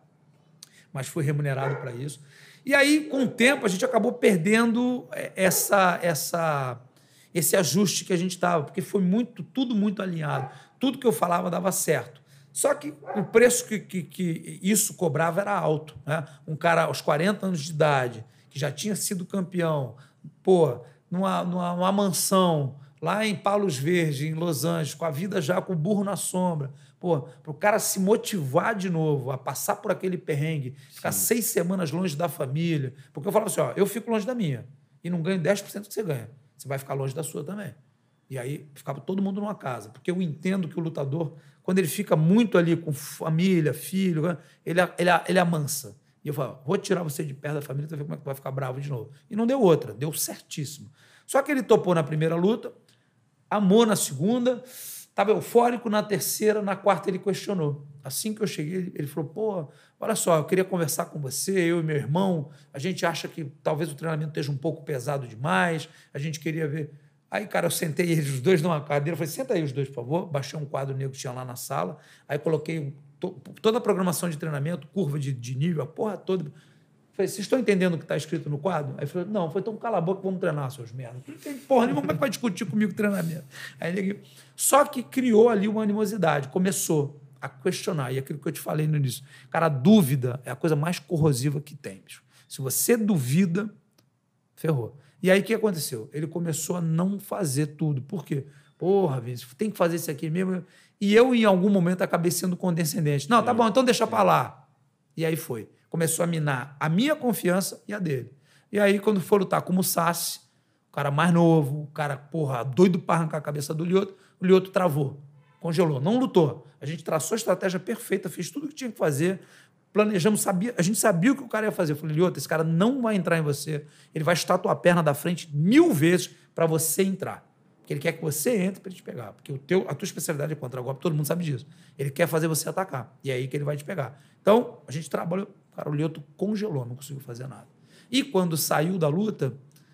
Mas fui remunerado para isso. E aí, com o tempo, a gente acabou perdendo essa, essa, esse ajuste que a gente estava, porque foi muito, tudo muito alinhado. Tudo que eu falava dava certo. Só que o preço que, que, que isso cobrava era alto. Né? Um cara aos quarenta anos de idade, que já tinha sido campeão, pô, numa, numa, numa mansão, lá em Palos Verdes, em Los Angeles, com a vida já com o burro na sombra. Pô, para o cara se motivar de novo, a passar por aquele perrengue, ficar Sim. seis semanas longe da família. Porque eu falava assim, ó, eu fico longe da minha e não ganho dez por cento que você ganha. Você vai ficar longe da sua também. E aí ficava todo mundo numa casa. Porque eu entendo que o lutador, quando ele fica muito ali com família, filho, ele, ele, ele amansa. E eu falo, vou tirar você de perto da família, tu vai ver como é que vai ficar bravo de novo. E não deu outra, deu certíssimo. Só que ele topou na primeira luta, amou na segunda, estava eufórico na terceira, na quarta ele questionou. Assim que eu cheguei, ele falou, pô, olha só, eu queria conversar com você, eu e meu irmão, a gente acha que talvez o treinamento esteja um pouco pesado demais, a gente queria ver... Aí, cara, eu sentei eles os dois numa cadeira, falei, senta aí os dois, por favor, baixei um quadro negro que tinha lá na sala, aí coloquei to, toda a programação de treinamento, curva de, de nível, a porra toda. Falei, vocês estão entendendo o que está escrito no quadro? Aí ele falou, não, foi então cala a boca, vamos treinar, seus merdas. Não tem porra nenhuma, como é que vai discutir comigo treinamento? Aí ele... Só que criou ali uma animosidade, começou a questionar, e aquilo que eu te falei no início. Cara, a dúvida é a coisa mais corrosiva que tem, bicho. Se você duvida, ferrou. E aí o que aconteceu? Ele começou a não fazer tudo. Por quê? Porra, Vinícius, tem que fazer isso aqui mesmo. E eu, em algum momento, acabei sendo condescendente. Não, tá bom, então deixa para lá. E aí foi. Começou a minar a minha confiança e a dele. E aí, quando for lutar como o Sassi, o cara mais novo, o cara, porra, doido para arrancar a cabeça do Lyoto, o Lyoto travou, congelou, não lutou. A gente traçou a estratégia perfeita, fez tudo o que tinha que fazer, planejamos, sabia, a gente sabia o que o cara ia fazer. Eu falei, Lyoto, esse cara não vai entrar em você, ele vai chutar a tua perna da frente mil vezes para você entrar. Porque ele quer que você entre para ele te pegar. Porque o teu, a tua especialidade é contra-golpe, todo mundo sabe disso. Ele quer fazer você atacar. E é aí que ele vai te pegar. Então, a gente trabalhou. Cara, o Lyoto congelou, não conseguiu fazer nada. E quando saiu da luta,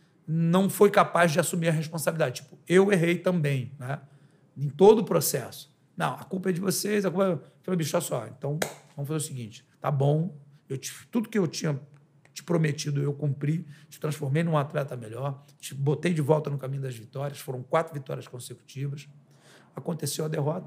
não foi capaz de assumir a responsabilidade. Tipo, eu errei também, né? Em todo o processo. Não, a culpa é de vocês. A culpa é... Eu falei, bicho, olha só. Então, vamos fazer o seguinte. Tá bom. Eu te... Tudo que eu tinha te prometido, eu cumpri. Te transformei num atleta melhor. Te botei de volta no caminho das vitórias. Foram quatro vitórias consecutivas. Aconteceu a derrota.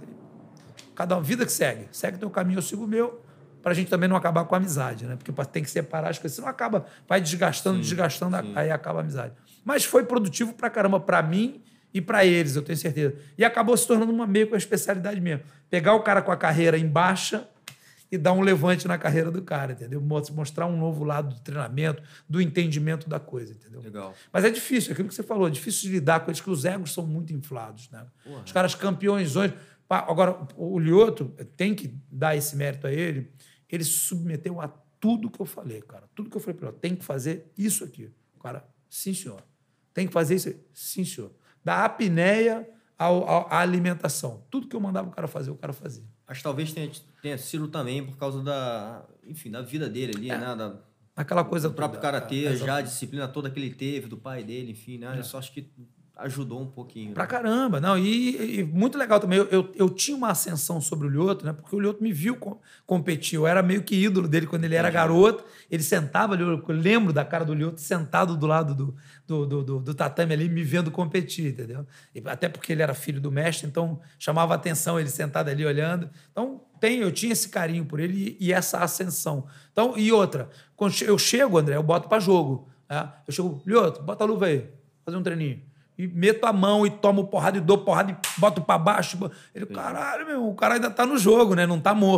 Cada vida que segue. Segue teu caminho, eu sigo o meu. Para a gente também não acabar com a amizade, né? Porque tem que separar as coisas, senão acaba, vai desgastando, sim, desgastando, sim. Aí acaba a amizade. Mas foi produtivo pra caramba, para mim e para eles, eu tenho certeza. E acabou se tornando uma meio com a especialidade mesmo. Pegar o cara com a carreira em baixa e dar um levante na carreira do cara, entendeu? Mostrar um novo lado do treinamento, do entendimento da coisa, entendeu? Legal. Mas é difícil, é aquilo que você falou, é difícil de lidar com eles, que os egos são muito inflados, né? Porra. Os caras campeões hoje... Agora, o Lyoto, tem que dar esse mérito a ele, ele se submeteu a tudo que eu falei, cara. Tudo que eu falei para ele, tem que fazer isso aqui. O cara, sim, senhor. Tem que fazer isso aqui. Sim, senhor. Da apneia ao, ao, à alimentação. Tudo que eu mandava o cara fazer, o cara fazia. Acho que talvez tenha, tenha sido também por causa da, enfim, da vida dele ali, é. né? Da, Aquela coisa do próprio karatê, é, já a disciplina toda que ele teve, do pai dele, enfim, né? É. Eu só acho que ajudou um pouquinho. Pra né? caramba. Não, e, e muito legal também. Eu, eu, eu tinha uma ascensão sobre o Lyoto, né? Porque o Lyoto me viu com, competir. Eu era meio que ídolo dele quando ele era garoto. Ele sentava ali, eu lembro da cara do Lyoto sentado do lado do, do, do, do, do tatame ali, me vendo competir, entendeu? E até porque ele era filho do mestre, então chamava atenção ele sentado ali olhando. Então, tem, eu tinha esse carinho por ele e, e essa ascensão. Então, e outra, quando eu chego, André, eu boto pra jogo. Né? Eu chego, Lyoto, bota a luva aí, fazer um treininho. E meto a mão e tomo porrada e dou porrada e boto pra baixo. Ele, caralho, meu, o cara ainda tá no jogo, né? Não tá morto.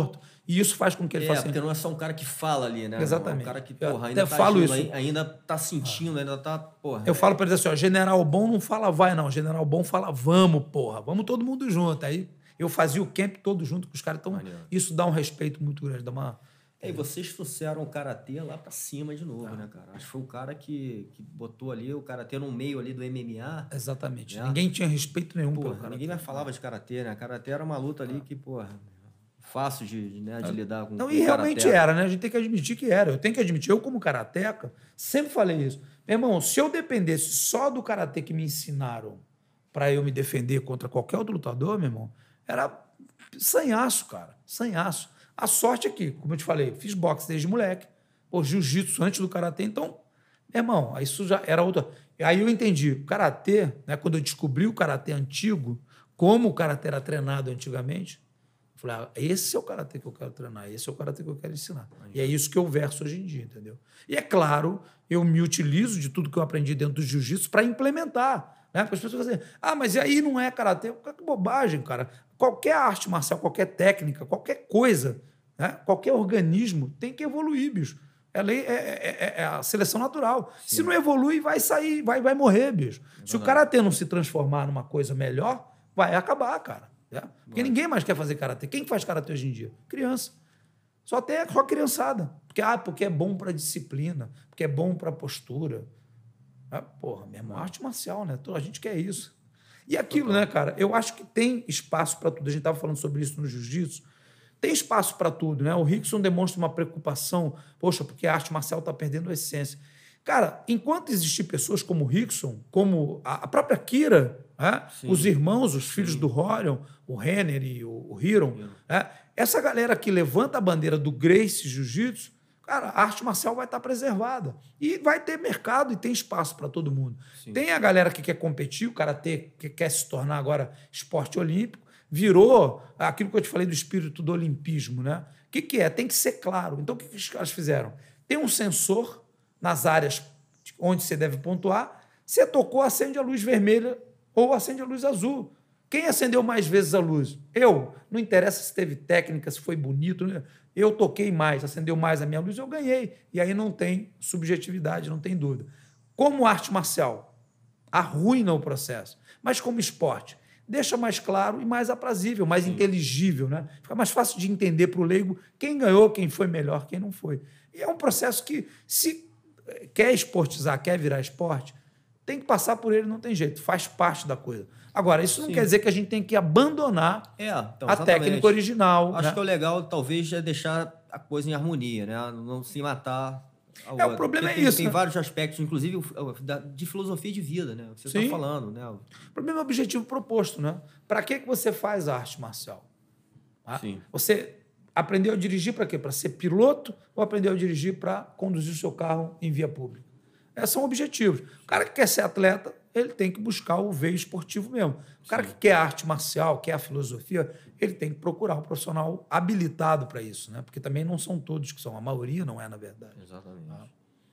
E isso faz com que ele é, faça... É, porque não é só um cara que fala ali, né? Exatamente. É um cara que, Eu porra, ainda até tá falo agindo, isso. ainda tá sentindo, ainda tá, porra. Eu é... falo para ele assim, ó, general bom não fala vai, não. General bom fala vamos, porra. Vamos todo mundo junto. Aí eu fazia o camp todo junto com os caras. Então, Maneiro. isso dá um respeito muito grande, dá uma... É, e vocês trouxeram o Karatê lá pra cima de novo, ah. né, cara? Acho que foi o cara que, que botou ali o Karatê no meio ali do M M A. Exatamente. Né? Ninguém tinha respeito nenhum porra, pelo Karatê. Ninguém mais falava de Karatê, né? Karatê era uma luta ali ah. que, porra, fácil de, né, de é. lidar com Não, com e realmente karateca. Era, né? A gente tem que admitir que era. Eu tenho que admitir, eu como karateca, sempre falei isso. Meu irmão, se eu dependesse só do Karatê que me ensinaram para eu me defender contra qualquer outro lutador, meu irmão, era sanhaço, cara. Sanhaço. A sorte é que, como eu te falei, fiz boxe desde moleque, pô, jiu-jitsu antes do karatê, então, meu irmão, isso já era outra. Aí eu entendi, o karatê, né, quando eu descobri o karatê antigo, como o karatê era treinado antigamente, eu falei, ah, esse é o karatê que eu quero treinar, esse é o karatê que eu quero ensinar. E é isso que eu verso hoje em dia, entendeu? E é claro, eu me utilizo de tudo que eu aprendi dentro do jiu-jitsu para implementar. Né? Para as pessoas dizem, ah, mas aí não é karatê. Que bobagem, cara. Qualquer arte marcial, qualquer técnica, qualquer coisa, né? Qualquer organismo tem que evoluir, bicho. É, lei, é, é, é a seleção natural. Sim. Se não evolui, vai sair, vai, vai morrer, bicho. É Se o karatê não se transformar numa coisa melhor, vai acabar, cara. Né? Porque ninguém mais quer fazer karatê. Quem faz karatê hoje em dia? Criança. Só tem só criançada. Porque, ah, porque é bom para disciplina, porque é bom para postura. Ah, porra, mesmo, arte marcial, né? A gente quer isso. E aquilo, Total. né, cara? Eu acho que tem espaço para tudo. A gente estava falando sobre isso no jiu-jitsu. Tem espaço para tudo, né? O Rickson demonstra uma preocupação. Poxa, porque a arte marcial está perdendo a essência. Cara, enquanto existir pessoas como o Rickson, como a própria Kira, né? Os irmãos, os filhos Sim. do Horion, o Renner e o Hiron, né? Essa galera que levanta a bandeira do Gracie Jiu-Jitsu, cara, a arte marcial vai estar preservada. E vai ter mercado e tem espaço para todo mundo. Sim. Tem a galera que quer competir, o karatê que quer se tornar agora esporte olímpico, virou aquilo que eu te falei do espírito do olimpismo, né? O que, que é? Tem que ser claro. Então, o que, que os caras fizeram? Tem um sensor nas áreas onde você deve pontuar. Você tocou, acende a luz vermelha ou acende a luz azul. Quem acendeu mais vezes a luz? Eu. Não interessa se teve técnica, se foi bonito. Né? Eu toquei mais, acendeu mais a minha luz, eu ganhei. E aí não tem subjetividade, não tem dúvida. Como arte marcial, arruina o processo. Mas como esporte, deixa mais claro e mais aprazível, mais Sim. inteligível. Né? Fica mais fácil de entender para o leigo quem ganhou, quem foi melhor, quem não foi. E é um processo que, se quer esportizar, quer virar esporte, tem que passar por ele, não tem jeito, faz parte da coisa. Agora, isso não Sim. quer dizer que a gente tem que abandonar é, então, a técnica original. Acho né? que o legal, talvez, é deixar a coisa em harmonia, né? Não se matar. A é, outra. o problema Porque é tem, isso. Tem né? vários aspectos, inclusive de filosofia de vida, né? O que você está falando, né? O problema é o objetivo proposto, né? Para que, que você faz a arte marcial? Ah? Sim. Você aprendeu a dirigir para quê? Para ser piloto ou aprendeu a dirigir para conduzir o seu carro em via pública? Esses são objetivos. O cara que quer ser atleta, ele tem que buscar o veio esportivo mesmo. O cara Sim. que quer a arte marcial, quer a filosofia, ele tem que procurar um profissional habilitado para isso, né? Porque também não são todos que são, a maioria não é, na verdade. Exatamente. Ah.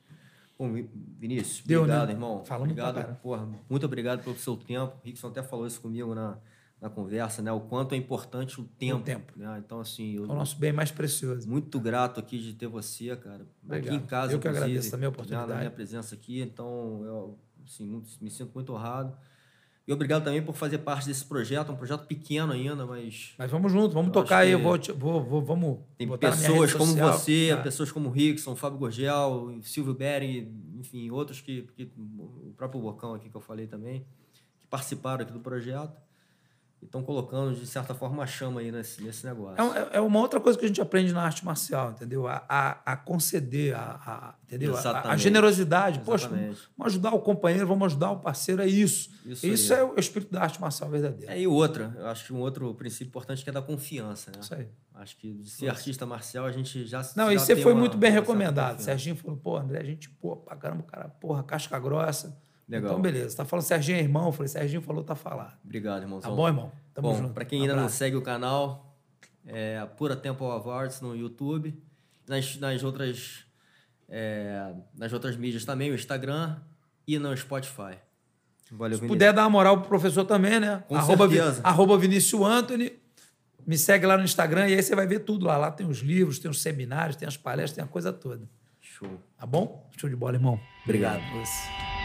Bom, Vinícius, Deu, obrigado, né? irmão. Falamos obrigado, porra, muito obrigado pelo seu tempo. O Rickson até falou isso comigo na, na conversa, né? O quanto é importante o tempo. O tempo. Né? Então, assim... Eu, é o nosso bem mais precioso. Muito grato aqui de ter você, cara. Obrigado. Aqui em casa, eu que agradeço também a oportunidade. Na minha presença aqui, então eu assim, muito, me sinto muito honrado. E obrigado também por fazer parte desse projeto, um projeto pequeno ainda, mas... Mas vamos junto, vamos tocar aí, eu vou, vou, vou, vamos tem botar pessoas como social, você, tá? pessoas como o Rickson, Fábio Gurgel, Silvio Bering, enfim, outros que, que... O próprio Bocão aqui que eu falei também, que participaram aqui do projeto. E estão colocando, de certa forma, a chama aí nesse, nesse negócio. É, é uma outra coisa que a gente aprende na arte marcial, entendeu? A, a, a conceder, a, a, entendeu? A, a generosidade. Poxa, vamos ajudar o companheiro, vamos ajudar o parceiro, é isso. Isso, isso é o espírito da arte marcial verdadeira. É, e outra, eu acho que um outro princípio importante que é da confiança, né? Isso aí. Acho que de ser Nossa. artista marcial, a gente já... Não, já e você foi uma, muito bem recomendado. Serginho falou, pô, André, a gente, pô, pra caramba, o cara, porra, casca grossa. Legal. Então, beleza. Tá falando Serginho é irmão? Eu falei, Serginho falou, tá falado. Obrigado, irmãozão. Tá bom, irmão? Tamo bom, junto. Pra quem um ainda abraço. não segue o canal, é Pura Tempo Awards no YouTube. Nas, nas, outras, é, nas outras mídias também, o Instagram e no Spotify. Valeu, Se Vinícius. puder dar uma moral pro professor também, né? Com arroba, certeza. Arroba Vinícius Anthony. Me segue lá no Instagram e aí você vai ver tudo lá. Lá tem os livros, tem os seminários, tem as palestras, tem a coisa toda. Show. Tá bom? Show de bola, irmão. Obrigado. Obrigado.